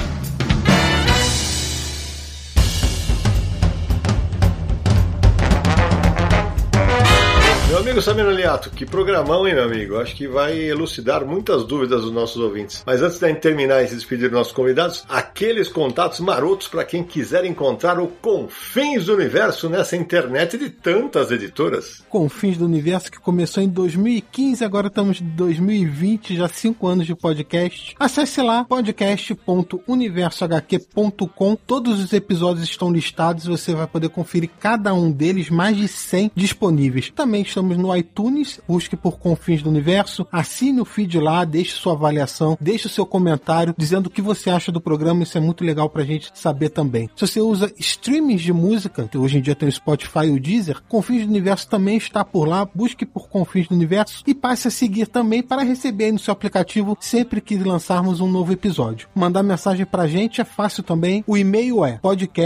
Meu amigo Samir Aliato, que programão, hein, meu amigo? Acho que vai elucidar muitas dúvidas dos nossos ouvintes. Mas antes de a gente terminar e se despedir dos nossos convidados, aqueles contatos marotos para quem quiser encontrar o Confins do Universo nessa internet de tantas editoras.
Confins do Universo, que começou em 2015, agora estamos em 2020, já 5 anos de podcast. Acesse lá, podcast.universohq.com. Todos os episódios estão listados, você vai poder conferir cada um deles, mais de 100 disponíveis. Também estamos no iTunes, busque por Confins do Universo, assine o feed lá, deixe sua avaliação, deixe o seu comentário dizendo o que você acha do programa, isso é muito legal pra gente saber também. Se você usa streamings de música, que hoje em dia tem o Spotify e o Deezer, Confins do Universo também está por lá, busque por Confins do Universo e passe a seguir também para receber aí no seu aplicativo sempre que lançarmos um novo episódio. Mandar mensagem pra gente é fácil também, o e-mail é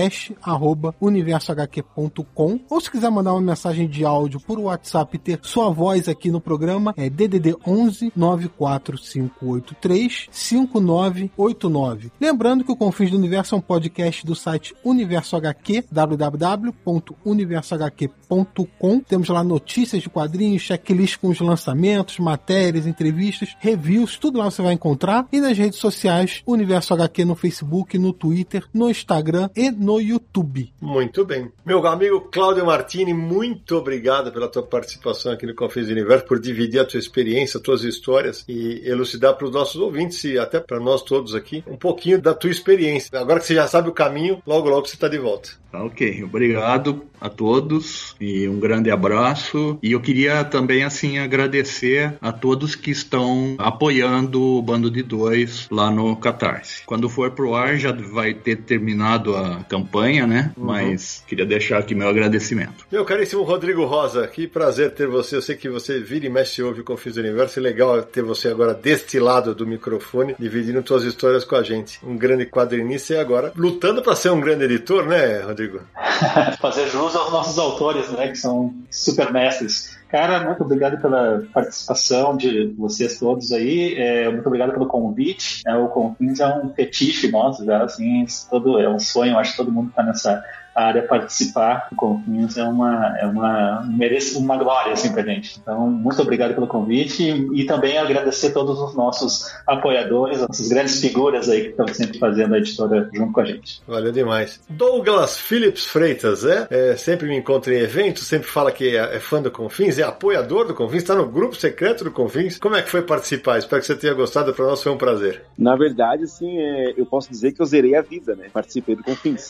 podcast@universohq.com, ou se quiser mandar uma mensagem de áudio por WhatsApp e ter sua voz aqui no programa, é DDD 11 94583 5989. Lembrando que o Confins do Universo é um podcast do site Universo HQ, www.universohq.com. Temos lá notícias de quadrinhos, checklist com os lançamentos, matérias, entrevistas, reviews, tudo lá você vai encontrar. E nas redes sociais, Universo HQ no Facebook, no Twitter, no Instagram e no YouTube.
Muito bem. Meu amigo Cláudio Martini, muito obrigado pela tua participação aqui no Confins do Universo, por dividir a tua experiência, as tuas histórias e elucidar para os nossos ouvintes e até para nós todos aqui um pouquinho da tua experiência. Agora que você já sabe o caminho, logo logo você está de volta.
Ok, obrigado a todos e um grande abraço. E eu queria também, assim, agradecer a todos que estão apoiando o Bando de Dois lá no Catarse. Quando for pro ar já vai ter terminado a campanha, né? Mas queria deixar aqui meu agradecimento.
Meu caríssimo Rodrigo Rosa, que prazer ter você. Eu sei que você vira e mexe e ouve o Confins do Universo. É legal ter você agora deste lado do microfone, dividindo suas histórias com a gente. Um grande quadrinista e agora lutando para ser um grande editor, né, Rodrigo?
Fazer jus aos nossos autores, né, que são super mestres. Cara, muito obrigado pela participação de vocês todos aí. Muito obrigado pelo convite. O Confins é um fetiche nosso, já, assim, é um sonho. Acho que todo mundo está nessa área participar do Confins merece uma glória assim pra gente. Então, muito obrigado pelo convite e também agradecer a todos os nossos apoiadores, essas grandes figuras aí que estão sempre fazendo a editora junto com a gente.
Valeu demais. Douglas Phillips Freitas, sempre me encontra em eventos, sempre fala que é fã do Confins, é apoiador do Confins, está no grupo secreto do Confins. Como é que foi participar? Espero que você tenha gostado, para nós foi um prazer.
Na verdade, assim, eu posso dizer que eu zerei a vida, né? Participei do Confins.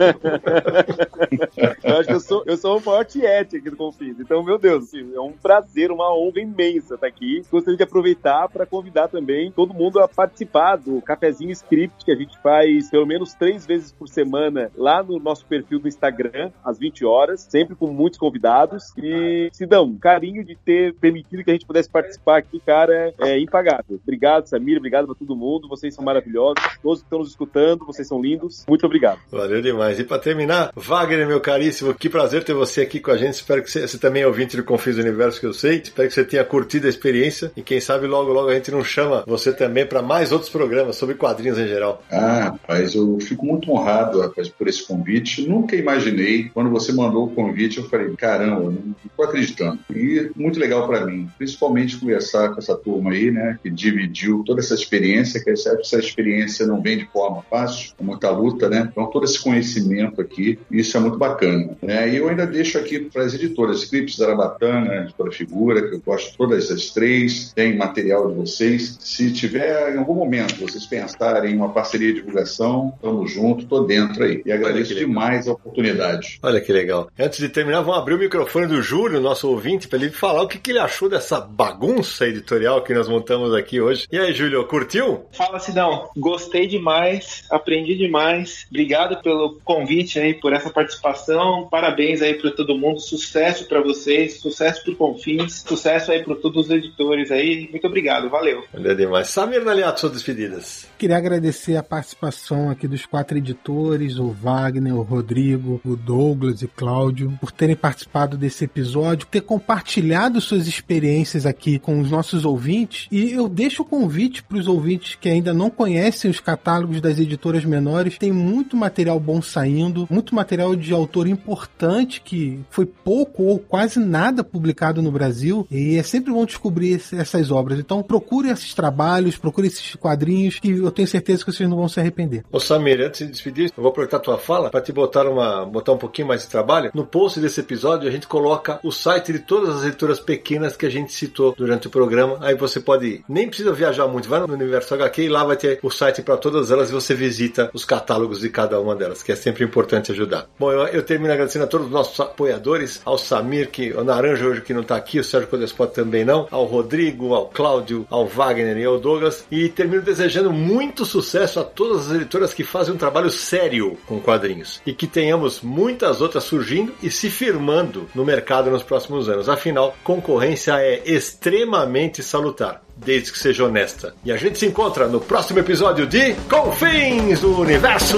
Eu acho que eu sou o maior tiete aqui do Confins. Então, meu Deus, assim, é um prazer, uma honra imensa estar aqui. Gostaria de aproveitar para convidar também todo mundo a participar do Cafezinho Script, que a gente faz pelo menos 3 vezes por semana lá no nosso perfil do Instagram, às 20 horas, sempre com muitos convidados. E, Sidão, carinho de ter permitido que a gente pudesse participar aqui, cara, é impagável. Obrigado, Samir, obrigado para todo mundo. Vocês são maravilhosos. Todos que estão nos escutando, vocês são lindos. Muito obrigado.
Valeu demais. E para terminar, Wagner, meu caríssimo, que prazer ter você aqui com a gente. Espero que você também é ouvinte do Confins do Universo, que eu sei. Espero que você tenha curtido a experiência e quem sabe logo a gente não chama você também para mais outros programas sobre quadrinhos em geral.
Rapaz, eu fico muito honrado, rapaz, por esse convite. Nunca imaginei. Quando você mandou o convite, eu falei, caramba, não tô acreditando. E muito legal para mim, principalmente conversar com essa turma aí, né, que dividiu toda essa experiência, que essa experiência não vem de forma fácil, é muita luta, né? Então todo esse conhecimento aqui, isso é muito bacana. E eu ainda deixo aqui para as editoras, Scripts, Zarabatana, Editora Figura, que eu gosto de todas as 3, tem material de vocês. Se tiver em algum momento vocês pensarem em uma parceria de divulgação, tamo junto, tô dentro aí. E agradeço demais a oportunidade.
Olha que legal. Antes de terminar, vamos abrir o microfone do Júlio, nosso ouvinte, para ele falar o que ele achou dessa bagunça editorial que nós montamos aqui hoje. E aí, Júlio, curtiu?
Fala, Sidão. Gostei demais, aprendi demais. Obrigado pelo convite aí, por essa participação. Parabéns aí para todo mundo. Sucesso para vocês, sucesso pro Confins, sucesso aí para todos os editores aí. Muito obrigado, valeu.
Valeu demais. Samir Naliato, suas despedidas.
Queria agradecer a participação aqui dos 4 editores, o Wagner, o Rodrigo, o Douglas e Cláudio, por terem participado desse episódio, ter compartilhado suas experiências aqui com os nossos ouvintes. E eu deixo o convite para os ouvintes que ainda não conhecem os catálogos das editoras menores. Tem muito material bom saindo, muito material de autor importante que foi pouco ou quase nada publicado no Brasil, e é sempre bom descobrir essas obras. Então procure esses trabalhos, procure esses quadrinhos, que eu tenho certeza que vocês não vão se arrepender.
Ô Samir, antes de despedir, eu vou aproveitar a tua fala para te botar um pouquinho mais de trabalho. No post desse episódio a gente coloca o site de todas as editoras pequenas que a gente citou durante o programa. Aí você pode, nem precisa viajar muito, vai no Universo HQ e lá vai ter o site para todas elas e você visita os catálogos de cada uma delas, que é sempre importante ajudar. Bom, eu termino agradecendo a todos os nossos apoiadores, ao Samir, o Naranja hoje que não está aqui, o Sérgio Codespot também não, ao Rodrigo, ao Cláudio, ao Wagner e ao Douglas, e termino desejando muito sucesso a todas as editoras que fazem um trabalho sério com quadrinhos, e que tenhamos muitas outras surgindo e se firmando no mercado nos próximos anos. Afinal, concorrência é extremamente salutar, desde que seja honesta. E a gente se encontra no próximo episódio de Confins do Universo!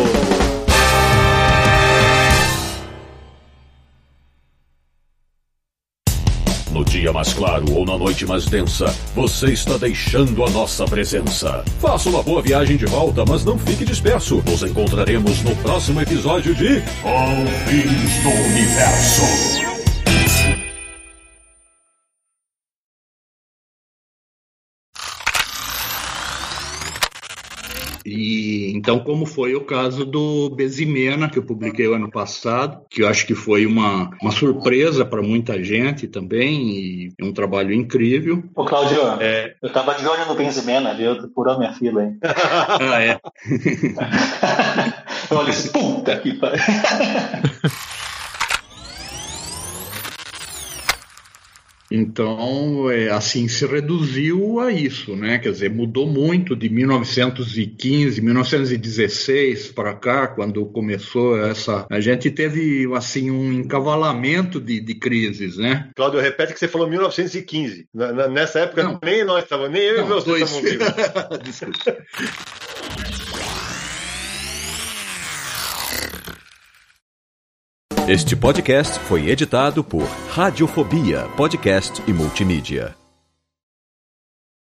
No dia mais claro ou na noite mais densa, você está deixando a nossa presença. Faça uma boa viagem de volta, mas não fique disperso. Nos encontraremos no próximo episódio de Confins do Universo.
E então, como foi o caso do Bezimena, que eu publiquei o ano passado, que eu acho que foi uma surpresa para muita gente também, e um trabalho incrível.
Ô, Cláudio, eu tava de olho no Bezimena, viu? Tu furou minha fila, hein?
É?
Olha, puta que pariu.
Então, assim, se reduziu a isso, né? Quer dizer, mudou muito de 1915, 1916 para cá, quando começou a gente teve, assim, um encavalamento de crises, né?
Cláudio, repete que você falou 1915. Nessa época, não. Nem nós estávamos, nem eu e você estavam vivos.
Desculpa.
Este podcast foi editado por Radiofobia, podcast e multimídia.